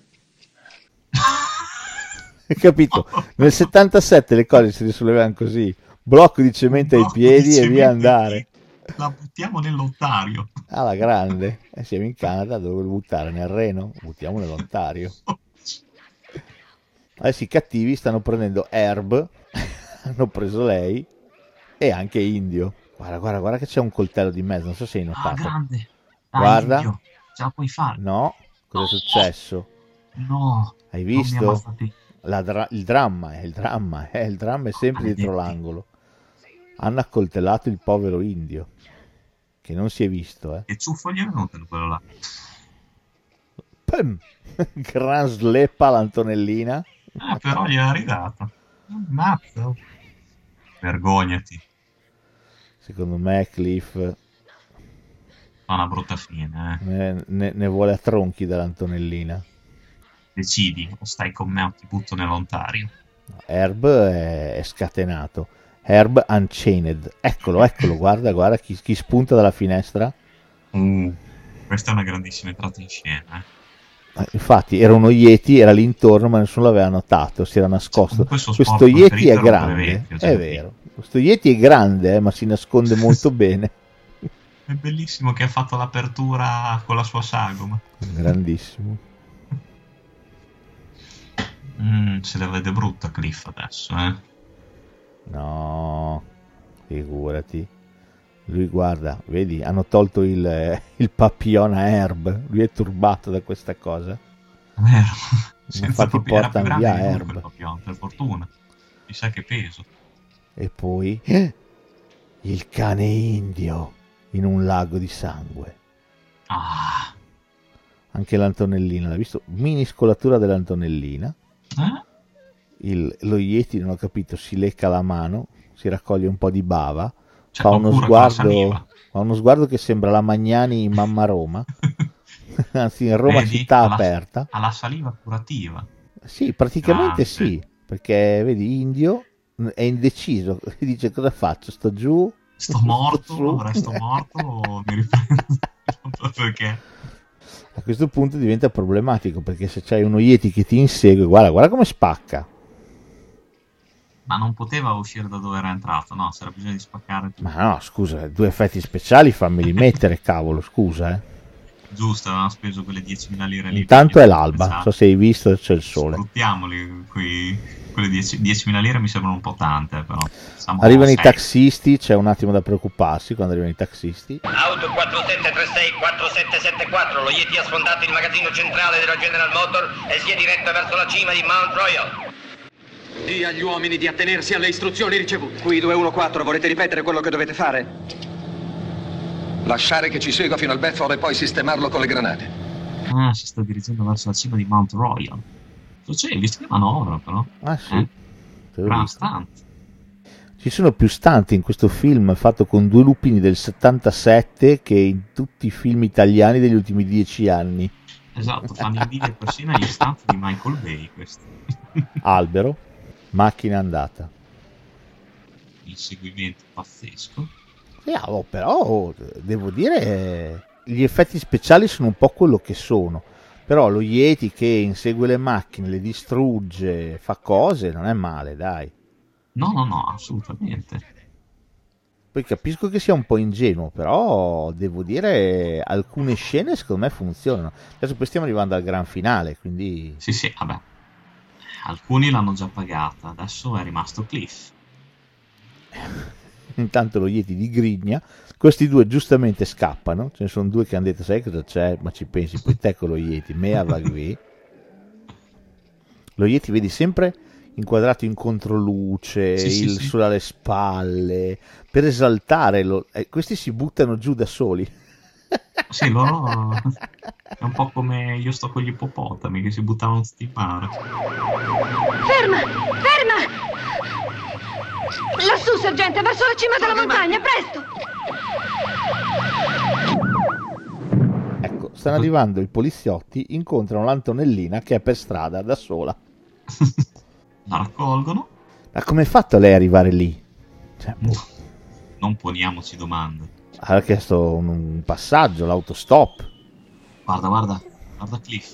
Hai capito? Nel settantasette le cose si risolvevano così. Blocco di cemento ai Blocco di piedi e cemento via ai andare. La buttiamo nell'Ontario. Alla grande. E siamo in Canada, dove buttare? Nel Reno? Buttiamo nell'Ontario. Adesso i cattivi stanno prendendo Herb, hanno preso lei e anche Indio. Guarda, guarda, guarda che c'è un coltello di mezzo, non so se hai Ah, notato. grande. Dai, Guarda. Indio, ce la puoi fare. No, cosa è successo? No. Hai Non mi visto? ammazzati. La dra- il dramma, è il dramma, è il dramma è sempre Maledetti. dietro l'angolo. Hanno accoltellato il povero indio, che non si è visto, eh. Che ciuffo gli è venuto in quello là? Pum! Gran sleppa all'Antonellina. Eh, però gli ha ridato. Mazzo. Vergognati. Secondo me Cliff Fa una brutta fine, eh. ne, ne- ne vuole a tronchi dall'Antonellina. Decidi, o stai con me o ti butto nell'Ontario. Herb è, è scatenato. Herb Unchained. Eccolo, eccolo, guarda, guarda chi, chi spunta dalla finestra. Uh, questa è una grandissima entrata in scena, eh. Eh, Infatti era uno Yeti, era lì intorno ma nessuno l'aveva notato, si era nascosto. Comunque il suo Questo sport Yeti preferito è era grande, vecchio, è cioè, vero. Questo Yeti è grande, eh, ma si nasconde molto bene. È bellissimo che ha fatto l'apertura con la sua sagoma. Grandissimo. Mm, se la vede brutta Cliff adesso, eh. No, figurati. Lui guarda, vedi, hanno tolto il, eh, il papillon a Herb. Lui è turbato da questa cosa. È vero. Senza Infatti proprio- era più portano grande via di lui Herb. quel papillon, per fortuna. Chissà che peso. E poi eh, il cane indio in un lago di sangue. Ah, Anche l'Antonellina, l'ha visto? Mini scolatura dell'Antonellina. eh? Il, lo Yeti, non ho capito, si lecca la mano, si raccoglie un po' di bava, C'è fa uno paura con la sguardo, saliva. fa uno sguardo che sembra la Magnani in Mamma Roma, anzi in Roma Vedi? città Ha la- aperta. Ha la saliva curativa. Sì, praticamente Grande. sì, perché vedi, Indio è indeciso, dice cosa faccio, sto giù, Sto morto, su. resto morto o mi riprendo? Non so perché. A questo punto diventa problematico, perché se c'hai uno Yeti che ti insegue, guarda, guarda come spacca. Ma non poteva uscire da dove era entrato, no? C'era bisogno di spaccare tutto. Ma no, scusa, due effetti speciali fammeli mettere, cavolo, scusa, eh. Giusto, avevamo speso quelle diecimila lire lì. Intanto per è gli l'alba, speciali. non so se hai visto, c'è il sole. Sfruttiamoli, quei, quelle dieci- diecimila lire mi sembrano un po' tante, però. Siamo Arrivano i sei. taxisti, c'è un attimo da preoccuparsi quando arrivano i taxisti. Auto quattro sette tre sei quattro sette sette quattro, lo Yeti ha sfondato il magazzino centrale della General Motor e si è diretta verso la cima di Mount Royal. Dì agli uomini di attenersi alle istruzioni ricevute. Qui due uno quattro, volete ripetere quello che dovete fare? Lasciare che ci segua fino al Bedford e poi sistemarlo con le granate. Ah, si sta dirigendo verso la cima di Mount Royal. Cosa c'è? Hai visto che manovra, però? Ah sì, Eh? te l'ho Gran visto. stunt. Ci sono più stunt in questo film fatto con due lupini del settantasette che in tutti i film italiani degli ultimi dieci anni. Esatto, fanno invidia persino agli stunt di Michael Bay, questi. Albero, macchina andata. Inseguimento pazzesco. Sì, ah, oh, però devo dire, gli effetti speciali sono un po' quello che sono. Però lo Yeti che insegue le macchine, le distrugge, fa cose, non è male, dai. No, no, no, assolutamente. Poi capisco che sia un po' ingenuo, però devo dire alcune scene secondo me funzionano. Adesso poi stiamo arrivando al gran finale, quindi Sì, sì, vabbè. Alcuni l'hanno già pagata, adesso è rimasto Cliff. intanto lo Yeti digrigna. Questi due giustamente scappano, ce ne sono due che hanno detto sai cosa c'è, ma ci pensi, poi te con lo Yeti, mea vagvi. Lo Yeti vedi sempre inquadrato in controluce, Sì, sì, il sì. sole alle spalle, per esaltare, lo... eh, questi si buttano giù da soli. Sì, loro è un po' come io sto con gli ippopotami che si buttavano tutti in mare. Ferma! Ferma! Lassù, sergente, verso la cima della montagna, presto! Ecco, stanno arrivando i poliziotti, incontrano l'Antonellina che è per strada da sola. La raccolgono. Ma come hai fatto lei ad arrivare lì? Cioè, boh, Non poniamoci domande. ha chiesto un, un passaggio, l'autostop. Guarda, guarda, guarda Cliff.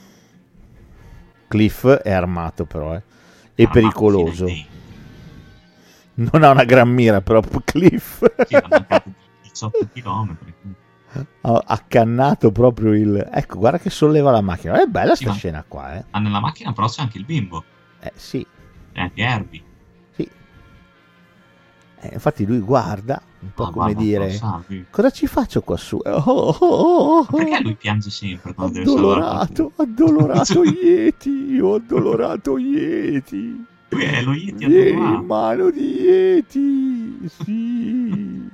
Cliff è armato però, eh. È Armato pericoloso. fino ai Non ha una gran mira, però Cliff denti. Sì, ha mancato diciotto chilometri. ha accannato proprio il... Ecco, guarda che solleva la macchina. È bella Sì, sta ma- scena qua, eh. Ma nella macchina però c'è anche il bimbo. Eh, sì. E anche Herbie. Sì. Eh, infatti lui guarda, un po' Ah, come guarda, dire, lo sa, sì. cosa ci faccio qua su? Oh, oh, oh, oh. Ma perché lui piange sempre quando deve salvare Addolorato, addolorato Yeti, io ho addolorato Yeti. Lui è lo Yeti Vieni in addolorato. mano di Yeti, sì.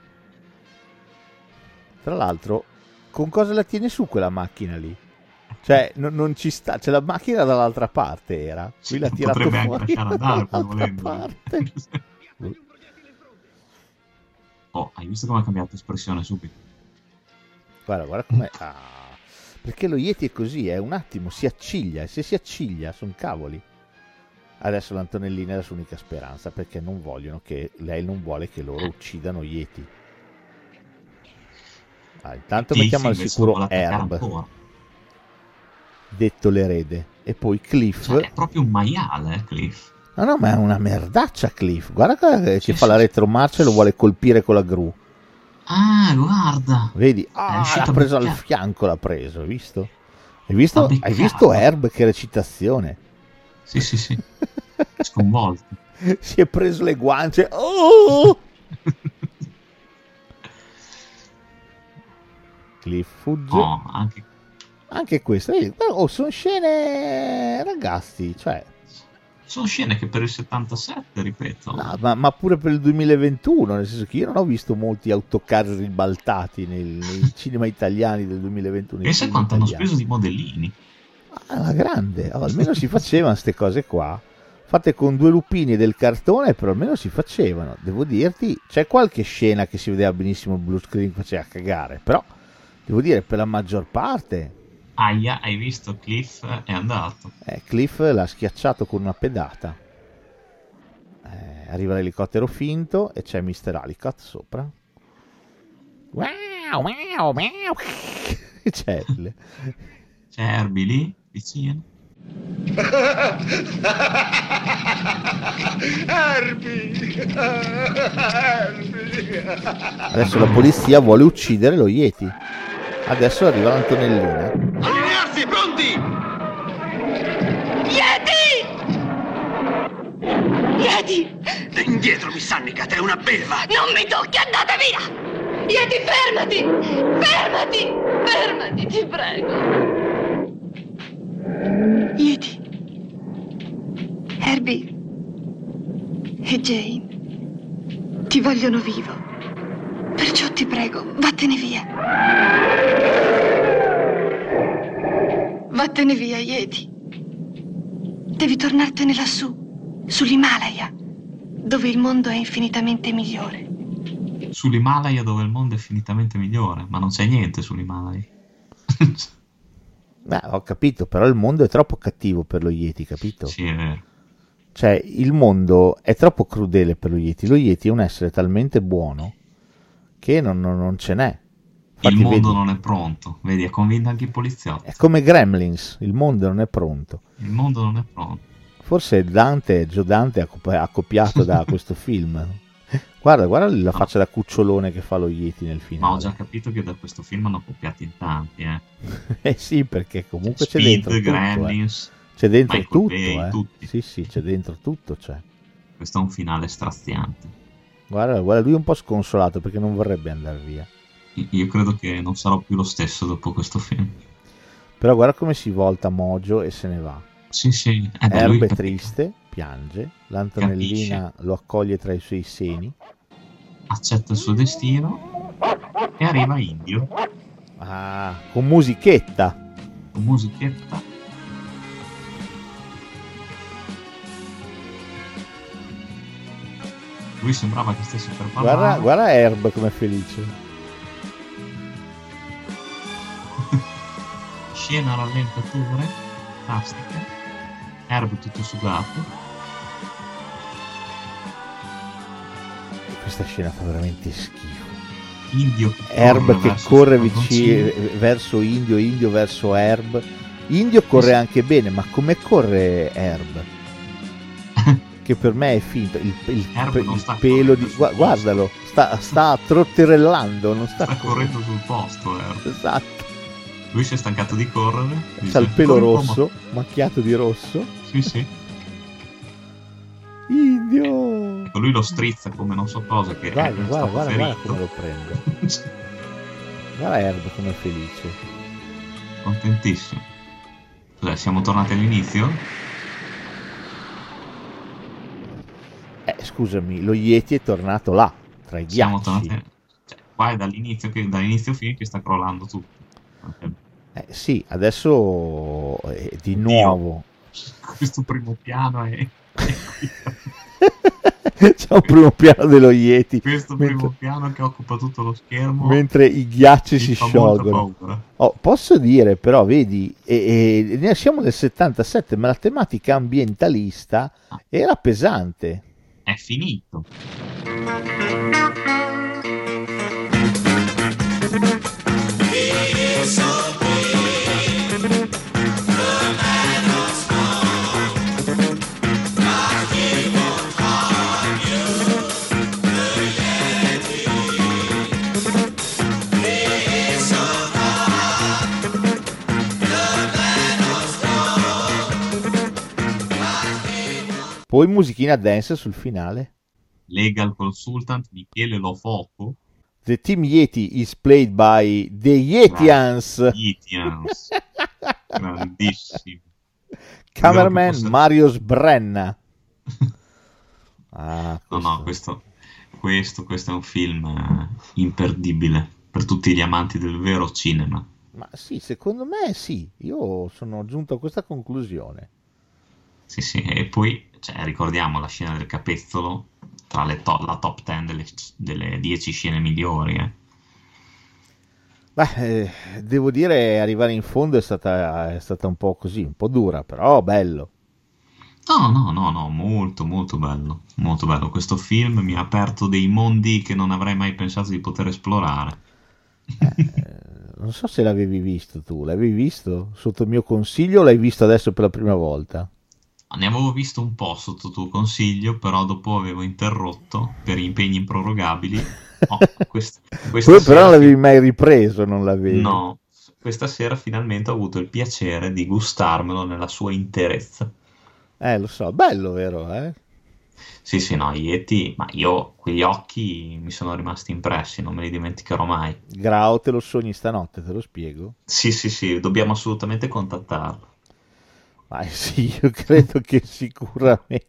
Tra l'altro, con cosa la tiene su quella macchina lì? Cioè, no- non ci sta, c'è la macchina dall'altra parte era. Qui l'ha tirato Potrebbe anche fuori lasciare andare, poi dall'altra volendo. parte. Oh, hai visto come ha cambiato espressione subito? Guarda, guarda com'è. Ah, perché lo Yeti è così, è un attimo, si acciglia, e se si acciglia sono cavoli. Adesso l'Antonellina è la sua unica speranza, perché non vogliono che, lei non vuole che loro uccidano Yeti. Ah, intanto Cliff mettiamo al invece sicuro vuole attaccare Herb, ancora. detto l'erede, e poi Cliff. Cioè, è proprio un maiale, eh, Cliff. No, no, ma è una merdaccia Cliff. Guarda che Sì, fa sì, la sì. retromarcia e lo vuole colpire con la gru. Ah, guarda. Vedi? Ah, riuscito l'ha a preso al beccare. fianco, l'ha preso, hai visto? Hai visto, L'ha hai beccato. visto Herb che recitazione? Sì, sì, sì. Sconvolto. Si è preso le guance. Oh! Cliff fugge. No, anche... Anche questo, vedi? Oh, sono scene, ragazzi, cioè, Sono scene che per il settantasette, ripeto. no, ma, ma pure per il duemilaventuno, nel senso che io non ho visto molti autocarri ribaltati nel, nei cinema italiani del duemilaventuno. nei Pensa film quanto hanno italiani. speso di modellini. Ah, la grande, oh, almeno si facevano queste cose qua, fatte con due lupini del cartone, però almeno si facevano. Devo dirti, c'è qualche scena che si vedeva benissimo il blue screen che faceva cagare, però devo dire per la maggior parte Aia, hai visto? Cliff è andato. eh, Cliff l'ha schiacciato con una pedata. Eh, arriva l'elicottero finto e c'è mister Alicat sopra. Wow, wow, wow. C'è il... C'è Herbie lì, vicino. Herbie! Herbie! Adesso la polizia vuole uccidere lo Yeti. Adesso arriva l'Antonellina. Allinearsi, pronti! Yeti! Yeti! Indietro, Miss Annicat, è una belva! Non mi tocchi, andate via! Yeti, fermati! Fermati! Fermati, ti prego! Yeti, Herbie e Jane ti vogliono vivo. Perciò ti prego, vattene via. Vattene via, Yeti. Devi tornartene lassù, sull'Himalaya, dove il mondo è infinitamente migliore. Sull'Himalaya dove il mondo è finitamente migliore, ma non c'è niente sull'Himalaya. Beh, ho capito, però il mondo è troppo cattivo per lo Yeti, capito? Sì, è vero. Cioè, il mondo è troppo crudele per lo Yeti. Lo Yeti è un essere talmente buono che non, non, non ce n'è. Infatti, il mondo vedi, non è pronto. Vedi, ha convinto anche i poliziotti. è come Gremlins, il mondo non è pronto. Il mondo non è pronto. Forse Dante, Gio Dante ha cop- ha copiato da questo film. Guarda, guarda la faccia da cucciolone che fa lo Yeti nel film. Ma ho già capito che da questo film hanno copiato in tanti, eh. Eh sì, perché comunque c'è Speed, dentro tutto. Gremlins, eh. C'è dentro Michael tutto, Bay, eh. tutti. Sì, sì, c'è dentro tutto, cioè. Questo è un finale straziante. Guarda, guarda, lui è un po' sconsolato perché non vorrebbe andare via. I- Io credo che non sarò più lo stesso dopo questo film. Però guarda come si volta Mojo e se ne va. Sì, sì. Eh beh, Herb lui è capi- triste, piange, l'Antonellina lo accoglie tra i suoi seni. accetta il suo destino e arriva Indio Ah, con musichetta. con musichetta. Lui sembrava che stesse per parlare. Guarda, guarda Herb com'è felice. Scena a rallentatore, fantastica. Herb tutto sudato. Questa scena fa veramente schifo. Indio che Herb corre che verso corre il vicino, padroncino. verso Indio, Indio verso Herb. Indio corre anche bene, ma come corre Herb? Che per me è finto. Il, il- Herb non il sta pelo di... correndo sul gua- guardalo, sta, sta trotterellando, non sta, Sta correndo sul posto, Herb. Esatto. Lui si è stancato di correre. C'ha il pelo Corri un po', rosso, macchiato di rosso. ma- Sì, sì. Indio! Ecco, lui lui lo strizza come non so cosa, che Guarda, è guarda, stato guarda, guarda ferito. come lo prende. Guarda Herb come è felice. Contentissimo. Cos'è, siamo tornati all'inizio? Eh, scusami, lo Yeti è tornato là, tra i Siamo ghiacci. tornati... Cioè, qua è dall'inizio, che, dall'inizio film che sta crollando tutto. Eh, sì, adesso è di nuovo. Questo primo piano è... C'è un primo piano dello Yeti. Questo mentre, primo piano che occupa tutto lo schermo. mentre i ghiacci mi si fa molta sciolgono. paura. Oh, posso dire però, vedi, e, e, ne siamo nel settantasette, ma la tematica ambientalista era pesante. È finito. Poi musichina dance sul finale. Legal Consultant Michele Lofoco. The Team Yeti is played by The Yetians. Yetians. Grandissimo. Cameraman Questo... Mario Sbrenna. Ah, no, no, questo, questo, questo è un film eh, imperdibile per tutti gli amanti del vero cinema. Ma sì, secondo me sì. Io sono giunto a questa conclusione. Sì, sì, e poi cioè, ricordiamo la scena del capezzolo tra le to- la top ten delle, delle dieci scene migliori. Eh. Beh, eh, devo dire, arrivare in fondo è stata, è stata un po' così, un po' dura, però bello. No, no, no, no, molto, molto bello, molto bello. Questo film mi ha aperto dei mondi che non avrei mai pensato di poter esplorare. Eh, non so se l'avevi visto tu, l'avevi visto sotto il mio consiglio o l'hai visto adesso per la prima volta? Ne avevo visto un po' sotto tuo consiglio, però dopo avevo interrotto per impegni improrogabili. Oh, quest- questa Poi sera però non l'avevi mai ripreso, non l'avevi? No, questa sera finalmente ho avuto il piacere di gustarmelo nella sua interezza. Eh, lo so, bello, vero, eh? Sì, sì, no, Yeti, ma io quegli occhi mi sono rimasti impressi, non me li dimenticherò mai. Grau, te lo sogni stanotte, te lo spiego? Sì, sì, sì, dobbiamo assolutamente contattarlo. Ma sì, io credo che sicuramente.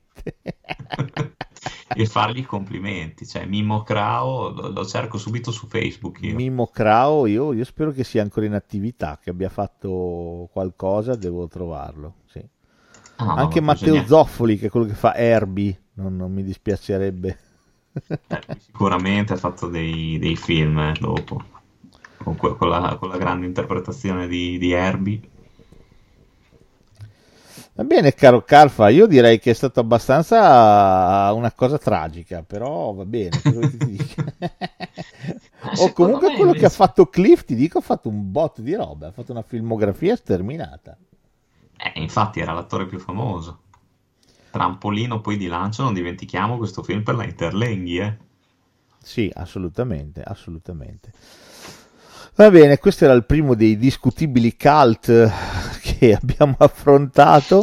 E fargli i complimenti, cioè Mimmo Crao lo, lo cerco subito su Facebook io. Mimmo Crao, io, io spero che sia ancora in attività, che abbia fatto qualcosa, devo trovarlo, sì. Ah, no, Anche no, Matteo bisogna... Zoffoli, che è quello che fa Herbie, non, non mi dispiacerebbe. Eh, sicuramente ha fatto dei, dei film eh, dopo, con, que- con, la, con la grande interpretazione di, di Herbie. Va bene, caro Carfa, io direi che è stato abbastanza una cosa tragica, però va bene. Cosa vuoi che ti dica? O comunque quello che ha fatto Cliff, ti dico, ha fatto un botto di roba, ha fatto una filmografia sterminata. Eh, infatti era l'attore più famoso. Trampolino poi di lancio, non dimentichiamo questo film per la Interlenghi, eh. Sì, assolutamente, assolutamente. Va bene, questo era il primo dei discutibili cult che abbiamo affrontato.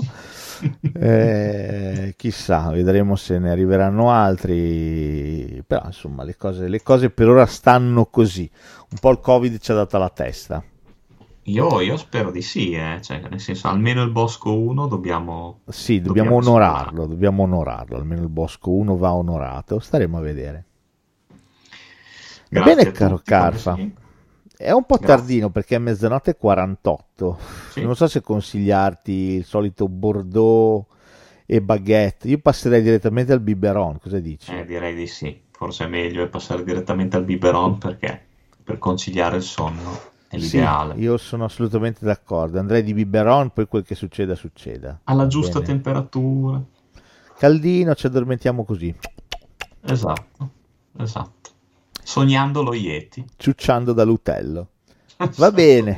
Eh, chissà, vedremo se ne arriveranno altri. Però insomma le cose, le cose per ora stanno così. Un po' il Covid ci ha dato la testa. Io, io spero di sì, eh. Cioè, nel senso, almeno il Bosco uno dobbiamo... Sì, dobbiamo, dobbiamo onorarlo, esplorare. dobbiamo onorarlo. Almeno il Bosco uno va onorato. Staremo a vedere. Va bene, caro Carfa. È un po' Grazie. tardino perché è mezzanotte e quarantotto. Sì. Non so se consigliarti il solito Bordeaux e baguette. Io passerei direttamente al biberon, cosa dici? Eh, direi di sì. Forse è meglio passare direttamente al biberon perché per conciliare il sonno è l'ideale. Sì, io sono assolutamente d'accordo. Andrei di biberon, poi quel che succeda succeda. Alla giusta bene. temperatura. Caldino, ci addormentiamo così. Esatto, esatto. Sognando lo Yeti. Ciucciando dall'utello. Va bene.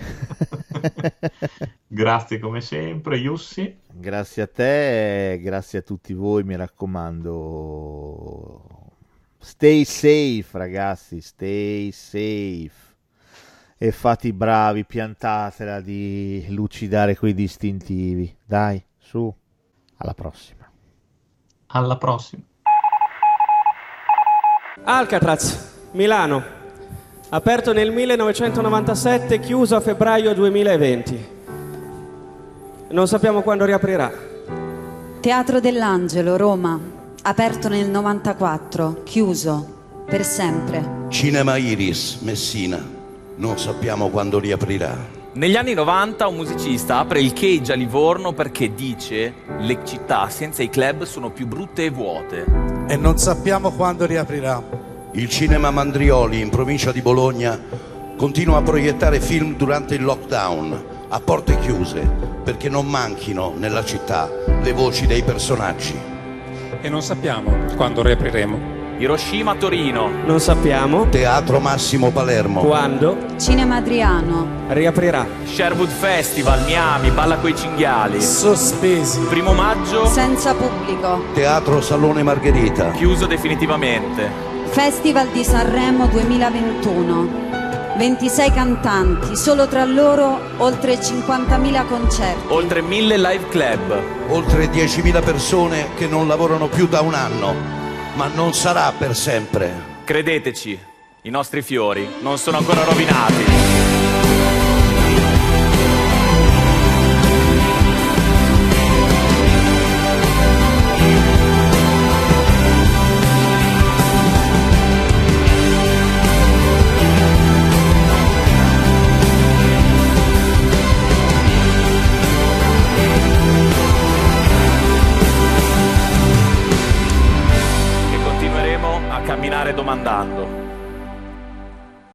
Grazie come sempre, Jussi. Grazie a te, grazie a tutti voi, mi raccomando. Stay safe, ragazzi, stay safe. E fate i bravi, piantatela di lucidare quei distintivi. Dai, su. Alla prossima. Alla prossima. Alcatraz, Milano. Aperto nel millenovecentonovantasette, chiuso a febbraio duemilaventi. Non sappiamo quando riaprirà. Teatro dell'Angelo, Roma. Aperto nel novantaquattro, chiuso per sempre. Cinema Iris, Messina. Non sappiamo quando riaprirà. Negli anni novanta un musicista apre il Cage a Livorno perché dice le città senza i club sono più brutte e vuote. E non sappiamo quando riaprirà. Il cinema Mandrioli in provincia di Bologna continua a proiettare film durante il lockdown a porte chiuse perché non manchino nella città le voci dei personaggi. E non sappiamo quando riapriremo. Hiroshima, Torino. Non sappiamo. Teatro Massimo, Palermo. Quando? Cinema Adriano. Riaprirà. Sherwood Festival, Miami, Balla coi cinghiali. Sospesi. Primo maggio. Senza pubblico. Teatro Salone Margherita. Chiuso definitivamente. Festival di Sanremo duemilaventuno. ventisei cantanti, solo tra loro oltre cinquantamila concerti. Oltre mille live club. Oltre diecimila persone che non lavorano più da un anno. Ma non sarà per sempre. Credeteci, i nostri fiori non sono ancora rovinati. Camminare domandando.